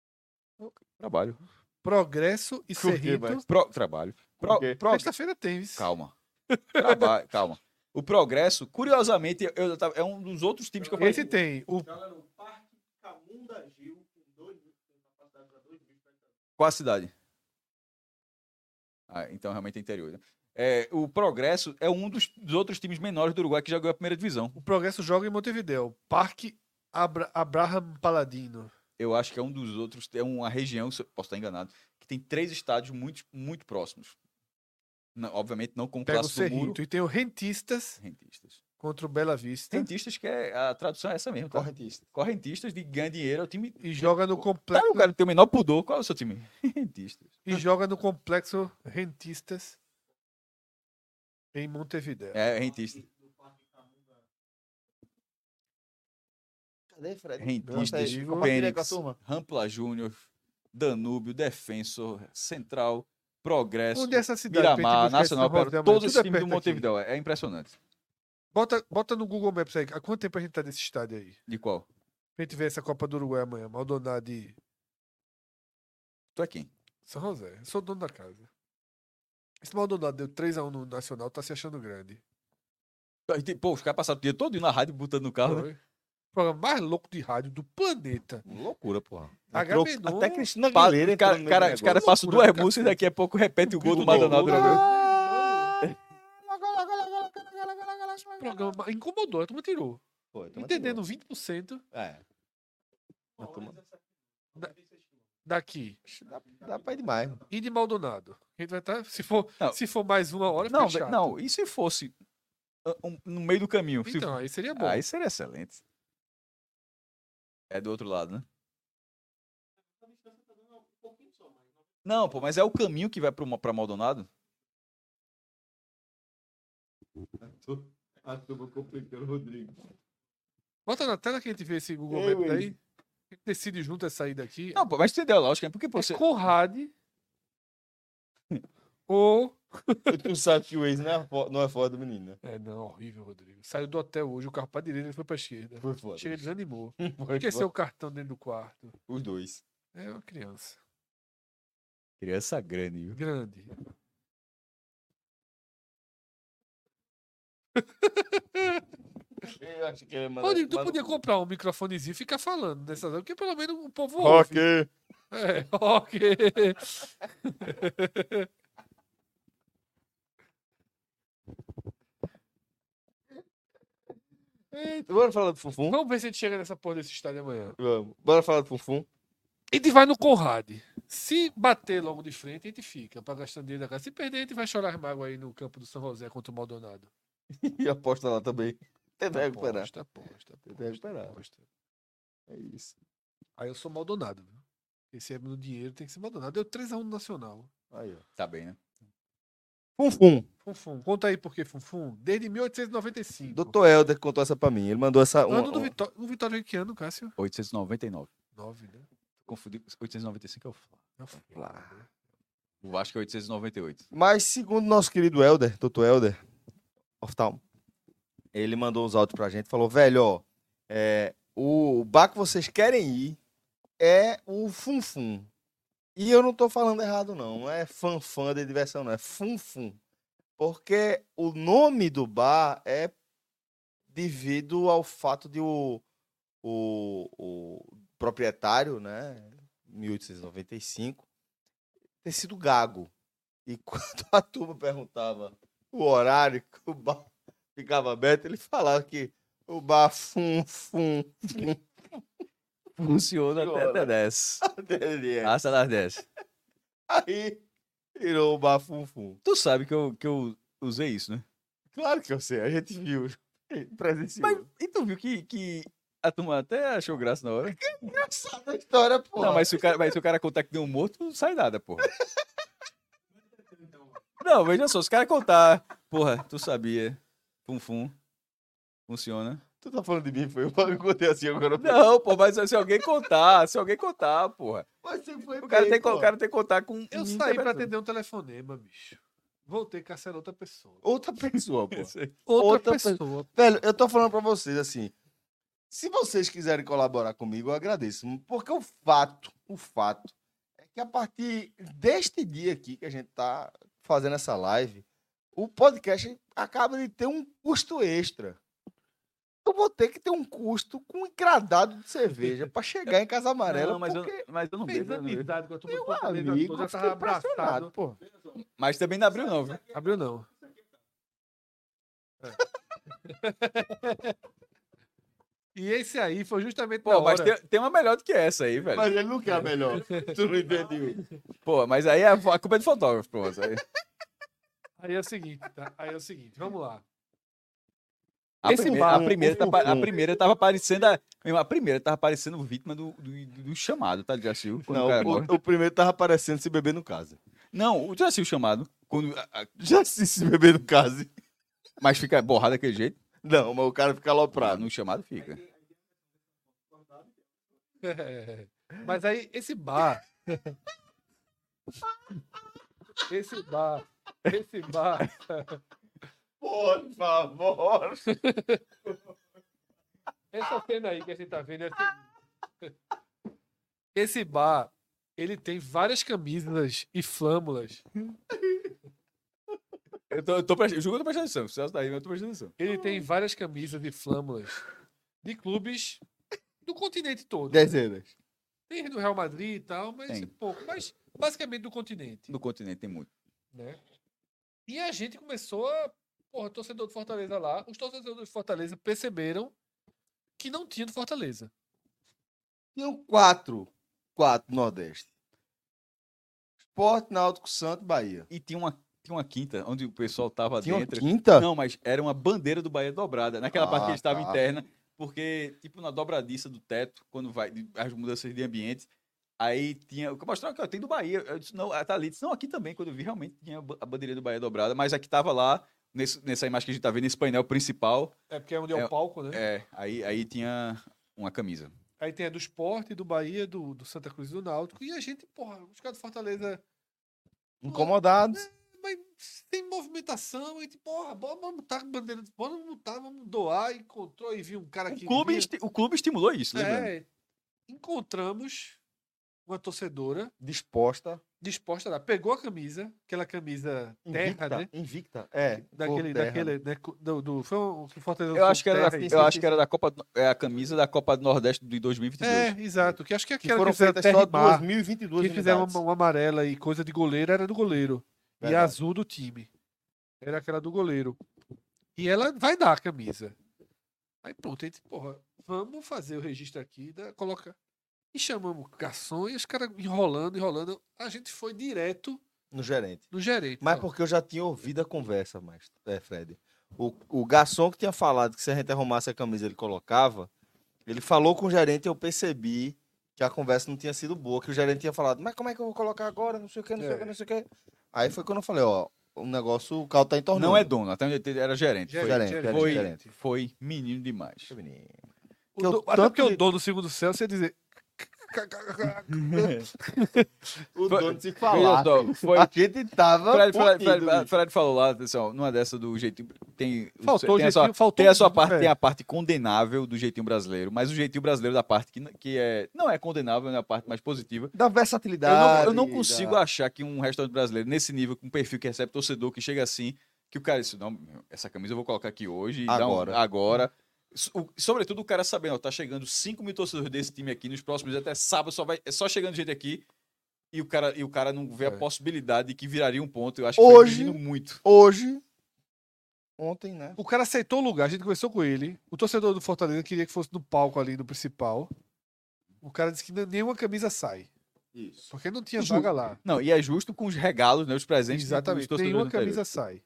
Trabalho. Progresso e Por quê, Cerrito. mas- Pro, trabalho. Pro, quê? pro- Sexta-feira tem, viu? calma. Trabalho, calma. O Progresso, curiosamente, eu, eu tava- é um dos outros times que eu falei. Esse tem o Qual a cidade? Ah, então realmente é interior, né? É, o Progresso é um dos, dos outros times menores do Uruguai que já ganhou a primeira divisão. O Progresso joga em Montevidéu. Parque Abra Abraham Paladino. Eu acho que é um dos outros, é uma região, se eu posso estar enganado, que tem três estádios muito, muito próximos. Não, obviamente não com o Pega o clássico do Muro. Cerrito. E tem o Rentistas Rentistas. contra o Bela Vista. Rentistas, que é, a tradução é essa mesmo, tá? Correntista. Correntistas de ganhar dinheiro é o time... E joga no Tá, complexo. o cara tem o menor pudor. Qual é o seu time? Rentistas. E joga no complexo Rentistas em Montevidéu. É, rentista. Cadê, Fred? Rentistas, Compartilha com a Fênix, turma. Rampla Júnior, Danúbio, Defensor, Central, Progresso, Onde é essa cidade? pra gente Miramar, buscar esse Nacional, São José Peru, amanhã? todos Tudo esses é times do perto aqui. Montevidéu. É impressionante. Bota, bota no Google Maps aí. Há quanto tempo a gente tá nesse estádio aí? De qual? Pra gente ver essa Copa do Uruguai amanhã. Maldonado e Tu é quem? São José. Eu sou o dono da casa. Esse Maldonado deu três a um no Nacional, tá se achando grande. Pô, os caras passaram o dia todo na rádio botando no carro, né? Foi. O programa mais louco de rádio do planeta. Loucura, porra. Entrou H Até Cristina Pa- Aguilera entrou cara, no meio cara, do os caras negócio. passam Loucura duas do músicas e daqui a pouco repete o gol do Tudo bom. Maldonado. né? O programa incomodou, a turma tirou. Foi, toma Entendendo vinte por cento É. A turma- daqui. Dá, dá pra ir demais. E de Maldonado. A gente vai estar. Se for, Não. se for mais uma hora, Não, fica chato. não, e se fosse uh, um- no meio do caminho? Se- Então, aí seria bom. Aí seria excelente. É do outro lado, né? Não, pô, mas é o caminho que vai pro- pra Maldonado? A turma complicando o Rodrigo. Bota na tela que a gente vê esse Google Ei, Maps Will. aí. Quem decide junto é sair daqui. Não, pô, mas tu entendeu a lógica? Porque pô, é você... Conrad ou... Tu sabe que o ex não é, fo- não é foda do menino, né? É, não, horrível, Rodrigo. Saiu do hotel hoje, o carro pra direita, ele foi pra esquerda. Foi foda. Chega, desanimou. Foi Esqueceu foda. o cartão dentro do quarto. Os dois. É uma criança. Criança grande, viu? Grande. Eu acho que ele manda, Rodrigo, tu manda- podia comprar um microfonezinho e ficar falando nessas horas, porque pelo menos o povo Ok. ouve. É, ok. Eita, bora falar do Funfun? Vamos ver se a gente chega nessa porra desse estádio amanhã. Vamos. Bora falar do Funfun? A gente vai no Conrad. Se bater logo de frente, a gente fica pra gastar dinheiro da casa. Se perder, a gente vai chorar as mágoas aí no campo do São José contra o Maldonado. E aposta lá também. Tenta recuperar. Aposta, aposta, Tenta recuperar. aposta. É isso. Aí eu sou Maldonado, viu? Esse é no dinheiro, tem que ser Maldonado. Deu três a um no Nacional. Aí, ó. Tá bem, né? Funfun. Funfun. Conta aí por que Funfun. Desde mil oitocentos e noventa e cinco. Doutor Helder contou essa pra mim. Ele mandou essa. Uma, Ano do uma- Vitória. No Vitória de que ano, Cássio? oitocentos e noventa e nove. nove, né? Confundi. oitocentos e noventa e cinco é o Fla. É o Fla. O Vasco é oitocentos e noventa e oito. Mas, segundo nosso querido Helder, doutor Helder, oftalmo, ele mandou os áudios pra gente e falou: velho, ó, é, o bar que vocês querem ir é o Funfun. E eu não tô falando errado, não. Não é fã-fã de diversão, não. É Funfun. Porque o nome do bar é devido ao fato de o, o, o proprietário, né, mil oitocentos e noventa e cinco, ter sido gago. E quando a turma perguntava o horário que o bar ficava aberto, ele falava que o bar fum, fum, fum. Funciona até até dez. Até dez. Hasta das dez. Aí virou o bar fum, fum. Tu sabe que eu, que eu usei isso, né? Claro que eu sei, a gente viu. Presenciou. Mas, e tu viu que, que a turma até achou graça na hora? Que engraçada a história, pô. Não, mas se o cara, mas se o cara contar que deu um morto, não sai nada, porra. Não, veja só, se o cara contar, porra, tu sabia, fum, fum, funciona. Tu tá falando de mim, foi eu que contei assim agora. Não, pô, mas se alguém contar, se alguém contar, porra. Mas você foi O cara, bem, tem, que- pô. o cara tem que contar com... Eu com saí pra interpretação. atender um telefonema, bicho. Voltei com essa outra pessoa. Outra pessoa, pô. Outra, Outra pessoa. Velho, eu tô falando pra vocês assim. Se vocês quiserem colaborar comigo, eu agradeço. Porque o fato, o fato, é que a partir deste dia aqui que a gente tá fazendo essa live, o podcast acaba de ter um custo extra. Eu vou ter que ter um custo com um engradado de cerveja pra chegar em Casa Amarela. Não, mas eu, porque, mas eu não Fez bebo. eu não bebo. amizade com a turma meu do Fortaleza amigo, toda, eu já fiquei tava impressionado, abraçado. pô. Mas também não abriu não, viu? Abriu não. É. E esse aí foi justamente Pô, na mas hora. tem, tem uma melhor do que essa aí, velho. Mas ele não quer a melhor. Tu não entendeu. Pô, mas aí a, a culpa é do fotógrafo, pô. Aí. Aí é o seguinte, tá? Aí é o seguinte, vamos lá. A, Esse primeira, bar- a, primeira tá, o pa- a Funfun. primeira tava parecendo a, a primeira tava parecendo vítima do, do, do chamado, tá, Jacil? Quando Não, o cara o, morre. o primeiro tava aparecendo se beber no caso. Não, o Jacil chamado. Quando, a- a- Já se se beber no caso. mas fica borrado daquele jeito. Não, mas o cara fica aloprado. No chamado fica. É. Mas aí, esse bar. Esse bar. Esse bar. Por favor. Essa cena aí que a gente tá vendo é. a seguinte. Esse bar, ele tem várias camisas e flâmulas. Eu tô, eu tô prestando, eu juro que eu tô prestando atenção. O Celso tá aí, mas eu tô prestando atenção. Ele tem várias camisas e flâmulas de clubes do continente todo. Dezenas. Tem do Real Madrid e tal, mas Tem. pouco. Mas basicamente do continente. No continente tem muito. Né? E a gente começou a. Porra, torcedor do Fortaleza lá. Os torcedores do Fortaleza perceberam que não tinha do Fortaleza. Tinham quatro. Quatro no Nordeste. Sport, Náutico, Santo, Bahia. E tinha uma, tinha uma quinta, onde o pessoal tava Tinha uma dentro. quinta? Não, mas era uma bandeira do Bahia dobrada. Naquela Ah, parte que estava tá. interna. Porque, tipo, na dobradiça do teto, quando vai, de- as mudanças de ambiente, aí tinha. Eu mostrava que ó, tem do Bahia. Eu disse, não, tá ali. Disse, não, aqui também, quando eu vi, realmente tinha a ba- a bandeirinha do Bahia dobrada, mas aqui tava lá, nesse, nessa imagem que a gente tá vendo, nesse painel principal. É porque é onde é, É, o palco, né? É, aí, aí tinha uma camisa. Aí tem a do Sport, do Bahia, do, do Santa Cruz e do Náutico. E a gente, porra, os caras do Fortaleza... Incomodados. É, mas sem movimentação. E tipo, porra, bora, vamos botar bandeira, bora botar, vamos doar. Encontrou e viu um cara que... O clube, vinha- esti- o clube estimulou isso, lembrando. É, encontramos uma torcedora Disposta. disposta lá. Pegou a camisa, aquela camisa terra, Invicta. né? Invicta. É. Daquele, cor terra. daquele, né? Do, do, foi um que o Fortaleza Eu acho que era, da, terra, eu acho que era da Copa, do- é a camisa da Copa do Nordeste de dois mil e vinte e dois. É, exato. Que acho que Que aquela foram que fizeram feitas terra só e mar, duas mil e vinte e duas que fizeram unidades. uma, uma amarela e coisa de goleiro, era do goleiro. E Verdade. azul do time. Era aquela do goleiro. E ela vai dar a camisa. Aí pronto, a gente, porra, vamos fazer o registro aqui, da, coloca... E chamamos o garçom e os caras enrolando, enrolando. A gente foi direto No gerente. no gerente. Mas ó. porque eu já tinha ouvido a conversa, mas, é, Fred. O, o garçom que tinha falado que se a gente arrumasse a camisa ele colocava, ele falou com o gerente e eu percebi que a conversa não tinha sido boa, que o gerente tinha falado, mas como é que eu vou colocar agora, não sei o que, não sei o É. que, não sei o que. Aí foi quando eu falei, ó, o negócio, o caldo tá entornando. Não é dono, até onde eu entendi, era gerente. Foi, Gerente, gerente, foi, gerente. foi menino demais. O que eu do- Até tanto porque o de- dono do segundo céu, você ia dizer. O dono se Veja falar. só, foi- A gente tava Fred, Fred, fudido, Fred, bicho. Fred falou lá, atenção, numa dessa do jeitinho. Tem, Faltou tem, o a sua, jeitinho, faltou tem a sua tudo, parte, é. tem a parte condenável do jeitinho brasileiro, mas o jeitinho brasileiro da parte que, que é, não é condenável, é a parte mais positiva. Da Eu versatilidade. não, eu não consigo da... achar que um restaurante brasileiro, nesse nível, com um perfil que recebe torcedor, que chega assim, que o cara disse, não, meu, essa camisa eu vou colocar aqui hoje, e dá um- Agora. agora. O- sobretudo o cara sabendo, ó, tá chegando cinco mil torcedores desse time aqui, nos próximos dias, até sábado, só vai, é só chegando gente aqui, e o cara, e o cara não vê a É. possibilidade de que viraria um ponto. Eu acho que foi Hoje- pedindo muito. Hoje, ontem, né? O cara aceitou o lugar, a gente conversou com ele. O torcedor do Fortaleza queria que fosse no palco ali, no principal. O cara disse que n- nenhuma camisa sai. Isso. Porque não tinha Justo. vaga lá. Não, e é justo com os regalos, né, os presentes dos Exatamente. torcedores Nenhuma do interior. camisa sai.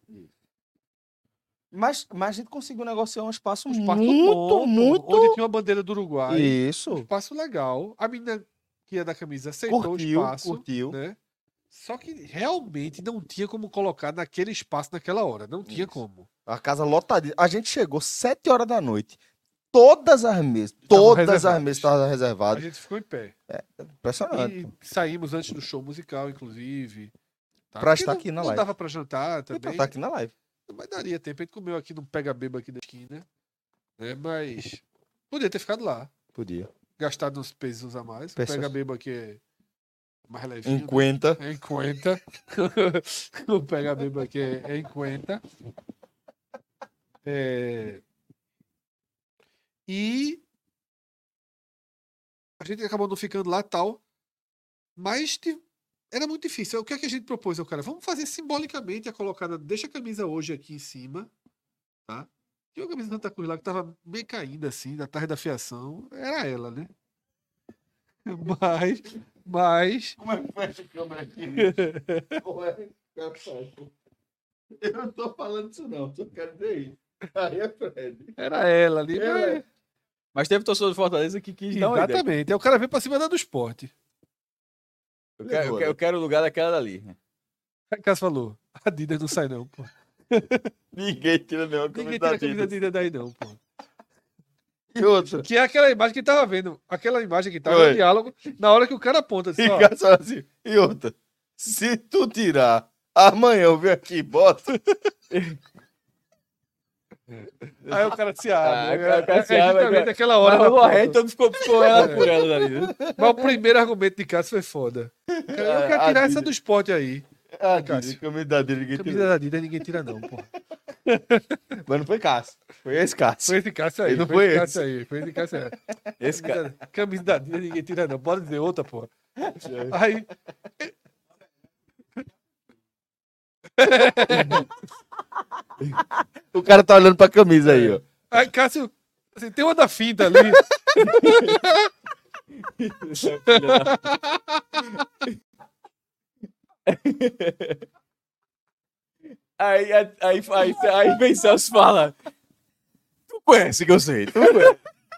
Mas, mas a gente conseguiu negociar um espaço, Um espaço muito, bom, muito... onde tinha uma bandeira do Uruguai. Um Isso. espaço legal. A menina que ia da camisa aceitou Curtiu, o espaço. curtiu. Né? Só que realmente não tinha como colocar naquele espaço naquela hora. Não tinha como. A casa lotadinha. A gente chegou sete horas da noite. Todas as mesas, Estavam todas as reservadas. mesas estavam A reservadas. gente ficou em pé. Impressionante. E saímos antes do show musical, inclusive. Tá? Pra Porque estar não- aqui na não live. dava pra jantar E pra também. estar aqui na live. Mas daria tempo. A gente comeu aqui no Pega Beba aqui da esquina. Né? Mas podia ter ficado lá. Podia. Gastado uns pesos a mais. O Pesos. Pega Beba aqui é mais levinho. Em Quenta. É em Quenta. O Pega Beba aqui é, é em Quenta. É... E a gente acabou não ficando lá tal. Mas te- era muito difícil. O que é que a gente propôs ao cara? Vamos fazer simbolicamente a colocada. Deixa a camisa hoje aqui em cima. Tá? Tinha uma camisa de Santa Cruz lá que tava meio caindo assim, da tarde da fiação. Era ela, né? Mas. Mas. Como é que foi essa câmera aqui? Eu não tô falando isso não, só quero dizer isso. Aí é Fred. Era ela ali. Ela mas- é. Mas teve torcedor do Fortaleza que quis dar uma ideia. Exatamente. Aí o cara veio pra cima da do esporte. Eu quero, eu, quero, eu quero o lugar daquela dali. Aí o Cássio falou: a Adidas não sai, não, pô. Ninguém tira nenhuma Ninguém camisa tira a camisa da Adidas daí, não, pô. E outra. Que é aquela imagem que tava vendo. Aquela imagem que tava Oi. no diálogo, na hora que o cara aponta. Assim, E ó, cara fala assim, e outra. Se tu tirar, amanhã eu venho aqui e boto. aí o cara se Ah, abre. o cara- o cara é, se é abre, justamente cara. aquela hora. Mas da o foto. Borré, então ficou, ficou ela por ela dali. Né? Mas o primeiro argumento de Cássio foi foda. Eu quero tirar Adidas. essa do esporte aí. Ah, Cássio. camisa da dele, ninguém Camisa tira. da Adidas ninguém tira, não, pô. Mas não foi Cássio. Foi esse Cássio. Foi esse Cássio aí. Ele não Foi foi esse esse. Cássio aí. Foi esse Cássio aí. Esse cara. Camisa, camisa da Adidas ninguém tira, não. Pode dizer outra, pô. Aí. O cara tá olhando pra camisa aí, ó. Aí, Cássio, assim, tem uma da finta ali. Aí, aí, aí, aí, aí vem Celso fala. Tu conhece que eu sei, tu conhece.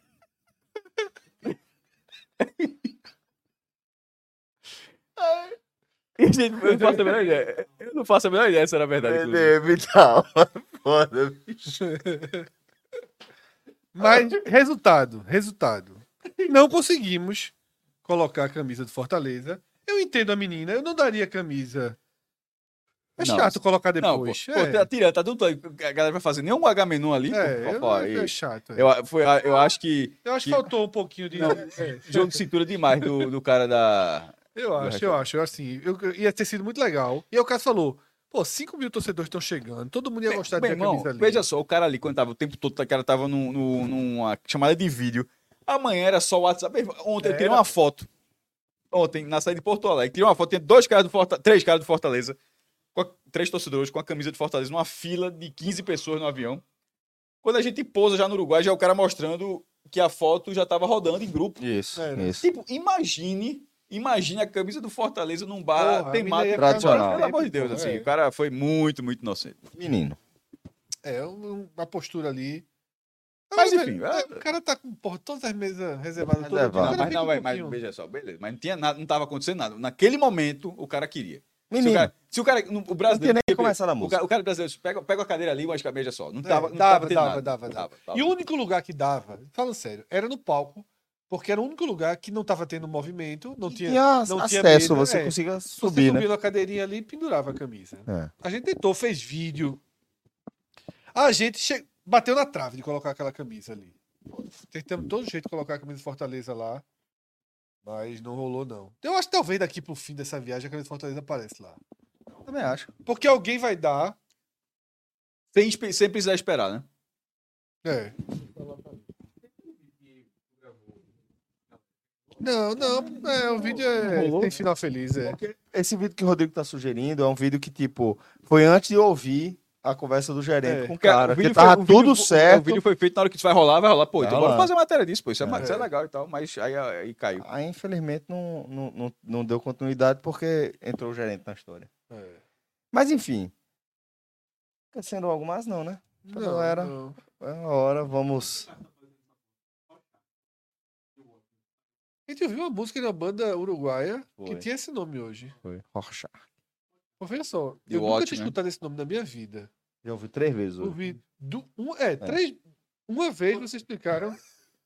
E, gente, eu não faço a menor ideia. Eu não faço a menor ideia se era verdade. inclusive. Vital. Foda, bicho. Mas, resultado, resultado. Não conseguimos colocar a camisa do Fortaleza. Eu entendo a menina, eu não daria camisa. É Não, chato colocar Não, depois. pô, pô, é. tá tirando, tá tudo. A galera vai fazer nenhum H-menu ali, É, pô. eu- Pô, é aí- chato, é. Eu, foi, eu acho que. Eu acho que que- faltou um pouquinho de. Não, é. jogo de cintura demais do, do cara da. Eu do acho, resto. eu acho. Assim, eu, eu- ia ter sido muito legal. E aí o Cássio falou: pô, cinco mil torcedores estão chegando, todo mundo ia gostar de Meu ver a irmão, camisa ali. veja só, o cara ali, quando tava o tempo todo, o cara tava num- num- numa chamada de vídeo. Amanhã era só o WhatsApp. Ontem eu tirei Era. uma foto. Ontem, na saída de Porto Alegre, tirei uma foto, tinha dois caras do Fortaleza, três caras do Fortaleza, com a- três torcedores com a camisa de Fortaleza, numa fila de quinze pessoas no avião. Quando a gente pousa já no Uruguai, já é o cara mostrando que a foto já tava rodando em grupo. Isso, É, isso. Tipo, imagine, imagine a camisa do Fortaleza num bar Porra, a temático. mina ia Tradicional. Pelo amor de Deus, Pô, assim, é. o cara foi muito, muito inocente. Menino. É, um- uma postura ali. Mas, Ah, enfim, velho, é- o cara tá com porra, todas as mesas reservadas. Todo Reservado. dia, o Não, cara mas fica não, um mas, mas pouquinho. veja só, beleza. Mas não tinha nada, não tava acontecendo nada. Naquele momento, o cara queria. Se o Menino. cara, se o cara no- o brasileiro. Não tinha nem começado a o música. cara, o cara brasileiro disse, pega, pega a cadeira ali, mas veja só. Não É, tava, não dava, tava tendo dava, nada. dava, dava. Tava. E o único lugar que dava, falando sério, era no palco, porque era o único lugar que não tava tendo movimento, não tinha, Tinha não tinha acesso, mesa, você é. conseguia Você subir, né? subia na cadeirinha ali e pendurava a camisa. É. A gente tentou, fez vídeo. A gente che... bateu na trave de colocar aquela camisa ali. Tentamos todo jeito de colocar a camisa de Fortaleza lá, mas não rolou, não. Eu acho que talvez daqui pro fim dessa viagem a camisa de Fortaleza aparece lá. Também acho. Porque alguém vai dar. Sem, espe- sem precisar esperar, né? É. Não, não, é, o vídeo é, Rolou? tem final feliz, é. Esse vídeo que o Rodrigo tá sugerindo é um vídeo que, tipo, foi antes de ouvir a conversa do gerente É. com o Porque cara. o Que vídeo tava foi- o tudo vídeo- certo. O vídeo foi feito na hora que isso vai rolar, vai rolar. Pô, Vai então bora rolar. fazer matéria disso, pô. Isso é, ma- É. isso é legal e tal, mas aí, aí caiu. Aí, infelizmente, não, não, não, não deu continuidade porque entrou o gerente na história. É. Mas, enfim. Sendo algo mais, não, né? Então, Não, galera, não. é a hora, vamos... A gente ouviu uma música de uma banda uruguaia que Foi. tinha esse nome hoje. Foi. Rorschach. Pô, veja só, The eu nunca Watch, tinha né? escutado esse nome na minha vida. Já ouvi três vezes hoje. Ouvi du... um, é, três. Uma vez vocês explicaram.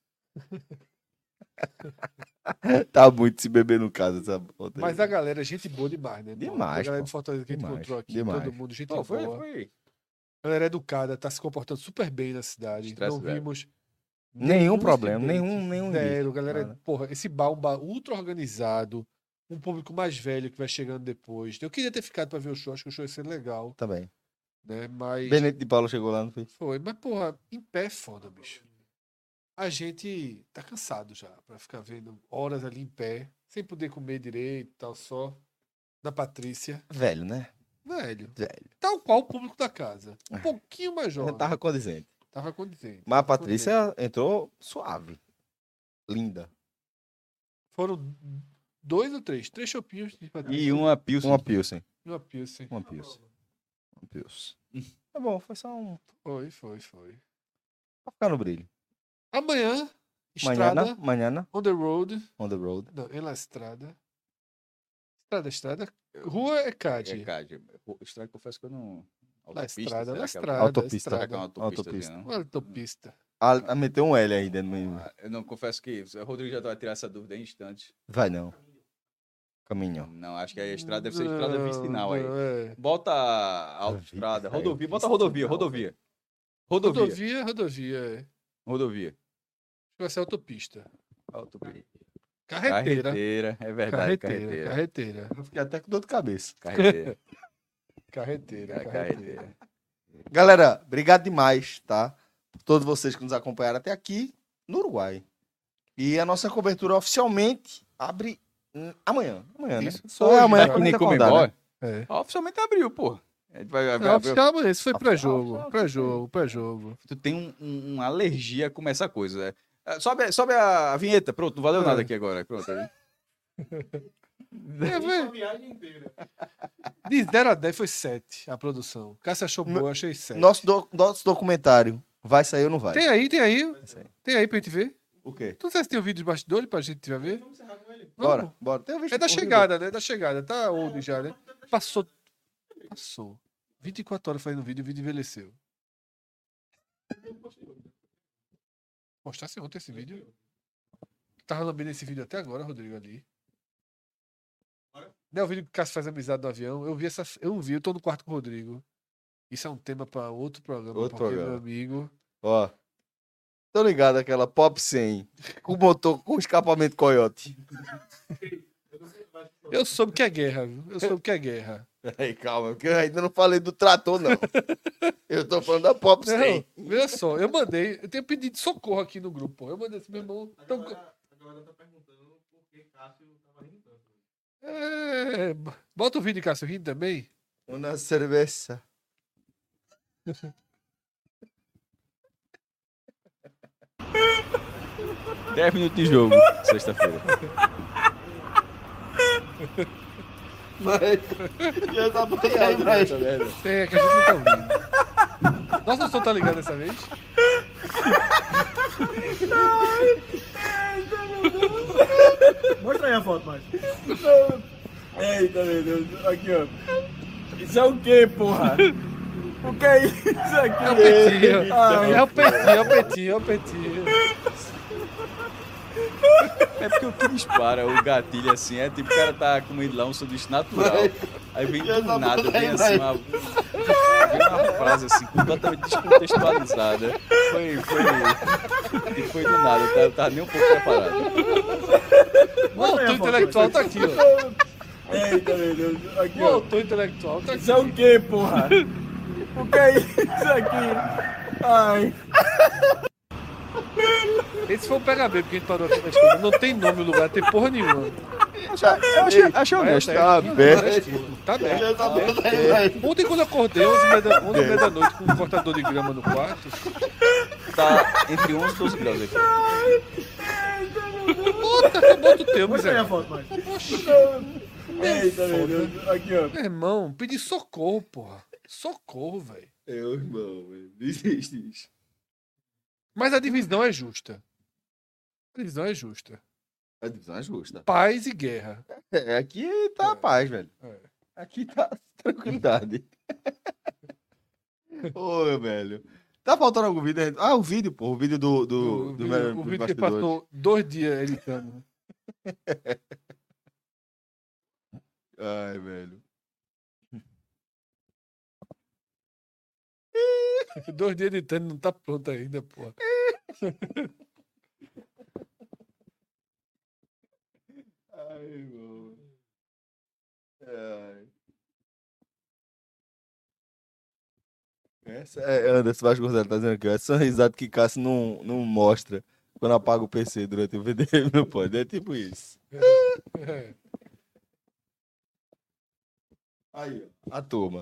Tá muito se beber no caso essa outra aí. Mas a galera, gente boa demais, né? Demais, A galera pô. de Fortaleza que a gente Demais, encontrou aqui, demais. todo mundo, gente Pô, foi, boa. foi. A galera é educada, tá se comportando super bem na cidade. Estresse Não zero. vimos Nenhum problema, incidente, nenhum- nenhum Zero, risco, galera. nada. Porra, esse bar é um bar ultra organizado, um público mais velho que vai chegando depois. Eu queria ter ficado pra ver o show, acho que o show ia ser legal, Também. né? Mas. Benito de Paula chegou lá, não foi? Foi, mas porra, em pé é foda, bicho. A gente tá cansado já pra ficar vendo horas ali em pé, sem poder comer direito e tal, só na Patrícia. Velho, né? Velho. Velho. Tal qual o público da casa. Um pouquinho mais jovem. Já tava condizente. Tava condizente. Mas a tava Patrícia entrou suave. Linda. Foram dois ou três? Três chopinhos de Patrícia. E uma Pilsen. Uma Pilsen. E uma Pilsen. Uma Pilsen. Uma Pilsen. Tá bom, foi só um... Foi, foi, foi. Pra ficar no brilho. Amanhã, estrada, Manhã, manhã, on the road. on the road. Não, em la estrada. Estrada, estrada. Rua é Cade. É, Cade. Estranho, confesso que eu não. La estrada, la será que é- estrada. Autopista. estrada. Será que é uma autopista? Autopista. Não? Uma autopista. Ah, ah, meteu um L aí dentro do meio. Ah, Eu não confesso que. O Rodrigo já vai tirar essa dúvida em instantes. Vai não. Caminhão. Não, acho que a estrada deve ser estrada vicinal aí. Não, é. Bota a autoestrada, Aí, ó, rodovia, bota rodovia, rodovia. Rodovia. Rodovia, rodovia. É. Rodovia. Vai ser autopista. Autopista. Carreteira. Carreteira, é verdade, Carreteira. carreteira. Carreteira. Eu fiquei até com dor de cabeça. Carreteira. Carreteira. É, carreteira. Galera, obrigado demais, tá? Por todos vocês que nos acompanharam até aqui no Uruguai. E a nossa cobertura oficialmente abre hum, amanhã. Amanhã, né? Isso. Só Hoje, é amanhã né? que nem Comembol, acordar, né? É. Ah, oficialmente abriu, pô. A gente vai, vai- Não, vai- oficial, mas esse foi pré-jogo. oficial, Pré-jogo, pré-jogo. Tu tem um- um- uma alergia a comer essa coisa. É. Ah, Sobe, sobe a vinheta, pronto, não valeu É. nada aqui agora. Pronto, aí. É, velho. De zero a dez foi sete a produção. Cássio achou boa, eu achei sete. Nosso, do- nosso documentário vai sair ou não vai? Tem aí, tem aí. sair. Tem aí pra gente ver. O quê? Tu não sabe se tem um vídeo de bastidores pra gente ver? Vamos. Bora, bora. Tem um vídeo- É da um vídeo- chegada, né? Da chegada. Tá old já, né? Passou. Passou. vinte e quatro horas fazendo vídeo, o vídeo envelheceu. Postasse ontem esse vídeo? tava lambendo esse vídeo até agora, Rodrigo, ali. Não é o vídeo que o Cássio faz amizade no avião. Eu vi essa. Eu não vi, eu tô no quarto com o Rodrigo. Isso é um tema pra outro programa, Outro porque, programa. meu amigo. Ó. Tô ligado aquela Pop cem com motor com escapamento coiote. Eu soube que é guerra, viu? Eu soube que é guerra. Peraí, calma, porque eu ainda não falei do trator, não. Eu tô falando da Pop cem. Não, veja só, eu mandei, eu tenho pedido socorro aqui no grupo, pô. Eu mandei esse meu irmão. Então, Agora tá perguntando por que Cássio tava rindo tanto. é, bota o vídeo de Cássio rindo também. Uma cerveja. dez minutos de jogo, sexta-feira. Mas já tá apanhado, mas... É, que a gente não tá ouvindo. Nossa, o som tá ligado dessa vez? Mostra aí a foto, mais. Eita, meu Deus. Aqui, ó. Isso é o quê, porra? O que é isso aqui? É o petinho. Ai, É o petinho, é o petinho, é o petinho. É porque o que dispara o gatilho assim é tipo o cara tá comendo lá um sanduíche natural. Aí vem do nada, vem assim uma, vem uma frase assim completamente descontextualizada. Foi, foi, e foi do nada, eu tava, tava nem um pouco preparado. O autor intelectual tá aqui, ó. Eita, meu Deus. Aqui, O ó. autor intelectual tá aqui. Isso é o quê, porra? O que é isso aqui? Ai. Esse foi o P H B, porque a gente parou aqui na esquina. Não tem nome no lugar, não tem porra nenhuma. Eu achei, achei honesto. Tá aberto. Tá aberto. Já tá Tá aberto. aberto. Ontem, quando eu acordei, onze e meia da- onze e meia da noite, com um cortador de grama no quarto. Tá entre onze e doze graus aqui. Puta, acabou do teu, Mostra aí a miséria. foto, mais. Eita, meu Deus. Aqui, ó. Meu irmão, pedi socorro, porra. Socorro, velho. Meu irmão, velho. Desiste isso. Mas a divisão é justa. A divisão é justa. A divisão é justa. Paz e guerra. É, aqui tá a paz, velho. É. Aqui tá tranquilidade. Ô, velho. Tá faltando algum vídeo? Ah, o vídeo, pô. O vídeo do... do, O do, vídeo, meu- o dos vídeo que bastidores. passou dois dias editando. Ai, velho. Dois dias editando, não tá pronto ainda, porra. Ai, irmão. Ai. Essa é Anderson Vasco Gonzalez tá dizendo aqui, ó. Essa é uma risada que Cássio não, não mostra quando apaga o P C durante o V D M, não pode. É tipo isso. É. Aí, ó. A turma.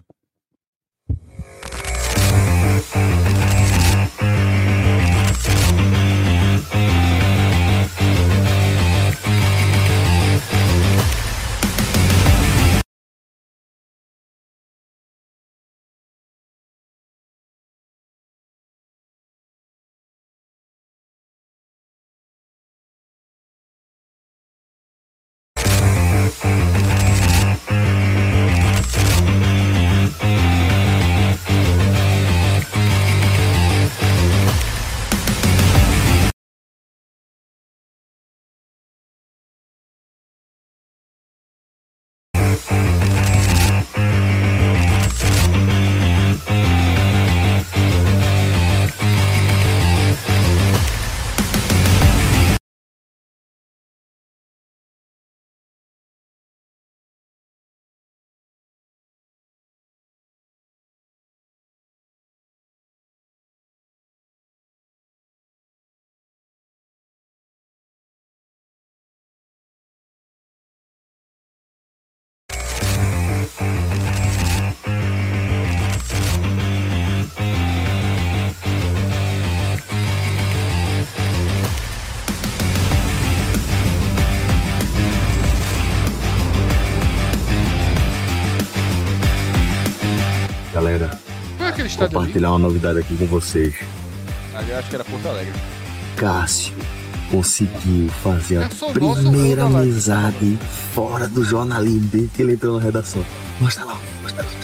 Galera, Qual é aquele estádio ali? compartilhar uma novidade aqui com vocês. Ali eu acho que era Porto Alegre. Cássio conseguiu fazer a É só o nosso primeira gol da live. amizade fora do jornalismo desde que ele entrou na redação. Mostra lá, mostra lá.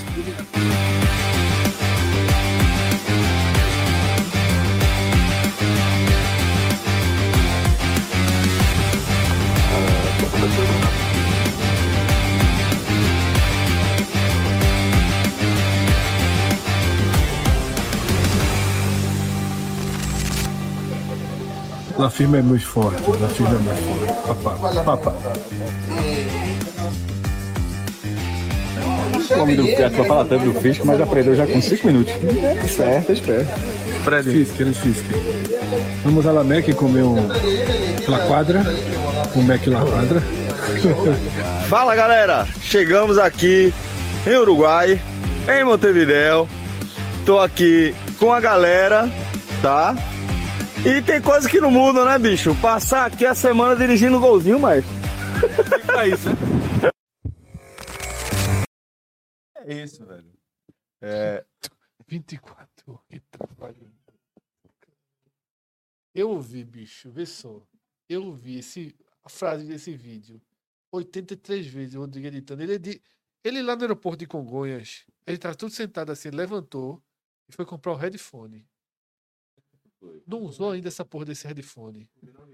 La firma é muito forte, La firma é muito forte. Papá, papá. O homem do teatro vai falar tanto do Fisk, mas aprendeu já com cinco minutos. Certo, espera. Fred. Fisk, ele Fisk. Vamos a La Mac comer um La Quadra, um Mac La Quadra. Fala galera, chegamos aqui em Uruguai, em Montevidéu. Tô aqui com a galera, tá? E tem coisa que não muda, né, bicho? Passar aqui a semana dirigindo golzinho, mas... É isso, né? É isso, velho. É... vinte e quatro, que trabalho. Eu ouvi, bicho, vê só. Eu ouvi esse, a frase desse vídeo oitenta e três vezes, o Rodrigo editando. Ele, edi... ele lá no aeroporto de Congonhas, ele tava tudo sentado assim, levantou e foi comprar o headphone. Não usou ainda essa porra desse headphone.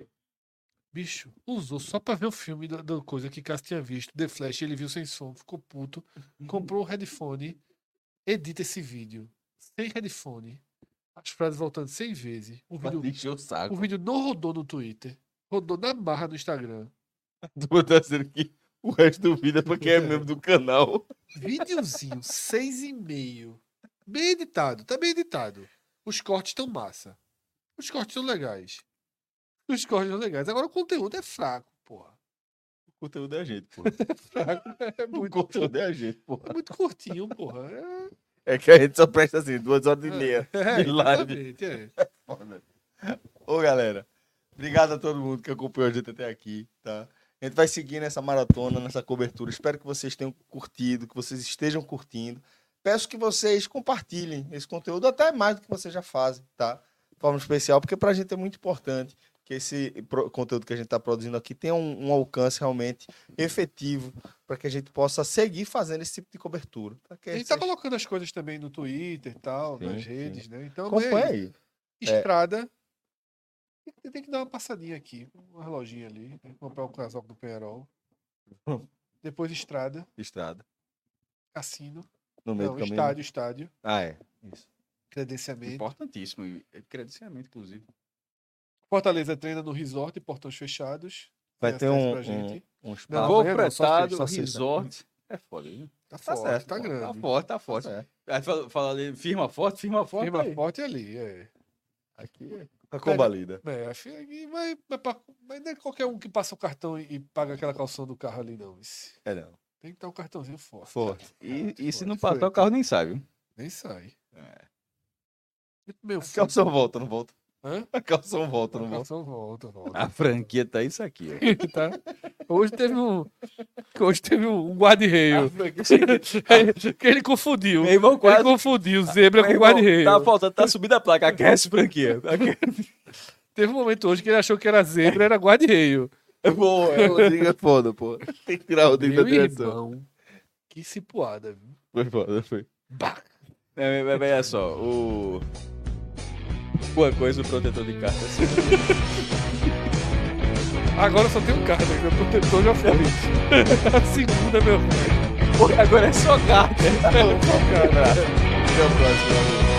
Bicho, usou só pra ver o filme da, da coisa que Cássio tinha visto, The Flash, ele viu sem som, ficou puto, comprou o headphone, edita esse vídeo sem headphone, as frases voltando cem vezes. O vídeo, o, saco. o vídeo não rodou no Twitter, rodou na marra no Instagram. Tu tá dizendo que o resto do vídeo é pra quem é membro do canal. Videozinho, seis e meio. Bem editado, tá bem editado. Os cortes estão massa. Os cortes são legais. Os cortes são legais. Agora o conteúdo é fraco, porra. O conteúdo é a gente, porra. É fraco. É muito, o conteúdo é a gente, porra. É muito curtinho, porra. É É, que a gente só presta assim, duas horas e meia é, de live. É. É foda. Ô, galera, obrigado a todo mundo que acompanhou a gente até aqui, tá? A gente vai seguir nessa maratona, nessa cobertura. Espero que vocês tenham curtido, que vocês estejam curtindo. Peço que vocês compartilhem esse conteúdo, até mais do que vocês já fazem, tá? De forma especial, porque pra gente é muito importante que esse conteúdo que a gente está produzindo aqui tenha um, um alcance realmente efetivo para que a gente possa seguir fazendo esse tipo de cobertura. Tá? A gente está vocês... colocando as coisas também no Twitter e tal, sim, nas redes, sim. né? Então, acompanha aí. Estrada. É... Tem que dar uma passadinha aqui, um reloginho ali, tem que comprar o casaco do Penharol. Depois Estrada. Estrada. Cassino. No meio Não, do caminho. estádio, estádio. Ah, é. Isso. Credenciamento. Importantíssimo. Credenciamento, inclusive. Fortaleza treina no resort e portões fechados. Vai ter um, pra gente. um, um espaço. Vou pretado, resort. É foda, viu? Tá, tá forte, certo, tá grande. Tá forte, tá forte. Tá aí fala, fala ali, firma forte, firma forte. Firma aí. forte ali, é. Aqui é a combalida. É, aqui vai, vai pra, mas não é qualquer um que passa o cartão e, e paga aquela calção do carro ali, não. Esse. É não. Tem que estar um cartãozinho forte. Forte. E, e se não passar, o carro nem sai, viu? Nem sai. É. Meu a calção volta, não volta? Hã? A calção volta, a não calção volta? volta, volta. A franquia tá isso aqui, ó. Tá. Hoje teve um. Hoje teve um guarda-reio. Que ele confundiu. Meu irmão, quase... Ele confundiu zebra Meu com guarda-reio. Tá faltando, tá subindo a placa. Aquece franquia. Aquece. Teve um momento hoje que ele achou que era zebra, era guarda-reio. Boa, é, o Rodrigo é foda, pô. Tem que tirar o Rodrigo da direção. Que cipuada, viu? Foi foda, foi. Bah. É, mas é só, o... Uma coisa, o protetor de carta. Assim. Agora só tem um carta, né? O protetor já foi. A segunda, meu velho. Agora é só carta. É só carta. Até o próximo.